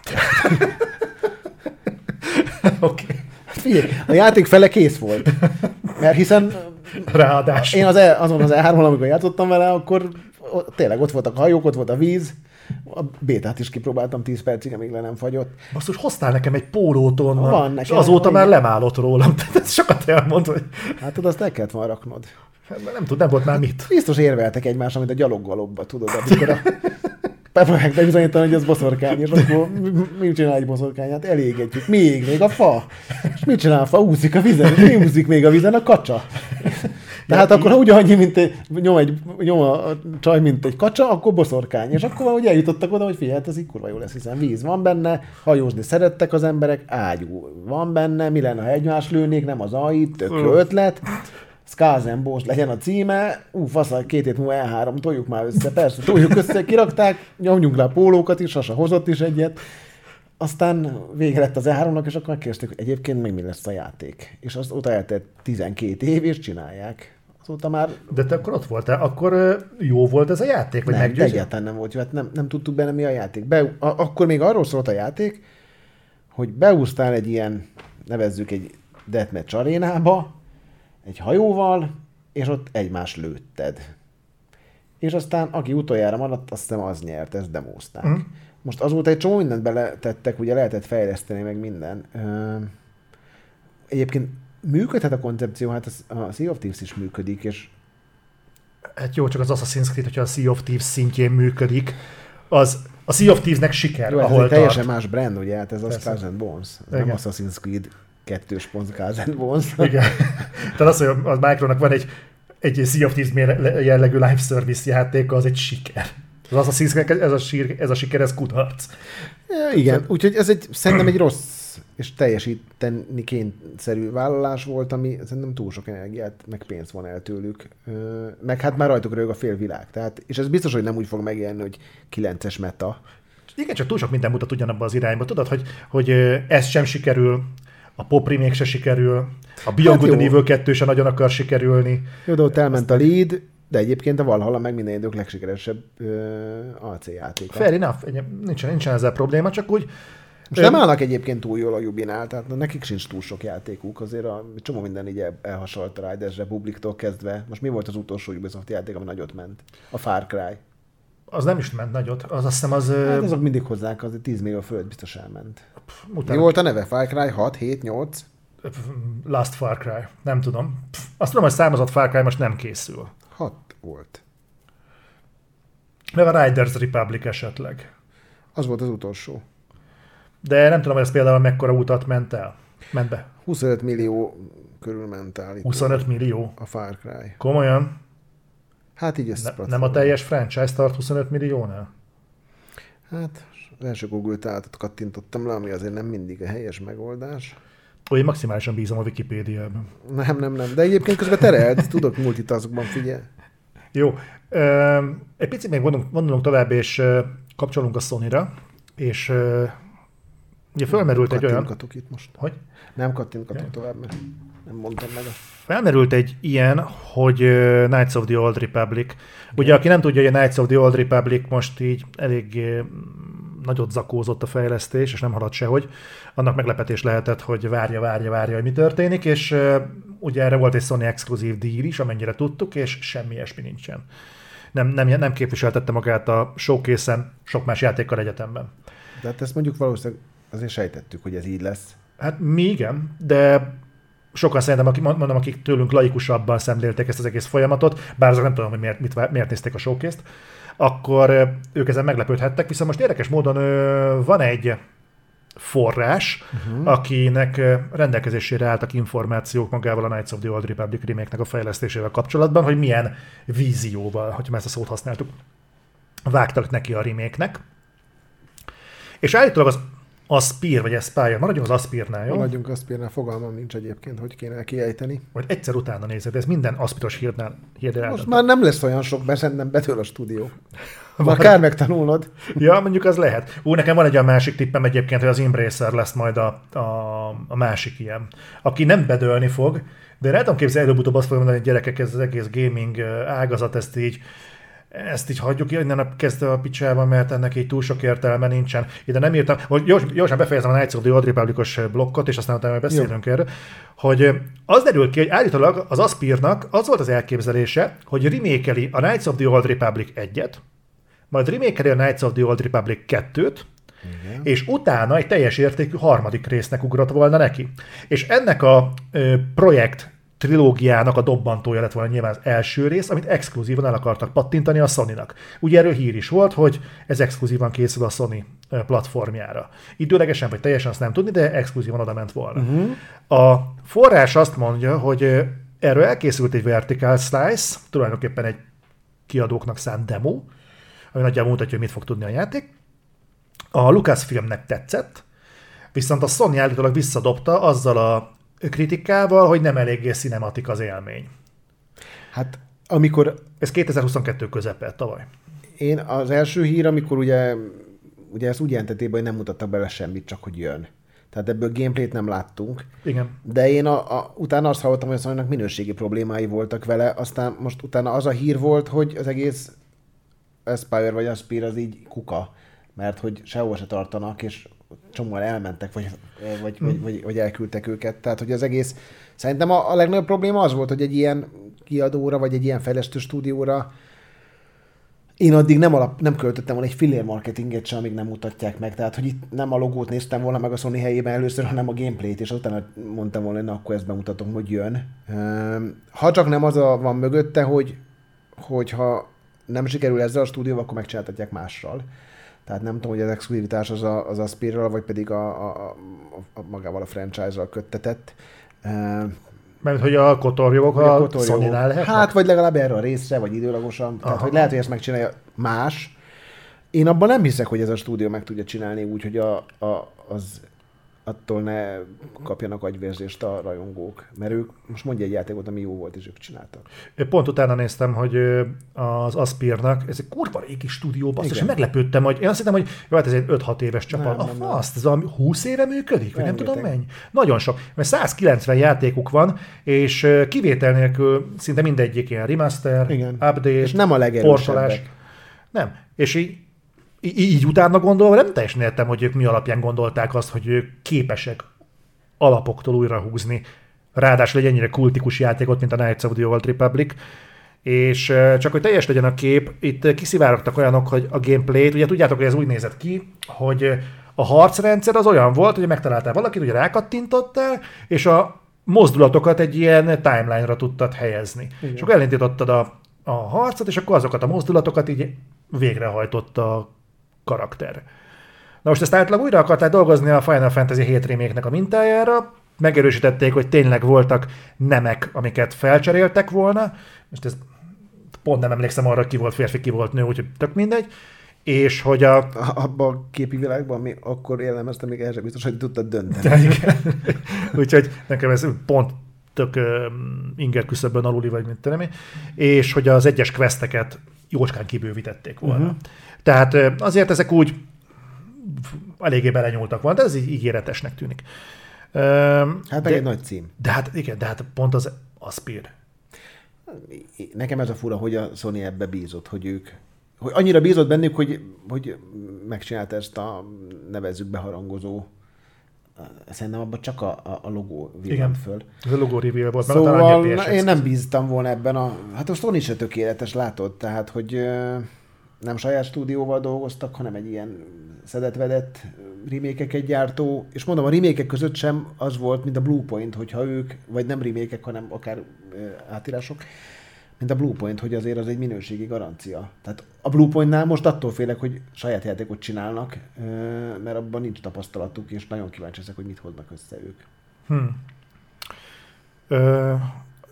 Oké. Figyelj, a játék fele kész volt. Mert hiszen Ráadásul. én azon az E3-on, amikor játszottam vele, akkor tényleg ott voltak a hajók, ott volt a víz, a bétát is kipróbáltam 10 percig, amíg le nem fagyott. Basszus, hoztál nekem egy pólót onnan, Van és nekem, azóta már lemálott rólam. Tehát ez sokat elmond, hogy Hát tudod, azt el kellett volna raknod. nem volt már mit. Biztos érveltek egymásra, mint a gyaloggalobba, tudod, amikor bepróbálják bebizonyítani, hogy az boszorkány, és akkor mi csinál egy boszorkányát? Elégetjük. Még a fa. És mit csinál a fa? Úszik a vízen. Mi úszik még a vízen? A kacsa. Tehát akkor, ha ugyanannyi, mint nyom a csaj, mint egy kacsa, akkor boszorkány. És akkor valahogy eljutottak oda, hogy figyelj, ez így kurva jó lesz, hiszen víz van benne, hajózni szerettek az emberek, ágyú van benne, mi lenne, ha egymás lőnék, nem az AI, tök jó ötlet. Skazenbos legyen a címe, fasz, 2 hét múlva E3, toljuk már össze, persze, toljuk össze, kirakták, nyomjunk le a pólókat is, Sasa hozott is egyet, aztán vége lett az E3-nak, és akkor megkérdezték, hogy egyébként még mi lesz a játék. És azóta eltelt 12 év, és csinálják. Azóta már... De te akkor ott voltál, akkor jó volt ez a játék? Vagy nem, meggyőző? egyáltalán nem volt jó, hát nem tudtuk benne mi a játék. Akkor még arról szólt a játék, hogy beúsztál egy ilyen, nevezzük egy deathmatch arénába, egy hajóval, és ott egymást lőtted. És aztán, aki utoljára maradt, azt hiszem az nyert, ezt demózták. Most azóta egy csomó mindent beletettek, ugye lehetett fejleszteni, meg minden. Egyébként működhet a koncepció, hát a Sea of Thieves is működik, és... Hát jó, csak az Assassin's Creed, hogyha a Sea of Thieves szintjén működik, az a Sea of Thieves-nek siker, jó, ez ahol egy teljesen tart. más brand, ugye, hát ez a Skulls and Bones. Ez nem Assassin's Creed 2. Skulls and Bones. Igen. Tehát az, hogy a Micronak van egy Sea of Thieves jellegű live service játéka, az egy siker. Az Assassin's Creed, ez a siker, ez kudarc. Igen, úgyhogy ez szerintem egy rossz és teljesíteni kényszerű vállalás volt, ami szerintem túl sok energiát, meg pénzt van el tőlük. Meg hát már rajtuk rög a fél világ. Tehát, és ez biztos, hogy nem úgy fog megjelenni, hogy 9-es meta. Igen, csak túl sok minden mutat ugyanabba az irányba. Tudod, hogy ez sem sikerül, a Pop remake se sikerül, a Beyond Good and Evil 2 se nagyon akar sikerülni. Jó, de ott elment a lead, de egyébként a Valhalla meg minden idők legsikeresebb AC játéka. Fair enough, nincsen ezzel probléma, csak úgy... Most nem állnak egyébként túl jól a Jubinál, tehát nekik sincs túl sok játékuk, azért a csomó minden így elhasalt a Riders Republic-tól kezdve. Most mi volt az utolsó Ubisoft játék, ami nagyot ment? A Far Cry. Az nem is ment nagyot, az azt hiszem az... Hát azok mindig hozzák, az 10 millió fölött biztos elment. Mi volt a neve? Far Cry 6, 7, 8? Last Far Cry, nem tudom. Azt tudom, hogy számozott Far Cry most nem készül. 6 volt. Meg a Riders Republic esetleg. Az volt az utolsó. De nem tudom, hogy ez például mekkora utat ment be. 25 millió körül ment el. 25 millió? A Far Cry. Komolyan? Hát így ezt nem a teljes franchise tart 25 milliónál? Hát az első Google találatot kattintottam le, ami azért nem mindig a helyes megoldás. Én maximálisan bízom a Wikipédiában. Nem. De egyébként közben terelt, tudok multitaskban, figyelj. Jó. Egy picit még vonulunk tovább, és kapcsolunk a Sony-ra, és ugye fölmerült egy olyan... Itt most. Hogy? Nem kattintgatok tovább, mert nem mondtam meg. Felmerült egy ilyen, hogy Knights of the Old Republic. Ugye, aki nem tudja, hogy a Knights of the Old Republic most így elég nagyot zakózott a fejlesztés, és nem halad sehogy. Annak meglepetés lehetett, hogy várja, hogy mi történik, és ugye erre volt egy Sony exkluzív deal is, amennyire tudtuk, és semmi ilyesmi nincsen. Nem képviseltette magát a showcase-en sok más játékkal egyetemben. De hát ezt mondjuk valószínűleg azért sejtettük, hogy ez így lesz. Hát mi igen, de sokan szerintem, akik tőlünk laikusabban szemlélték ezt az egész folyamatot, bár azok nem tudom, hogy miért nézték a showcase-t, akkor ők ezen meglepődhettek, viszont most érdekes módon van egy forrás, akinek rendelkezésére álltak információk magával a Knights of the Old Republic remake-nek a fejlesztésével kapcsolatban, hogy milyen vízióval, hogyha ezt a szót használtuk, vágtak neki a remake-nek. És állítólag Aspire vagy Aspire, maradjunk az Aspire-nál, jó? Maradjunk Aspire-nál, fogalmam nincs egyébként, hogy kéne kiejteni. Vagy egyszer utána nézed, ez minden Aspiros hírnél most már nem lesz olyan sok, mert szerintem betől a stúdió. Már kár megtanulnod. Ja, mondjuk az lehet. Nekem van egy olyan másik tippem egyébként, hogy az Embracer lesz majd a másik ilyen, aki nem bedőlni fog, de el tudom képzelni, előbb-utóbb azt fogom mondani, hogy gyerekek, ez az egész gaming ágazat, ezt így hagyjuk innen kezdve a picsába, mert ennek így túl sok értelme nincsen. Ide nem írtam, hogy gyorsan befejezem a Knights of the Old Republic-os blokkot, és aztán utána beszélünk erről, hogy az derül ki, hogy állítólag az Aspire-nak az volt az elképzelése, hogy remékeli a Knights of the Old Republic 1-et, majd remékeli a Knights of the Old Republic 2-t, és utána egy teljes értékű harmadik résznek ugrott volna neki. És ennek a projekt trilógiának a dobbantója lett volna nyilván az első rész, amit exkluzívan el akartak pattintani a Sony-nak. Ugye erről hír is volt, hogy ez exkluzívan készül a Sony platformjára. Időlegesen vagy teljesen azt nem tudni, de exkluzívan oda ment volna. A forrás azt mondja, hogy erről elkészült egy vertical slice, tulajdonképpen egy kiadóknak szánt demo, ami nagyjából mutatja, hogy mit fog tudni a játék. A Lucasfilmnek tetszett, viszont a Sony állítólag visszadobta azzal a kritikával, hogy nem eléggé cinematik az élmény. Hát amikor... Ez 2022 közepe, tavaly. Én az első hír, amikor ugye ezt úgy jelentették be, hogy nem mutattak bele semmit, csak hogy jön. Tehát ebből gameplayt nem láttunk. Igen. De én utána azt hallottam, hogy a Sony-nak minőségi problémái voltak vele, aztán most utána az a hír volt, hogy az egész Aspire vagy Aspire az így kuka, mert hogy sehol se tartanak, és csomóan elmentek, vagy elküldtek őket. Tehát, hogy az egész... Szerintem a legnagyobb probléma az volt, hogy egy ilyen kiadóra, vagy egy ilyen fejlesztő stúdióra én addig nem költöttem volna egy fillér marketinget sem, amíg nem mutatják meg. Tehát, hogy itt nem a logót néztem volna meg a Sony helyében először, hanem a gameplayt, és utána mondtam volna, hogy na, akkor ezt bemutatom, hogy jön. Ha csak nem az van mögötte, hogyha nem sikerül ezzel a stúdióval, akkor megcsináltatják mással. Tehát nem tudom, hogy az exkluzivitás az Aspire-ral, vagy pedig magával a franchise-ral köttetett. Mert hogy a kotorjogok a Sony-nál lehetnek? Hát, vagy legalább erre a részre, vagy időlagosan. Tehát, hogy lehet, hogy ezt megcsinálja más. Én abban nem hiszek, hogy ez a stúdió meg tudja csinálni úgy, hogy az attól ne kapjanak agyvérzést a rajongók. Mert ők, most mondja egy játékot, ami jó volt, és ők csináltak. Pont utána néztem, hogy az Aspire-nak, ez egy kurva régi stúdió, basszus, és meglepődtem, hogy én azt hittem, hogy jó, hát ez egy 5-6 éves csapat. Ez valami 20 éve működik? Vagy nem tudom mennyi? Nagyon sok. Mert 190 játékuk van, és kivétel nélkül szinte mindegyik ilyen remaster, update, és nem a legerősebbek. Nem. És így utána gondolva nem teljesen értem, hogy ők mi alapján gondolták azt, hogy ők képesek alapoktól újra húzni. Ráadásul egy ennyire kultikus játékot, mint a Knights of the Old Republic. És csak hogy teljes legyen a kép, itt kiszivárogtak olyanok, hogy a gameplayt, ugye tudjátok, hogy ez úgy nézett ki, hogy a harcrendszer az olyan volt, hogy megtaláltál valakit, ugye rákattintottál, és a mozdulatokat egy ilyen timeline-ra tudtad helyezni. Igen. És akkor elindítottad a harcot, és akkor azokat a mozdulatokat így végrehajtott a karakter. Na most ezt általában újra akarták dolgozni a Final Fantasy 7 remake-nek a mintájára, megerősítették, hogy tényleg voltak nemek, amiket felcseréltek volna, most ez pont nem emlékszem arra, ki volt férfi, ki volt nő, úgyhogy tök mindegy, és hogy abban a képi világban, ami akkor jellemezte, még el sem biztos, hogy tudtad dönteni. Úgyhogy nekem ez pont tök inger küszöbön aluli, vagy mint tudom én, és hogy az egyes questeket jócskán kibővítették volna. Tehát azért ezek úgy eléggé belenyúltak volna, de ez így ígéretesnek tűnik. Hát meg egy nagy cím. De hát pont az Aspire. Nekem ez a fura, hogy a Sony ebbe bízott, hogy annyira bízott bennük, hogy megcsinálta ezt a nevezzük beharangozó. Szerintem abban csak a logó villant föl. Ez a logó reveal volt. Szóval én nem bíztam volna ebben hát a Sony se tökéletes, látod? Tehát, hogy nem saját stúdióval dolgoztak, hanem egy ilyen szedett-vedett remake-eket gyártó, és mondom, a remake-ek között sem az volt, mint a Bluepoint, hogyha ők, vagy nem remake-ek, hanem akár átírások, mint a Bluepoint, hogy azért az egy minőségi garancia. Tehát a Bluepointnál most attól félek, hogy saját játékot csinálnak, mert abban nincs tapasztalatuk, és nagyon kíváncsi ezek, hogy mit hoznak össze ők.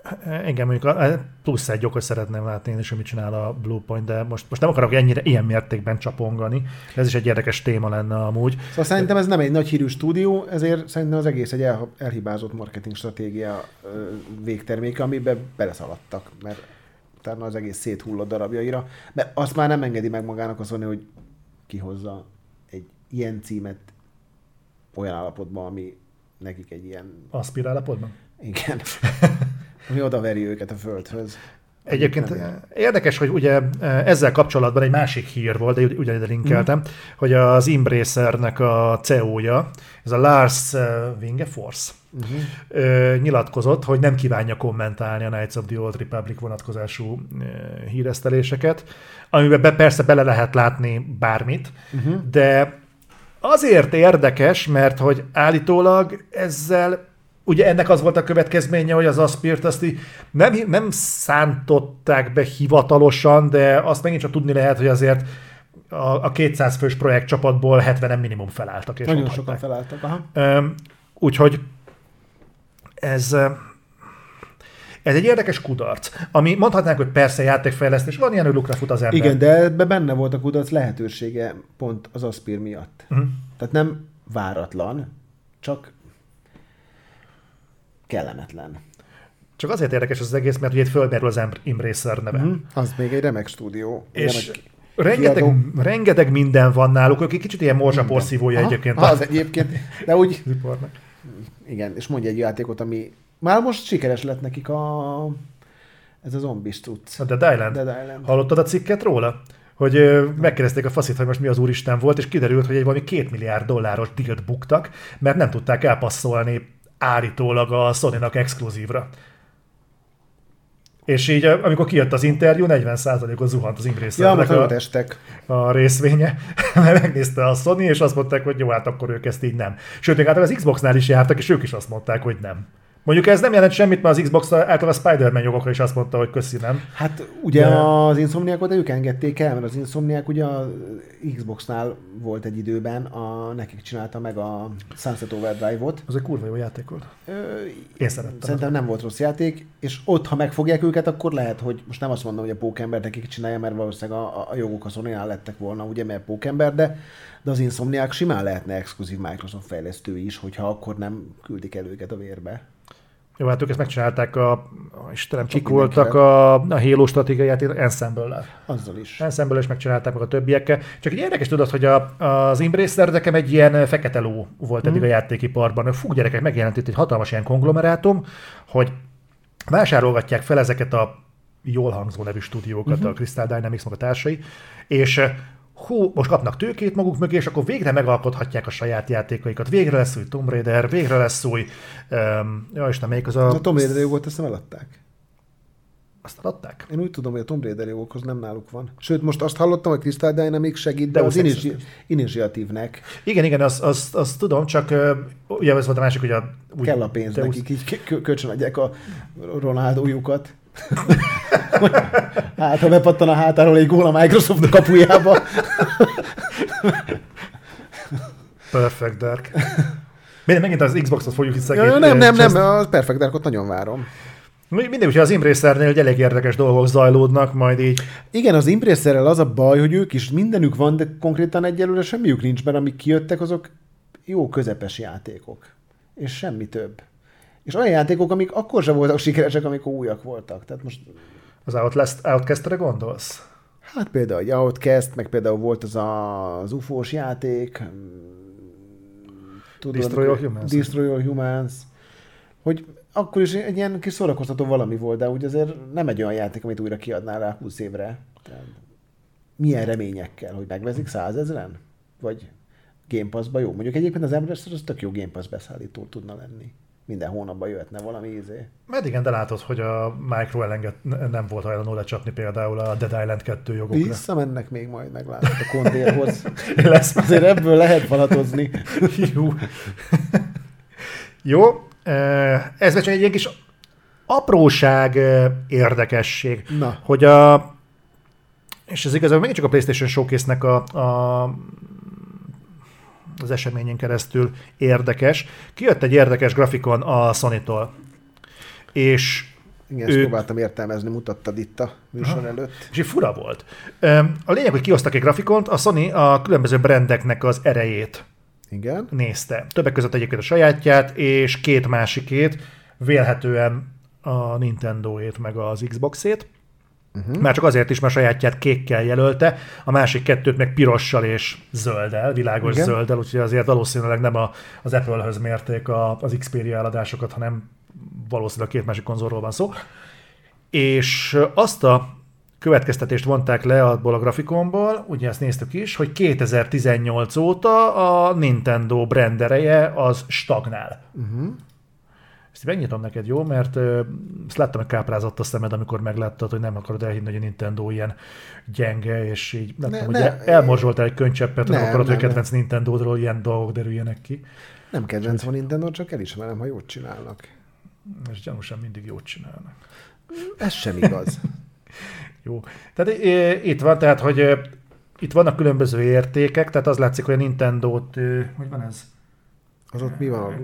engem mondjuk plusz egy okot szeretném látni én is, hogy mit csinál a Bluepoint, de most nem akarok ennyire ilyen mértékben csapongani. Ez is egy érdekes téma lenne amúgy. Szóval szerintem ez nem egy nagy hírű stúdió, ezért szerintem az egész egy elhibázott marketing stratégia végterméke, amiben beleszaladtak, mert utána az egész széthullott darabjaira. Mert azt már nem engedi meg magának azt mondani, hogy kihozza egy ilyen címet olyan állapotban, ami nekik egy ilyen... Aspir állapotban? Igen. Ami odaveri őket a földhöz. Egyébként érdekes, hogy ugye ezzel kapcsolatban egy másik hír volt, de ugyanide linkeltem, hogy az Embracernek a CEO-ja, ez a Lars Wingefors, nyilatkozott, hogy nem kívánja kommentálni a Knights of the Old Republic vonatkozású híreszteléseket, amiben persze bele lehet látni bármit, de azért érdekes, mert hogy állítólag ezzel ugye ennek az volt a következménye, hogy az Aspirt azt nem szántották be hivatalosan, de azt megint csak tudni lehet, hogy azért a 200 fős projektcsapatból 70-en minimum felálltak. És nagyon sokan felálltak. Aha. Úgyhogy ez egy érdekes kudarc, ami mondhatnánk, hogy persze játékfejlesztés, van ilyen, hogy lukra fut az ember. Igen, de ebben benne volt a kudarc lehetősége pont az Aspir miatt. Tehát nem váratlan, csak kellemetlen. Csak azért érdekes az egész, mert ugye itt fölmerül az Embracer neve. Az még egy remek stúdió. És rengeteg minden van náluk, aki kicsit ilyen morzsaporszívója egyébként. Az egyébként, de úgy... Igen, és mondja egy játékot, ami már most sikeres lett nekik ez a zombis cucc. A Dead Island. Hallottad a cikket róla? Hogy megkérdezték a faszit, hogy most mi az úristen volt, és kiderült, hogy egy valami $2 milliárd díjat buktak, mert nem tudták elpasszolni állítólag a Sony-nak exkluzívra. És így, amikor kijött az interjú, 40%-ot zuhant az Embracernek a részvénye. Megnézte a Sony, és azt mondták, hogy jó, hát akkor ők ezt így nem. Sőt, még általában az Xboxnál is jártak, és ők is azt mondták, hogy nem. Mondjuk ez nem jelent semmit, mert az Xbox általában a Spider-Man jogokra is azt mondta, hogy köszi, nem. Hát ugye az Insomniacot ők engedték el, mert az Insomniac ugye a Xboxnál volt egy időben, nekik csinálta meg a Sunset Overdrive-ot. Az egy kurva jó játék volt. Én szerettem. Szerintem nem volt rossz játék, és ott, ha megfogják őket, akkor lehet, hogy most nem azt mondom, hogy a Pókember nekik csinálja, mert valószínűleg a jogok a Sony-nál lettek volna, ugye, mert Pókember, de az Insomniac simán lehetne exkluzív Microsoft fejlesztői is, hogyha akkor nem küldik el őket a vérbe. Jó, hát ők ezt megcsinálták Istenem, kik voltak a Halo stratégiáját Ensemble-lel. Azzal is. Ensemble-lel is megcsinálták meg a többiekkel. Csak egy érdekes tudod, hogy az Embracer nekem egy ilyen fekete ló volt eddig a játékiparban. Fú, gyerekek, megjelent itt egy hatalmas ilyen konglomerátum, hogy vásárolgatják fel ezeket a jól hangzó nevű stúdiókat, a Crystal Dynamics, meg a társai, és most kapnak tőkét maguk mögé, és akkor végre megalkothatják a saját játékaikat. Végre lesz új Tomb Raider, végre lesz új... Isten, melyik az a... A Tomb Raider jogot ezt nem eladták. Azt eladták? Én úgy tudom, hogy a Tomb Raider jogokhoz nem náluk van. Sőt, most azt hallottam, hogy Crystal Dynamics segít, de az Initiative-nek. Igen, azt tudom, csak ugye ez volt a másik, hogy kell a pénz nekik, így kölcsönadják a Ronaldo-jukat. Hát, ha bepattan a hátáról egy gól a Microsoft kapujába. Perfect Dark. Megint az Xboxot fogjuk itt szegény. Nem, a Perfect Darkot nagyon várom. Mindig, hogy az Embracernél elég érdekes dolgok zajlódnak, majd így. Igen, az Embracerrel az a baj, hogy ők is mindenük van, de konkrétan egyelőre semmiük nincs, mert amik kijöttek, azok jó közepes játékok. És semmi több. És olyan játékok, amik akkor sem voltak sikeresek, amikor újak voltak. Tehát most... Az Outcast-re gondolsz? Hát például egy Outcast, meg például volt az UFO-s játék. Destroy All Humans. Hogy akkor is egy ilyen kis szórakoztató valami volt, de úgy azért nem egy olyan játék, amit újra kiadnál rá 20 évre. Tehát milyen reményekkel, hogy megvezik 100 000-en? Vagy Game Pass-ba jó? Mondjuk egyébként az Embracer az tök jó Game Pass beszállító tudna lenni. Minden hónapban jöhetne valami Mert igen, de látod, hogy a Micro nem volt hajlandó lecsapni például a Dead Island 2 jogokra. Visszamennek még majd, meglátod a kondérhoz. Azért ebből lehet falatozni. Jó. Ez csak egy ilyen kis apróság érdekesség, hogy és ez igazából megint csak a PlayStation Showcase-nek az eseményen keresztül érdekes. Kijött egy érdekes grafikon a Sony-tól, és Igen, ezt próbáltam értelmezni, mutattad itt a műsor előtt. És így fura volt. A lényeg, hogy kihoztak egy grafikont, a Sony a különböző brandeknek az erejét nézte. Többek között egyébként a sajátját, és két másikét, vélhetően a Nintendo-ét meg az Xbox-ét. Már csak azért is, mert a sajátját kékkel jelölte, a másik kettőt meg pirossal és zölddel, világos zölddel, úgyhogy azért valószínűleg nem az Apple-höz mérték az Xperia eladásokat, hanem valószínűleg két másik konzolról van szó. És azt a következtetést vonták le abból a grafikonból, ugye ezt néztük is, hogy 2018 óta a Nintendo brand ereje az stagnál. Ezt megnyitom neked, jó? Mert ezt láttam, hogy káprázott a szemed, amikor megláttad, hogy nem akarod elhinni, hogy a Nintendo ilyen gyenge, és így hogy elmorzsoltál egy könycseppet, hogy akarod, hogy kedvenc Nintendo-ról ilyen dolgok derüljenek ki. Nem kedvenc a Nintendo, csak elismerem, ha jót csinálnak. És gyanúsan mindig jót csinálnak. Ez sem igaz. Jó. Tehát itt van, tehát, hogy itt vannak különböző értékek, tehát az látszik, hogy a Nintendo-t, hogy van ez? Az ott mi van?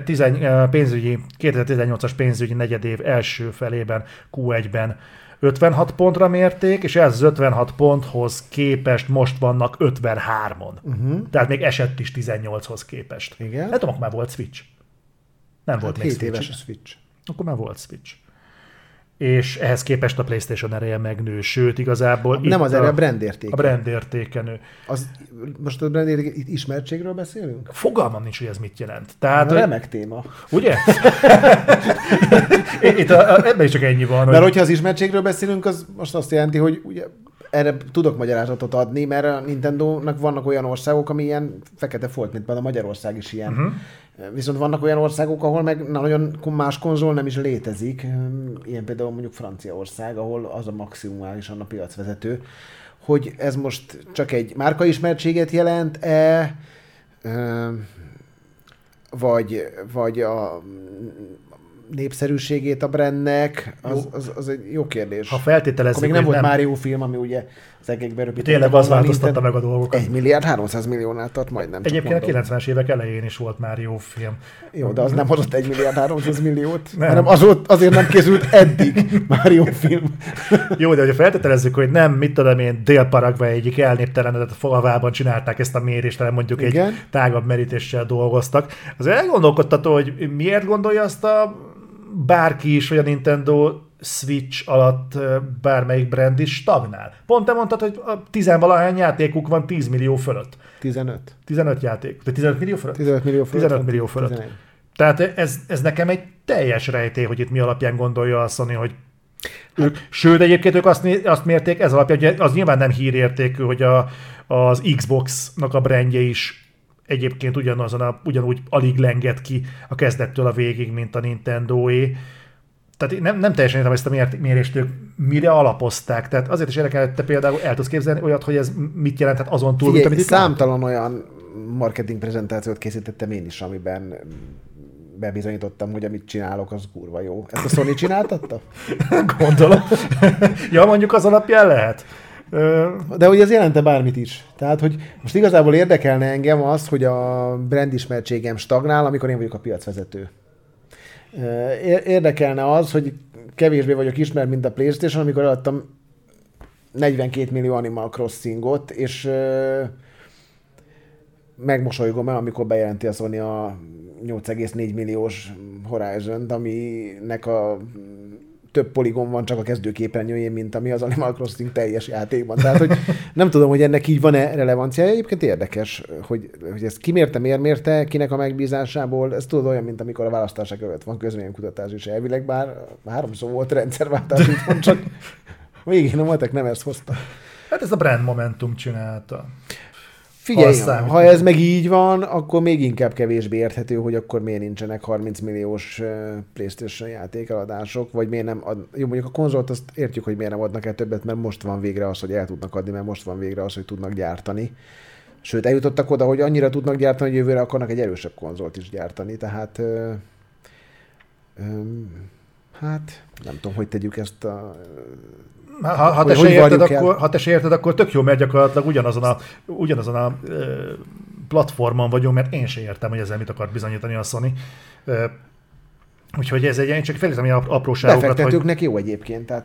2018-as pénzügyi negyedév első felében, Q1-ben 56 pontra mérték, és ez az 56 ponthoz képest most vannak 53-on. Tehát még esett is 18-hoz képest. Igen. Nem tudom, akkor már volt Switch. Nem volt még 7 éves a Switch. Akkor már volt Switch. És ehhez képest a PlayStation ereje megnő, sőt igazából... Nem az ereje, a brand értéke. A brand értéke nő. Most a brand értéke, itt ismertségről beszélünk? Fogalmam nincs, hogy ez mit jelent. Tehát, remek téma. Ugye? Ebben is csak ennyi van. Mert hogyha az ismertségről beszélünk, az most azt jelenti, hogy ugye erre tudok magyarázatot adni, mert a Nintendo-nak vannak olyan országok, ami ilyen fekete folt, mint például Magyarország is ilyen. Viszont vannak olyan országok, ahol meg nagyon más konzol nem is létezik, ilyen például mondjuk Franciaország, ahol az a maximálisan a piacvezető, hogy ez most csak egy márkaismertséget jelent-e, vagy a népszerűségét a brandnek, az egy jó kérdés. Ha feltételezzük, még nem volt Mario film, ami ugye az egekbe röpített. Tényleg az változtatta meg a dolgokat. 1 milliárd 300 milliónál tart majdnem. Egyébként a 90-es évek elején is volt Mario film. Jó, de az nem hozott 1 milliárd 300 milliót, hanem azért nem készült eddig Mario film. Jó, de hogyha feltételezzük, hogy nem, mit tudom én, Dél-Paraguay egyik elnéptelenedett falvában csinálták ezt a mérést, hanem mondjuk egy tágabb merítéssel dolgoztak. Az elgondolkodtató, hogy miért gondolja azt bárki is, hogy a Nintendo Switch alatt bármelyik brand is stagnál. Pont te mondtad, hogy a 10-valahány játékuk van 10 millió fölött. 15. 15 játék. De 15 millió fölött? 15 millió fölött. 15 millió fölött. 11. Tehát ez nekem egy teljes rejtély, hogy itt mi alapján gondolja a Sony, hogy sőt, egyébként ők azt mérték ez alapján, hogy az nyilván nem hírértékű, hogy az Xbox-nak a brandje is egyébként ugyanúgy alig lengett ki a kezdettől a végig, mint a Nintendo-é. Tehát nem teljesen értem ezt a mérést, ők mire alapozták. Tehát azért is érdekel, hogy te például el tudsz képzelni olyat, hogy ez mit jelenthet azon túl, mint amit itt számtalan olyan marketing prezentációt készítettem én is, amiben bebizonyítottam, hogy amit csinálok, az kurva jó. Ezt a Sony csináltatta? Gondolom. Ja, mondjuk az alapján lehet. De hogy ez jelente bármit is. Tehát, hogy most igazából érdekelne engem az, hogy a brand ismertségem stagnál, amikor én vagyok a piacvezető. Érdekelne az, hogy kevésbé vagyok ismert, mint a PlayStation, amikor adtam 42 millió Animal Crossingot, és megmosolygom el, amikor bejelenti a Sony a 8,4 milliós Horizont, aminek a több poligon van csak a kezdőképernyőjén, mint ami az Animal Crossing teljes játékban. Tehát, hogy nem tudom, hogy ennek így van-e relevanciája. Egyébként érdekes, hogy ezt kimérte, miért mérte, kinek a megbízásából. Ez tudod olyan, mint amikor a választások előtt van közvéleménykutatás is elvileg, bár 3-szor volt rendszerváltás, itthon csak végén a matek nem ezt hozta. Hát ez a brand momentum csinálta. Figyelj, ha ez meg így van, akkor még inkább kevésbé érthető, hogy akkor miért nincsenek 30 milliós PlayStation játékeladások, vagy miért nem jó, mondjuk a konzolt azt értjük, hogy miért nem adnak el többet, mert most van végre az, hogy el tudnak adni, mert most van végre az, hogy tudnak gyártani. Sőt, eljutottak oda, hogy annyira tudnak gyártani, hogy jövőre akarnak egy erősebb konzolt is gyártani, tehát hát nem tudom, hogy tegyük ezt a... Ha te se érted, akkor tök jó, mert gyakorlatilag ugyanazon a platformon vagyunk, mert én se értem, hogy ezzel mit akart bizonyítani a Sony. Úgyhogy ez egy csak felírtam ilyen apróságokat. Befektetőknek jó egyébként, tehát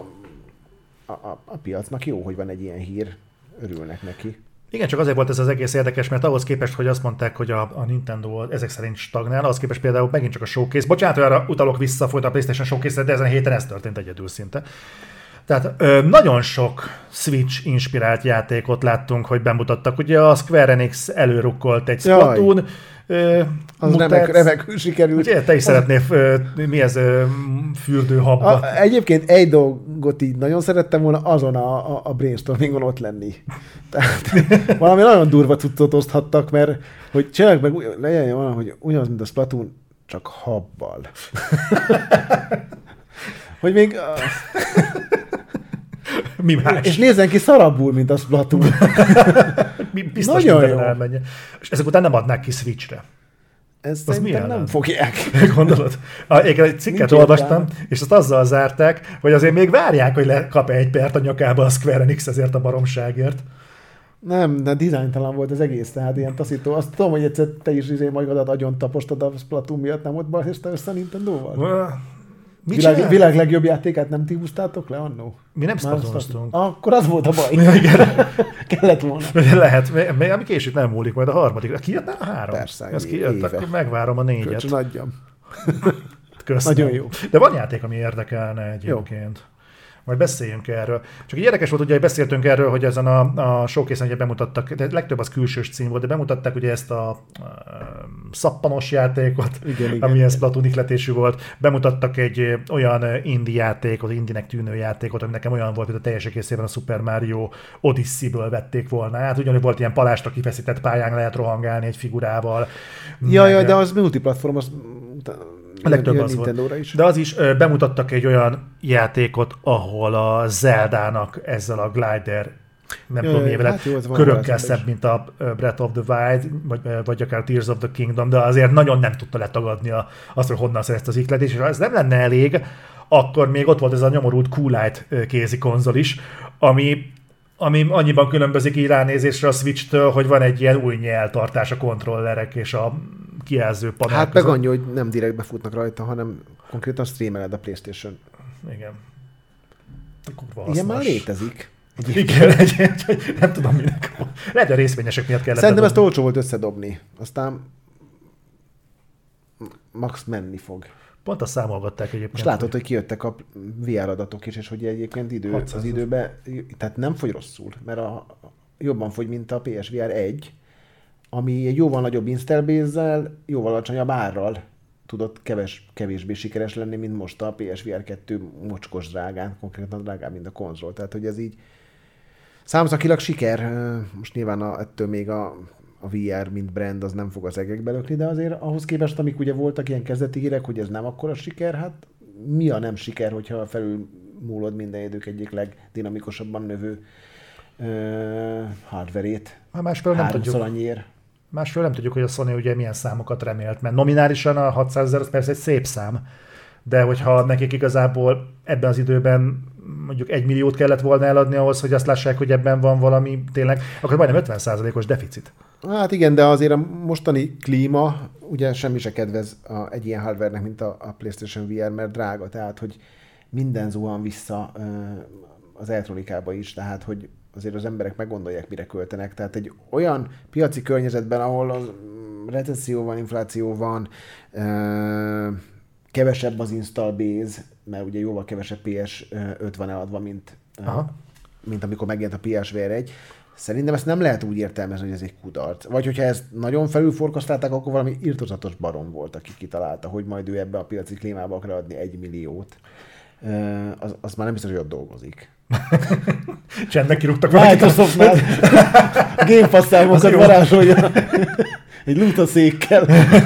a piacnak jó, hogy van egy ilyen hír, örülnek neki. Igen, csak azért volt ez az egész érdekes, mert ahhoz képest, hogy azt mondták, hogy a Nintendo ezek szerint stagnál, ahhoz képest például megint csak a showcase. Bocsánat, hogy arra utalok vissza folyt a PlayStation showcase, de ezen a héten ez történt egyedül szinte. Tehát nagyon sok Switch inspirált játékot láttunk, hogy bemutattak. Ugye a Square Enix előrukkolt egy Splatoon. Az remekül sikerült. Ugye, te is szeretnél, mi ez, fürdőhabba. Egyébként egy dolgot így nagyon szerettem volna azon a brainstormingon ott lenni. Tehát valami nagyon durva cuccot oszthattak, mert hogy csinálják meg, legyen olyan, hogy ugyanaz, mint a Splatoon, csak habbal. Hogy még... Mi más? És nézzen ki szarabbul, mint a Splatoon. Biztos nagyon elmenjen. És ezek után nem adnák ki Switchre. Ezt szerintem nem fogják. Gondolod? Egy cikket olvastam, és azt azzal zárták, hogy azért még várják, hogy kap egy pert a nyakába a Square Enix ezért a baromságért. Nem, de dizájntalan volt az egész, tehát ilyen taszító. Azt tudom, hogy egyszer te is magadat agyon tapostad a Splatoon miatt, nem ott balhézta össze a Nintendo-val? Világ legjobb játékát nem ti húztátok le annó? Mi nem Splatoonoztunk. Akkor az volt a baj. Igen. Kellett volna. Lehet, ami később nem múlik, majd a harmadik. Kijött a 3? Persze, ez kijött, akkor megvárom a 4-et. Kölcsön adjam. Köszönöm. Nagyon jó. De van játék, ami érdekelne egyébként. Jó. Majd beszéljünk erről. Csak így érdekes volt, ugye, hogy beszéltünk erről, hogy ezen a showcase-en ugye bemutattak, de legtöbb az külsős cím volt, de bemutatták ugye ezt a szappanos játékot, igen. ami ez Splatoon ihletésű volt. Bemutattak egy olyan indie játékot, indinek tűnő játékot, ami nekem olyan volt, hogy a teljes egészében a Super Mario Odyssey-ből vették volna. Hát ugyanúgy volt ilyen palástra kifeszített pályán, lehet rohangálni egy figurával. Jaj, de az multiplatform, az... A legtöbb az volt. Is. De az is bemutattak egy olyan játékok, ahol a Zeldának ezzel a glider, nem tudom mivel, körökkel szebb, mint a Breath of the Wild, vagy akár Tears of the Kingdom, de azért nagyon nem tudta letagadni azt, hogy honnan szerezte az ihletés, és ha ez nem lenne elég, akkor még ott volt ez a nyomorult Kool-Aid kézi konzol is, ami annyiban különbözik így ránézésre a Switch-től, hogy van egy ilyen új nyeltartás a kontrollerek és a kijelző panel. Hát meg annyi, hogy nem direkt befutnak rajta, hanem konkrétan streameled a PlayStation. Igen. Igen, már létezik. Igen, nem tudom minek. Lehet, a részvényesek miatt kellett. Szerintem ezt olcsó volt összedobni. Aztán max menni fog. Pont azt számolgatták egyébként. Most látod, hogy kijöttek a VR adatok is, és hogy egyébként az időben, tehát nem fogy rosszul, mert jobban fogy, mint a PSVR 1, ami egy jóval nagyobb install base-zel, jóval alacsonyabb árral tudott kevésbé sikeres lenni, mint most a PSVR 2 mocskos drágán, konkrétan drágább, mint a konzol. Tehát, hogy ez így számszakilag siker. Most nyilván ettől még a VR, mint brand, az nem fog az egekbe lökni, de azért ahhoz képest, amik ugye voltak ilyen kezdeti hírek, hogy ez nem akkora siker, hát mi a nem siker, hogyha felülmúlod minden idők egyik legdinamikusabban növő hardverét. Másfelől nem tudjuk. Annyiért. Másfelől nem tudjuk, hogy a Sony ugye milyen számokat remélt, mert nominálisan a 600 000 az persze egy szép szám, de hogyha nekik igazából ebben az időben mondjuk 1 milliót kellett volna eladni ahhoz, hogy azt lássák, hogy ebben van valami tényleg, akkor majdnem 50%-os deficit. Hát igen, de azért a mostani klíma ugye semmi se kedvez egy ilyen hardware-nek, mint a PlayStation VR, mert drága, tehát hogy minden zuhan vissza az elektronikába is, tehát hogy azért az emberek meggondolják, mire költenek. Tehát egy olyan piaci környezetben, ahol az recesszió van, infláció van, kevesebb az install base, mert ugye jóval kevesebb PS5 van eladva, mint amikor megjelent a PSVR 1. Szerintem ezt nem lehet úgy értelmezni, hogy ez egy kudarc. Vagy hogyha ezt nagyon felülforkasztálták, akkor valami irtózatos barom volt, aki kitalálta, hogy majd ő ebbe a piaci klímába akar adni 1 milliót. Az már nem biztos, hogy ott dolgozik. Csendben kirúgtak Microsoftnál a Game Pass számokat varázsolja egy lutaszékkel.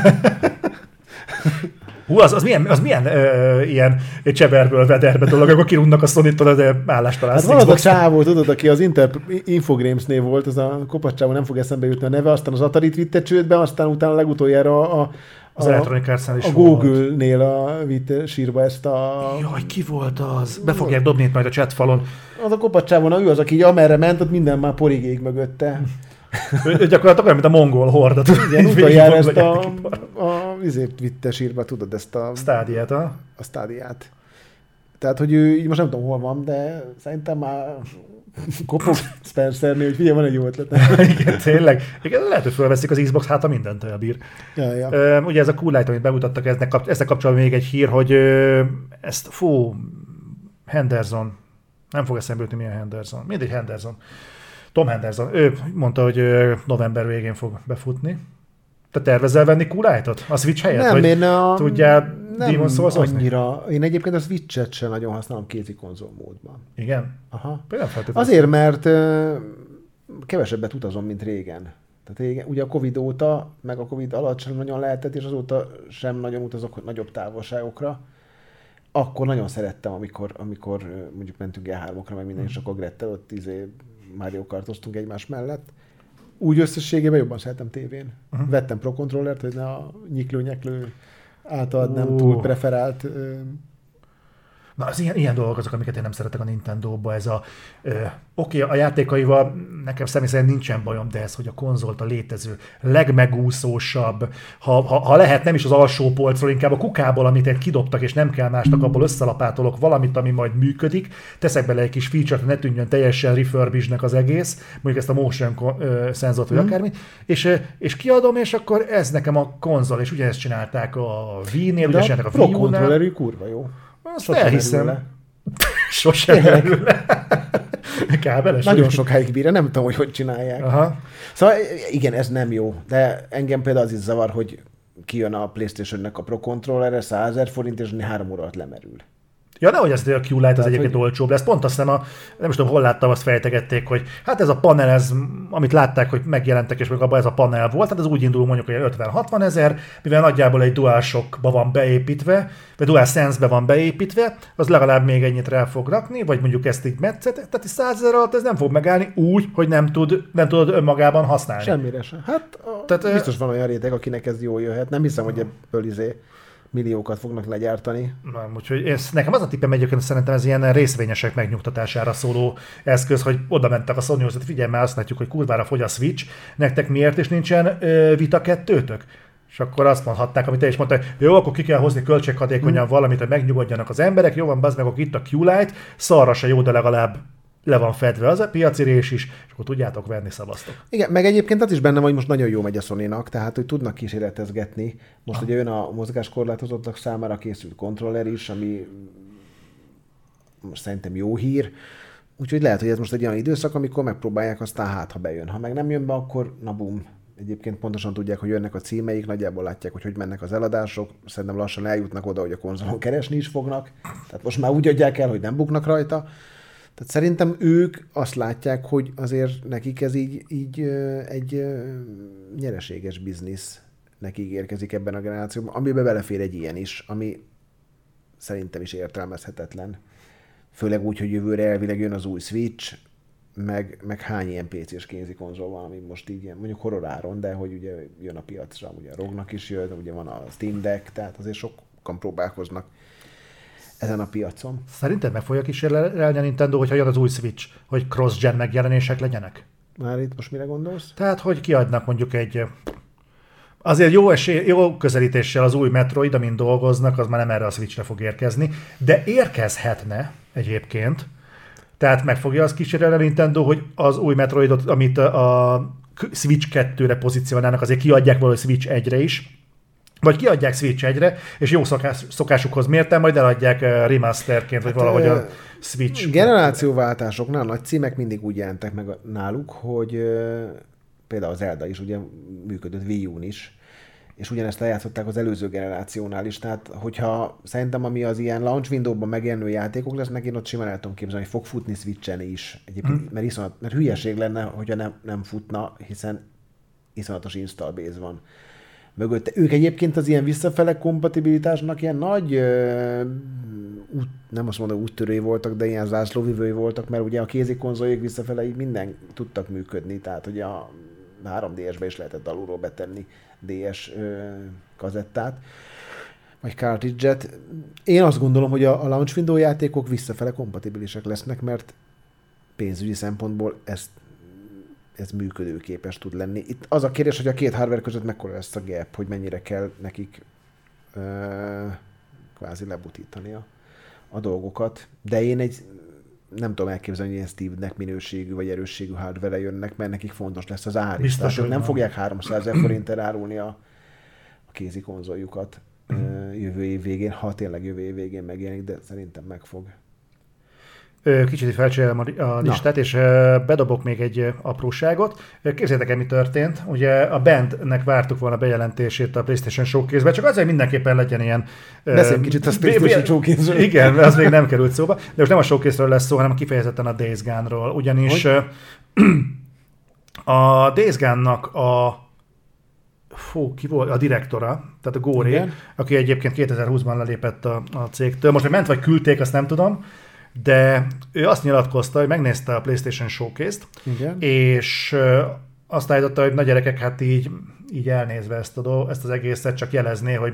Hú, az milyen ilyen cseverből vederbe dolog, akkor kirúgnak a Sony-tól, de állástalan. Hát van az a csávó, tudod, aki az Infogrames-nél volt, az a kopasz csávó, nem fog eszembe jutni a neve, aztán az Atari-t vitte csődbe, aztán utána legutoljára az Electronic Arts-nál is a Google-nél vitte sírba ezt a... Jaj, ki volt az? Be fogják dobni itt majd a chat falon. Az a kopasz csávó, ő az, aki amerre ment, ott minden már porigék mögötte. Ő gyakorlatilag olyan, mint a mongol horda. Igen, utoljára ezt a Twitter írba, tudod, ezt a Stádiát. Tehát, hogy ő így most nem tudom, hol van, de szerintem már kopog Spencernél, hogy figyelj, van egy jó ötlete. Igen, tényleg. Igen, lehet, hogy felveszik az Xbox, hát a mindent elbír. Ja. Ugye ez a Cool Light, amit bemutattak, ezzel kapcsolatban még egy hír, hogy Henderson, nem fog eszembe jutni, milyen Henderson. Mindegy Henderson. Tom Henderson. Ő mondta, hogy november végén fog befutni. Te tervezel venni Cool Light-ot? A Switch helyett? Nem, én tudjál Demon's Souls-ozni? annyira. Én egyébként a Switch-et sem nagyon használom kézi konzol módban. Igen? Aha. Azért, mert kevesebbet utazom, mint régen. Tehát régen, ugye a Covid óta, meg a Covid alatt sem nagyon lehetett, és azóta sem nagyon utazok nagyobb távolságokra. Akkor nagyon szerettem, amikor mondjuk mentünk E3-okra, meg minden, és akkor Grettel ott Mario Kartoztunk egymás mellett. Úgy összességében jobban szeretem tévén. Vettem Pro Controllert, hogy ne a nyiklő-nyeklő általad nem túl preferált. Na, az ilyen dolgok azok, amiket én nem szeretek a Nintendo-ba, ez oké, a játékaival nekem személy szerint nincsen bajom, de ez, hogy a konzolt a létező legmegúszósabb, ha lehet nem is az alsó polcról, inkább a kukából, amit kidobtak, és nem kell másnak, abból összelapátolok valamit, ami majd működik, teszek bele egy kis feature-t, ne tűnjön teljesen refurbishnek az egész, mondjuk ezt a motion szenzort, vagy akármi, és kiadom, és akkor ez nekem a konzol, és ugyanezt csinálták a Wii-nél, ugye csinálták a Wii U-nál. Pro Controllerű kurva jó. Azt elhiszem. Sosem merül le. Kábeles. Nagyon sokáig bírja, nem tudom, hogy csinálják. Aha. Szóval igen, ez nem jó, de engem például az is zavar, hogy kijön a PlayStation-nek a Pro Controllerre 100 000 forint, és 3 óra alatt lemerül. Ja, nehogy azt, hogy a Q-Lite az egyébként olcsóbb lesz. Pont azt hiszem, nem is tudom, hol láttam, azt fejtegették, hogy hát ez a panel, ez, amit látták, hogy megjelentek, és még abban ez a panel volt, hát ez úgy indul mondjuk, hogy 50-60 ezer, mivel nagyjából egy DualShock-ba van beépítve, vagy DualSense-be van beépítve, az legalább még ennyit rá fog rakni, vagy mondjuk ezt így metszet, tehát 100 000 alatt ez nem fog megállni úgy, hogy nem tudod önmagában használni. Semmire sem. Hát tehát, biztos van olyan réteg, akinek ez jól jöhet. Nem hiszem, hogy ebből milliókat fognak legyártani. Nem, úgyhogy nekem az a tippem egyébként, szerintem ez ilyen részvényesek megnyugtatására szóló eszköz, hogy oda mentek a Sonyhoz, hogy figyelj, már azt látjuk, hogy kurvára fogy a Switch, nektek miért is nincsen Vita 2-tök? És akkor azt mondhatták, amit te is mondtál, jó, akkor ki kell hozni költséghatékonyan valamit, hogy megnyugodjanak az emberek, jó van, bazd meg, akkor itt a Q-Lite, szarra se jó, de legalább le van fedve az a piacirés is, és akkor tudjátok venni, szavaztok. Igen, meg egyébként az is benne van, hogy most nagyon jó megy a Sony-nak, tehát hogy tudnak kísérletezgetni. Most ugye jön a mozgáskorlátozottak számára készült kontroller is, ami most szerintem jó hír. Úgyhogy lehet, hogy ez most egy olyan időszak, amikor megpróbálják, aztán hát, ha bejön. Ha meg nem jön be, akkor na bum. Egyébként pontosan tudják, hogy jönnek a címeik, nagyjából látják, hogy mennek az eladások. Szerintem lassan eljutnak oda, hogy a konzolon keresni is fognak. Tehát most már úgy adják el, hogy nem buknak rajta. Tehát szerintem ők azt látják, hogy azért nekik ez így egy nyereséges biznisznek ígérkezik ebben a generációban, amiben belefér egy ilyen is, ami szerintem is értelmezhetetlen. Főleg úgy, hogy jövőre elvileg jön az új Switch, meg hány ilyen PC-s kézi konzol van, ami most így ilyen, mondjuk horroráron, de hogy ugye jön a piacra, ugye a ROG-nak is jön, ugye van a Steam Deck, tehát azért sokan próbálkoznak ezen a piacon. Szerinted meg fogja kísérlelni a Nintendo, hogyha jön az új Switch, hogy cross-gen megjelenések legyenek? Már itt most mire gondolsz? Tehát, hogy kiadnak mondjuk egy azért jó közelítéssel az új Metroid, amin dolgoznak, az már nem erre a Switchre fog érkezni, de érkezhetne egyébként. Tehát meg fogja azt kísérelni a Nintendo, hogy az új Metroidot, amit a Switch 2-re pozícionálnak, azért kiadják valahogy Switch 1-re is, vagy kiadják Switch 1-re, és jó szokásukhoz mérten majd eladják remasterként, vagy valahogy a Switch. Generációváltásoknál nagy címek mindig úgy jelentek meg náluk, hogy például az Zelda is ugye működött Wii U-n is, és ugyanezt lejátszották az előző generációnál is, tehát hogyha szerintem ami az ilyen launch window-ban megjelenő játékok lesznek, én ott simán el tudom képzelni, hogy fog futni Switch-en is, egyébként, mert hülyeség lenne, hogyha nem futna, hiszen iszonyatos install base van mögötte. Ők egyébként az ilyen visszafele kompatibilitásnak ilyen nagy, nem azt mondom úttörői voltak, de ilyen zászlóvivői voltak, mert ugye a kézi konzoljék visszafele így minden tudtak működni, tehát ugye a 3DS-be is lehetett alulról betenni DS kazettát, vagy cartridge-et. Én azt gondolom, hogy a launch window játékok visszafele kompatibilisek lesznek, mert pénzügyi szempontból ezt ez működőképes tud lenni. Itt az a kérdés, hogy a két hardware között mekkora lesz a gap, hogy mennyire kell nekik kvázi lebutítani a dolgokat. De én nem tudom elképzelni, hogy ilyen Steve-nek minőségű vagy erősségű hardware jönnek, mert nekik fontos lesz az ár. Biztos, hogy nem fogják 300 000 forintért árulni a kézi konzoljukat jövő év végén, ha tényleg jövő év végén megjelenik, de szerintem meg fog. Kicsit felcserélem a listát, és bedobok még egy apróságot. Képzeljétek el, mi történt. Ugye a Bandnek vártuk volna bejelentését a PlayStation Showcase-be, csak azért mindenképpen legyen ilyen... Beszéljünk kicsit a PlayStation Showcase-ről. Igen, az még nem került szóba. De most nem a Showcase-ről lesz szó, hanem kifejezetten a Days Gone-ról. Ugyanis a Days Gone-nak ki volt a direktora, tehát a Góri, aki egyébként 2020-ban lelépett a cégtől. Most, hogy ment vagy küldték, azt nem tudom, de ő azt nyilatkozta, hogy megnézte a PlayStation Showcase-t, és azt állította, hogy na gyerekek, hát így elnézve ezt az egészet, csak jelezné, hogy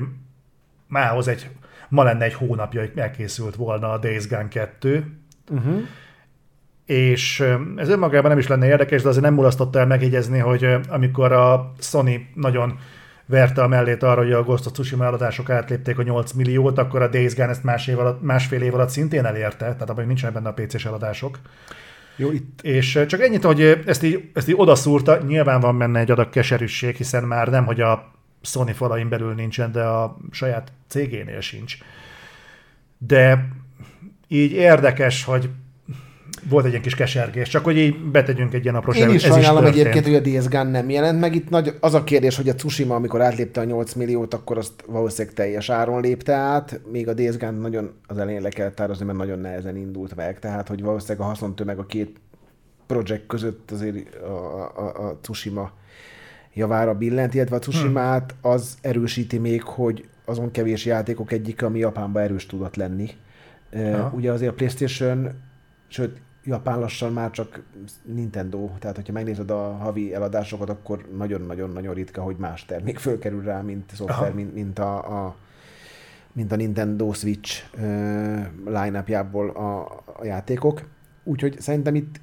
ma lenne egy hónapja, hogy elkészült volna a Days Gone 2, és ez önmagában nem is lenne érdekes, de azért nem mulasztotta el megjegyezni, hogy amikor a Sony nagyon verte a mellét arra, hogy a Ghost of Tsushima eladások átlépték a 8 milliót, akkor a Days Gone ezt másfél év alatt szintén elérte, tehát abban nincsenek benne a PC-s eladások. Jó, itt. És csak ennyit, hogy ezt így odaszúrta, nyilván van benne egy adag keserűség, hiszen már nem, hogy a Sony falain belül nincsen, de a saját cégénél sincs. De így érdekes, hogy volt egy ilyen kis kesergés, csak hogy így betegyünk egy ilyen apróságot. Én is sajnálom egyébként, hogy a Days Gone nem jelent meg. Itt az a kérdés, hogy a Tsushima, amikor átlépte a 8 milliót, akkor azt valószínűleg teljes áron lépte át, még a Days Gone nagyon az elején le kellett tározni, mert nagyon nehezen indult meg. Tehát, hogy valószínűleg a haszontömeg a két projekt között azért a Tsushima javára billent, illetve a Tsushimát az erősíti még, hogy azon kevés játékok egyik, ami Japánban erős tudott lenni. Ugye azért a PlayStation, sőt, Japán lassan már csak Nintendo, tehát hogyha megnézed a havi eladásokat, akkor nagyon-nagyon-nagyon ritka, hogy más termék fölkerül rá, mint szoftver, mint a Nintendo Switch line-upjából a játékok. Úgyhogy szerintem itt,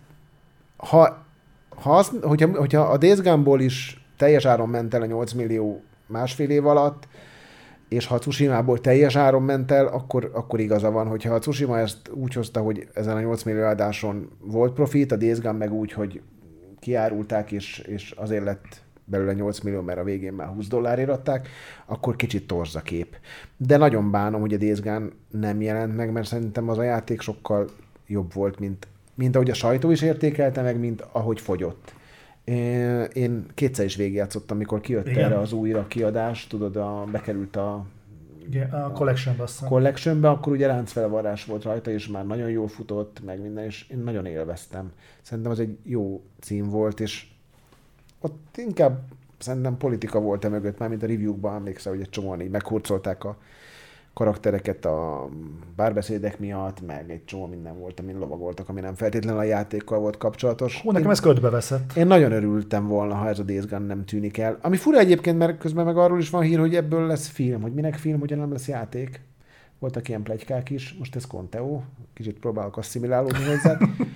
hogyha a Days Gone-ból is teljes áron ment el a 8 millió másfél év alatt, és ha a Tsushimából teljes áron ment el, akkor igaza van, hogyha a Tsushima ezt úgy hozta, hogy ezen a 8 millió adáson volt profit, a Days Gone meg úgy, hogy kiárulták, és azért lett belőle 8 millió, mert a végén már $20 adták, akkor kicsit torz a kép. De nagyon bánom, hogy a Days Gone nem jelent meg, mert szerintem az a játék sokkal jobb volt, mint ahogy a sajtó is értékelte meg, mint ahogy fogyott. Én kétszer is végigjátszottam, amikor kijött erre az újra kiadás, tudod, bekerült a Collectionbe, akkor ugye láncfelvarrás volt rajta, és már nagyon jól futott, meg minden, és én nagyon élveztem. Szerintem az egy jó cím volt, és ott inkább szerintem politika volt mögött, már mint a review-kban emlékszel, hogy egy csomóan így meghurcolták a karaktereket a párbeszédek miatt, meg egy csomó minden volt, amin lovagoltak, ami nem feltétlenül a játékkal volt kapcsolatos. Nekem ez ködbe veszett. Én nagyon örültem volna, ha ez a Days Gone nem tűnik el. Ami fura egyébként, mert közben meg arról is van hír, hogy ebből lesz film. Hogy minek film, hogyha nem lesz játék. Voltak ilyen pletykák is, most ez Conteo. Kicsit próbálok asszimilálódni hozzá.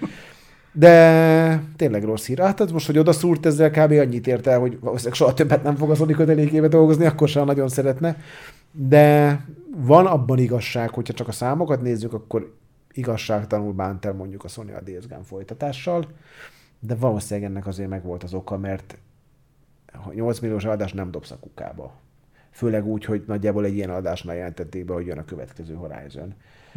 De tényleg rossz hír. Hát most, hogy odaszúrt ezzel kb. Annyit ért el, hogy valószínűleg soha többet nem fog a Sony kötelékébe dolgozni, akkor sem nagyon szeretne. De van abban igazság, hogyha csak a számokat nézzük, akkor igazságtalanul bánt el mondjuk a Sony a Days Gone folytatással, de valószínűleg ennek azért meg volt az oka, mert 8 milliós adást nem dobsz a kukába. Főleg úgy, hogy nagyjából egy ilyen adásnál jelentették be, hogy jön a következő Horizon.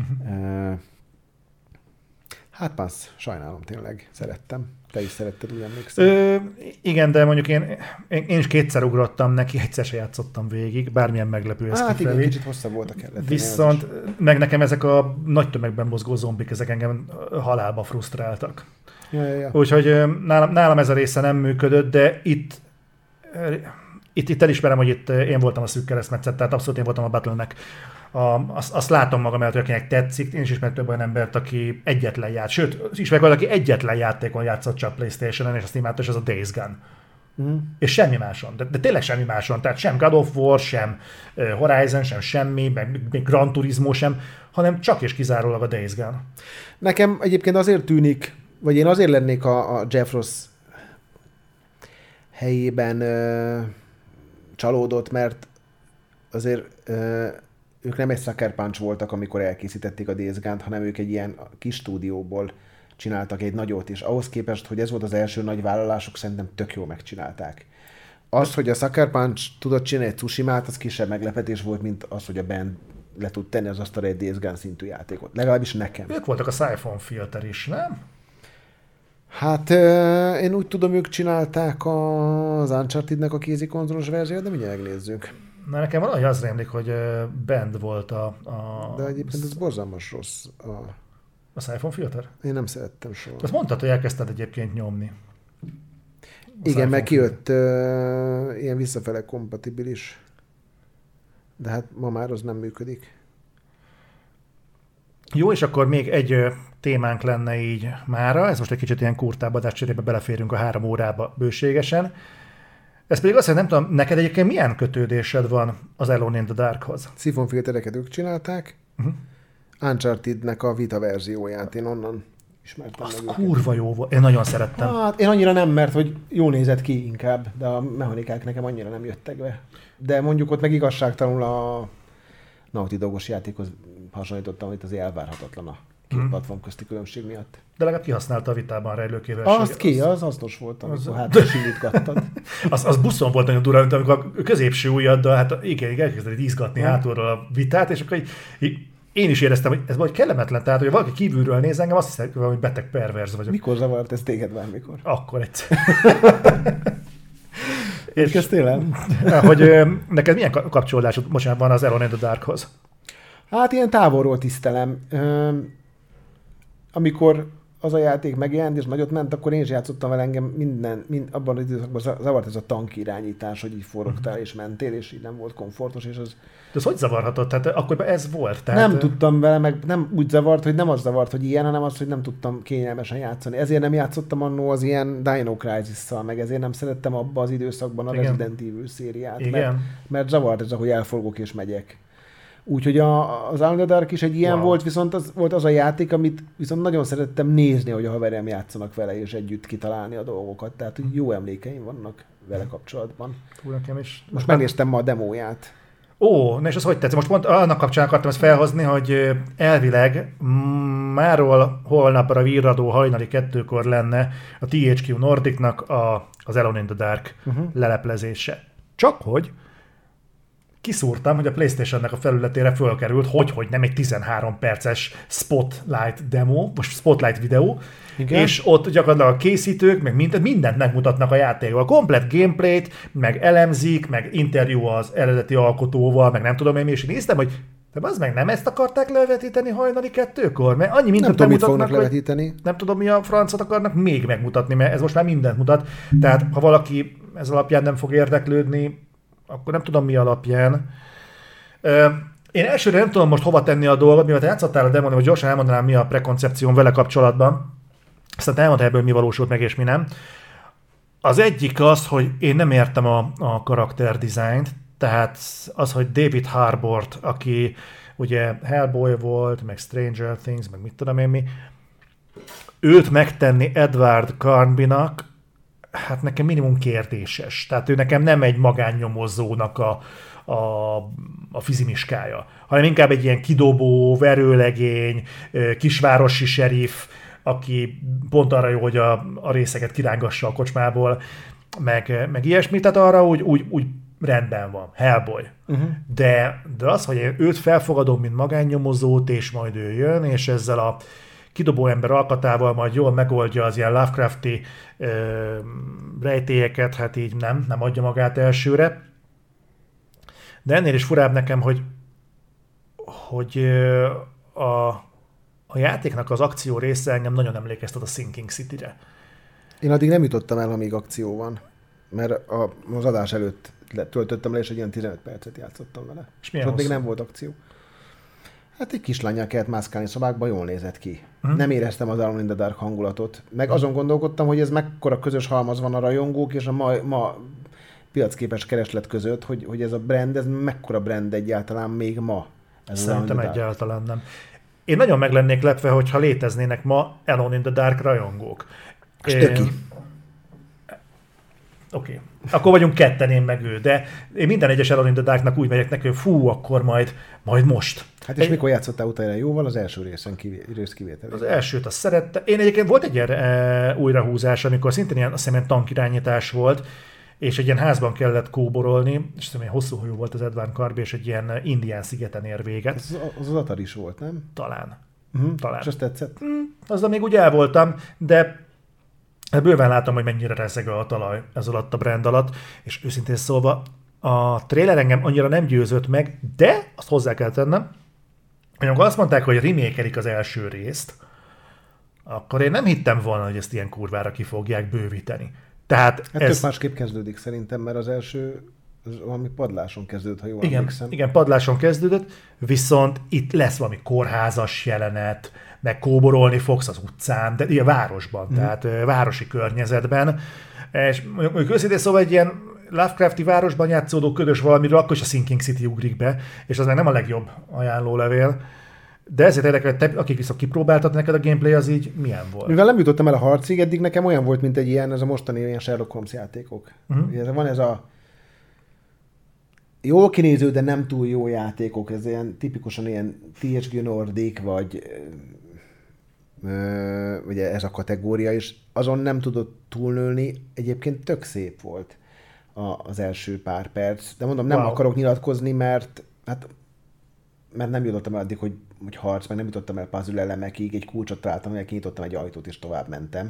Hát passz, sajnálom tényleg, szerettem. Te is szeretted, úgy emlékszem? Igen, de mondjuk én is kétszer ugrottam neki, egyszer se játszottam végig, bármilyen meglepő ez kifelé. Hát igen, kicsit hosszabb volt a kellett. Viszont meg nekem ezek a nagy tömegben mozgó zombik, ezek engem halálba frusztráltak. Ja. Úgyhogy nálam ez a része nem működött, de itt elismerem, hogy itt én voltam a szűk keresztmetszet, tehát abszolút én voltam a Battle-nek. Azt látom magam előtt, hogy akinek tetszik, én is ismerek több olyan embert, aki egyetlen járt. Sőt, ismerek valaki, aki egyetlen játékon játszott csak PlayStation-en, és azt imádta, és az a Days Gone. És semmi máson. De tényleg semmi máson. Tehát sem God of War, sem Horizon, sem semmi, meg Gran Turismo sem, hanem csak és kizárólag a Days Gone. Nekem egyébként azért tűnik, vagy én azért lennék a Jeff Ross helyében csalódott, mert azért ők nem egy Sucker Punch voltak, amikor elkészítették a Days Gone-t, hanem ők egy ilyen kis stúdióból csináltak egy nagyot, és ahhoz képest, hogy ez volt az első nagy vállalásuk, szerintem tök jól megcsinálták. Az, hogy a Sucker Punch tudott csinálni egy Tsushimát, az kisebb meglepetés volt, mint az, hogy a band le tud tenni az asztalra egy Days Gone szintű játékot. Legalábbis nekem. Ők voltak a Siphon Filter is, nem? Hát én úgy tudom, ők csinálták az Uncharted-nek a kézikonzolos verziót, de mindjárt megnézzük. Na, nekem valahogy az rémlik, hogy band volt De egyébként ez borzalmas rossz. A Siphon Filter? Én nem szerettem soha. Azt mondtad, hogy elkezdted egyébként nyomni. Igen, meg kijött ilyen visszafele kompatibilis. De hát ma már az nem működik. Jó, és akkor még egy témánk lenne így mára, ez most egy kicsit ilyen kurtább adáscserébe beleférünk a 3 órába bőségesen. Ez pedig azt, hogy nem tudom, neked egyébként milyen kötődésed van az Alone in the Darkhoz? Siphon filtereket ők csinálták, Uncharted-nek a Vita verzióját, én onnan ismertem az meg kurva jó volt, én nagyon szerettem. Hát én annyira nem, mert hogy jól nézett ki inkább, de a mechanikák nekem annyira nem jöttek be. De mondjuk ott meg igazságtalanul a Naughty Dogos játékhoz hasonlítottam, hogy azért elvárhatatlan a két platform közti különbség miatt. De legalább kihasználta a vitában rejlő képesség. Azt ki, az hasznos volt, amikor hátra simítgattad. Az buszon volt nagyon durva, mint amikor a középső ujjaddal, hát igen, elkezdett izgatni hátulról a vitát, és akkor én is éreztem, hogy ez vagy kellemetlen, tehát hogy valaki kívülről néz engem, azt hiszem, hogy beteg perverz vagyok. Mikor zavart ez téged bármikor? Akkor egyszer. Érkeztél el? Hogy neked milyen kapcsolódásod most van az Alone in the Darkhoz? Hát ilyen távolról tisztelem. Amikor az a játék megjelent, és nagyot ment, akkor én is játszottam vele, engem abban az időszakban zavart ez a tank irányítás, hogy így forogtál és mentél, és így nem volt komfortos, és az... De ez hogy zavarhatott? Tehát akkoriban ez volt? Tehát... Nem tudtam vele, meg nem úgy zavart, hogy nem az zavart, hogy ilyen, hanem az, hogy nem tudtam kényelmesen játszani. Ezért nem játszottam annó az ilyen Dino Crisis-szal, meg ezért nem szerettem abba az időszakban a Resident Evil szériát, mert zavart ez, ahogy elforgok és megyek. Úgyhogy az Alone in the Dark is egy ilyen volt, viszont volt az a játék, amit viszont nagyon szerettem nézni, hogy a haverem játszanak vele, és együtt kitalálni a dolgokat. Tehát jó emlékeim vannak vele kapcsolatban. Most megnéztem ma a demóját. Ó, na és az hogy tetsz? Most annak kapcsán akartam ezt felhozni, hogy elvileg máról holnapra virradó hajnali 2-kor lenne a THQ Nordicnak az Alone in the Dark leleplezése. Csak hogy kiszúrtam, hogy a PlayStation-nek a felületére fölkerült, hogy nem egy 13 perces Spotlight demo, most Spotlight videó, igen. És ott gyakorlatilag a készítők, meg mindent megmutatnak a játékról. Komplet gameplayt, meg elemzik, meg interjú az eredeti alkotóval, meg nem tudom én, és néztem, hogy de az meg nem ezt akarták levetíteni hajnali 2-kor? Mert annyi mindent nem tudom, mit fognak levetíteni. Nem tudom, mi a francot akarnak még megmutatni, mert ez most már mindent mutat. Tehát ha valaki ez alapján nem fog érdeklődni, akkor nem tudom mi alapján. Én elsőre nem tudom most hova tenni a dolgot, mivel te játszottál a demon, hogy gyorsan elmondanám, mi a prekoncepcióm vele kapcsolatban. Aztán elmondta ebből, mi valósult meg és mi nem. Az egyik az, hogy én nem értem a karakter dizájnt, tehát az, hogy David Harbour, aki ugye Hellboy volt, meg Stranger Things, meg mit tudom én mi, őt megtenni Edward Carnby-nak, hát nekem minimum kérdéses. Tehát ő nekem nem egy magánnyomozónak a fizimiskája, hanem inkább egy ilyen kidobó, verőlegény, kisvárosi sheriff, aki pont arra jó, hogy a részeket kirángassa a kocsmából, meg ilyesmi, tehát arra úgy rendben van, Hellboy. De az, hogy én őt felfogadom, mint magánnyomozót, és majd ő jön, és ezzel a kidobó ember alkatával majd jól megoldja az ilyen Lovecrafti rejtélyeket, hát így nem adja magát elsőre. De ennél is furább nekem, hogy a játéknak az akció része engem nagyon emlékeztet a Sinking City-re. Én addig nem jutottam el, amíg akció van, mert az adás előtt töltöttem le, és egy ilyen 15 percet játszottam vele. És ott még nem volt akció. Hát egy kislánnyal kellett mászkálni szobákba, jól nézett ki. Nem éreztem az Alone in the Dark hangulatot. Meg azon gondolkodtam, hogy ez mekkora közös halmaz van a rajongók és a ma piacképes kereslet között, hogy ez a brand, ez mekkora brand egyáltalán még ma. Szerintem egyáltalán nem. Én nagyon meg lennék lepve, hogyha léteznének ma Alone in the Dark rajongók. Stöki. Oké. Akkor vagyunk ketten, én meg ő, de én minden egyes Alone in the Darknak úgy megyek neki, hogy fú, akkor majd most. Hát és mikor játszottál utána jóval? Az első rész kivétel. Az elsőt azt szerette. Én egyébként volt egy ilyen újrahúzás, amikor szintén ilyen, azt hiszem, ilyen tankirányítás volt, és egy ilyen házban kellett kóborolni, és szerintem hosszú hajú volt az Edward Karbi, és egy ilyen indián szigeten ér véget. Az Atari is volt, nem? Talán. És azt tetszett? Azzal még úgy el voltam, de bőven látom, hogy mennyire rezeg a talaj ez alatt a brand alatt, és őszintén szólva a trailer engem annyira nem győzött meg, de azt hozzá kell tennem, hogy amikor azt mondták, hogy remake-elik az első részt, akkor én nem hittem volna, hogy ezt ilyen kurvára ki fogják bővíteni. Tehát hát ez... tök másképp kezdődik szerintem, mert az első valami padláson kezdődött, ha jól emlékszem. Igen, padláson kezdődött, viszont itt lesz valami kórházas jelenet, meg kóborolni fogsz az utcán, de ilyen városban, tehát városi környezetben. És mondjuk őszintén szóval egy ilyen Lovecrafti városban játszódó ködös valamiről, akkor is a Sinking City ugrik be, és az meg nem a legjobb ajánlólevél. De ezért érdekel, hogy te, akik viszont kipróbáltat neked a gameplay, az így milyen volt? Mivel nem jutottam el a harcig, eddig nekem olyan volt, mint egy ilyen, ez a mostani ilyen Sherlock Holmes játékok. Van ez a jól kinéző, de nem túl jó játékok, ez ilyen tipikusan ilyen THQ Nordic, vagy ugye ez a kategória is, azon nem tudott túlnőni, egyébként tök szép volt az első pár perc, de mondom, nem akarok nyilatkozni, mert nem jutottam el addig, hogy harc, meg nem jutottam el puzzle elemekig, egy kulcsot találtam, meg kinyitottam egy ajtót, és tovább mentem.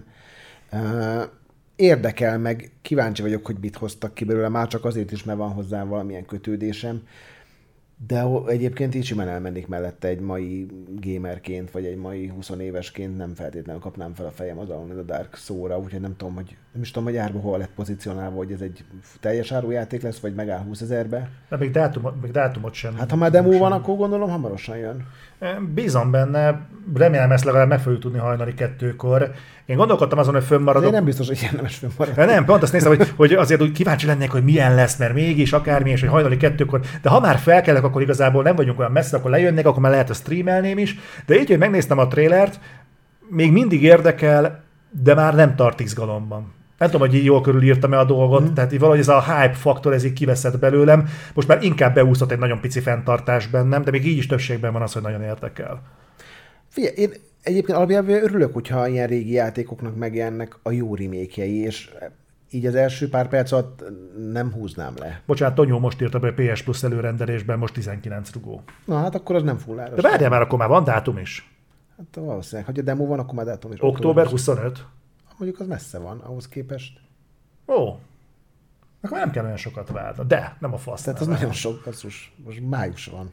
Érdekel, meg kíváncsi vagyok, hogy mit hoztak ki belőle, már csak azért is, mert van hozzá valamilyen kötődésem, de egyébként így simán elmennék mellette egy mai gamerként, vagy egy mai 20 évesként, nem feltétlenül kapnám fel a fejem az Alone in the Dark szóra, úgyhogy nem is tudom, hogy árba hol lett pozícionálva, hogy ez egy teljes árujáték lesz, vagy megáll 20 000-be. De még dátumot sem. Hát ha már demo van, akkor gondolom hamarosan jön. Bízom benne, remélem ezt legalább meg fogjuk tudni hajnali 2-kor. Én gondolkodtam azon, hogy fönnmaradok. Én nem biztos, hogy érdemes fönnmaradni. Nem, pont azt néztem, hogy azért úgy kíváncsi lennék, hogy milyen lesz, mert mégis akármi, és hogy hajnali 2-kor. De ha már felkelek, akkor igazából nem vagyunk olyan messze, akkor lejönnék, akkor már lehet, hogy streamelném is. De így, hogy megnéztem a trailert, még mindig érdekel, de már nem tart izgalomban. Nem tudom, hogy így jól körülírtam-e a dolgot, tehát így valahogy ez a hype faktor, ez így kiveszett belőlem. Most már inkább beúszott egy nagyon pici fenntartás bennem, de még így is többségben van az, hogy nagyon érdekel. Figyelj, én egyébként alapjában örülök, hogyha ilyen régi játékoknak megjelennek a jó remake-jei, és így az első pár perc alatt nem húznám le. Bocsánat, Tonyó most írta be PS Plus előrendelésben, most 19 rugó. Na hát akkor az nem fulláros. De várjál már, akkor már van dátum is. Hát valószínűleg, hogy a demo van, akkor már dátum is. Október 25. Mondjuk az messze van, ahhoz képest. Ó, akkor nem kell olyan sokat várni. De, nem a fasz. Tehát az nagyon sok, basszus. Most május van.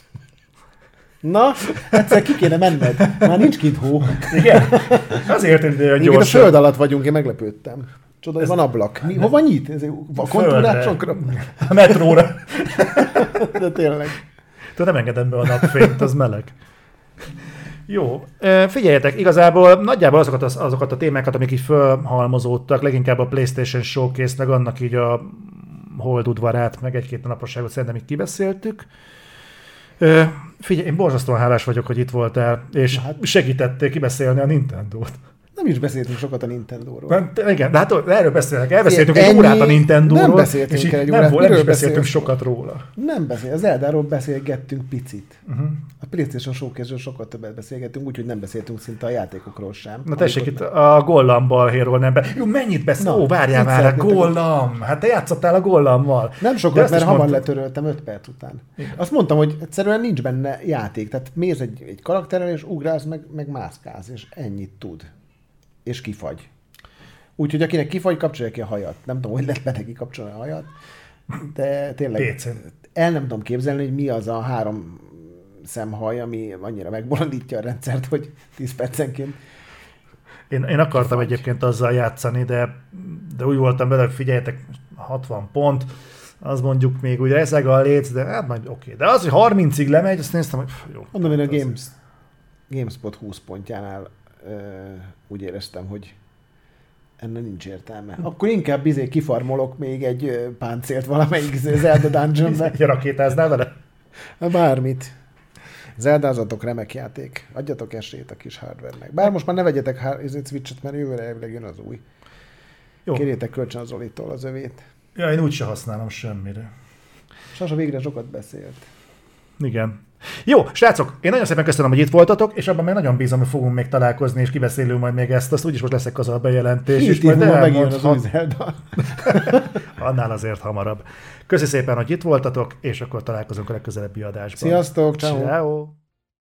Na, egyszer ki kéne menned. Már nincs kint hó. Igen? Azért induljon gyorsan. A föld alatt vagyunk, én meglepődtem. Csoda, hogy van ablak. Hova nyit? A kontúrásokra? A metróra. De tényleg. Nem engedem be a napfényt, az meleg. Jó, figyeljetek, igazából nagyjából azokat a témákat, amik így fölhalmozódtak, leginkább a PlayStation Showcase, meg annak így a hold udvarát, meg egy-két naposságot szerintem így kibeszéltük. Figyelj, én borzasztóan hálás vagyok, hogy itt voltál, és segítettél kibeszélni a Nintendót. Nem is beszéltünk sokat a Nintendóról. Igen, de hát erről beszélek. Elbeszéltünk egy órát a Nintendóról, nem beszéltünk és egy órát. Nem is beszéltünk sokat róla. Nem beszéltünk. Az Zeldáról beszélgettünk picit. A PlayStation Showcase-ről sokat többet beszélgettünk, úgyhogy nem beszéltünk szinte a játékokról sem. Na tessék, itt a Gollam balhéról nem Jó, mennyit beszél? Ó, várjál már, a Gollam! Hát te játszottál a Gollammal. Nem sokat, mert hamar letöröltem 5 perc után. Igen. Azt mondtam, hogy egyszerűen nincs benne játék. Tehát mész egy karakterrel, és ugrálsz, meg mászkálsz, és ennyit tud. És kifagy. Úgyhogy akinek kifagy, kapcsolja ki a hajat. Nem tudom, hogy lehet be neki kapcsolni a hajat, de tényleg el nem tudom képzelni, hogy mi az a 3 szemhaj, ami annyira megbolondítja a rendszert, hogy 10 percenként. Én akartam egyébként azzal játszani, de úgy voltam bele, hogy figyeljetek, 60 pont, az mondjuk még úgy rezeg a léc, de hát majd oké. De az, hogy 30-ig lemegy, azt néztem, hogy jó. Mondom, én a GameSpot 20 pontjánál úgy éreztem, hogy ennek nincs értelme. Akkor inkább kifarmolok még egy páncélt valamelyik Zelda Dungeonbe. Rakétáznál vele? Bármit. Zeldázatok, remek játék. Adjatok esélyt a kis hardware-nek. Bár most már ne vegyetek Switch-et, mert jövőre elvileg jön az új. Jó. Kérjétek kölcsön az Zolitól az övét. Ja, én úgyse használom semmire. Sasa végre sokat beszélt. Igen. Jó, srácok, én nagyon szépen köszönöm, hogy itt voltatok, és abban még nagyon bízom, hogy fogunk még találkozni, és kibeszélünk majd még ezt, azt úgyis most leszek az a bejelentés. És majd megijön az új Zelda. Annál azért hamarabb. Köszi szépen, hogy itt voltatok, és akkor találkozunk a legközelebbi adásban. Sziasztok, ciao. Ciao.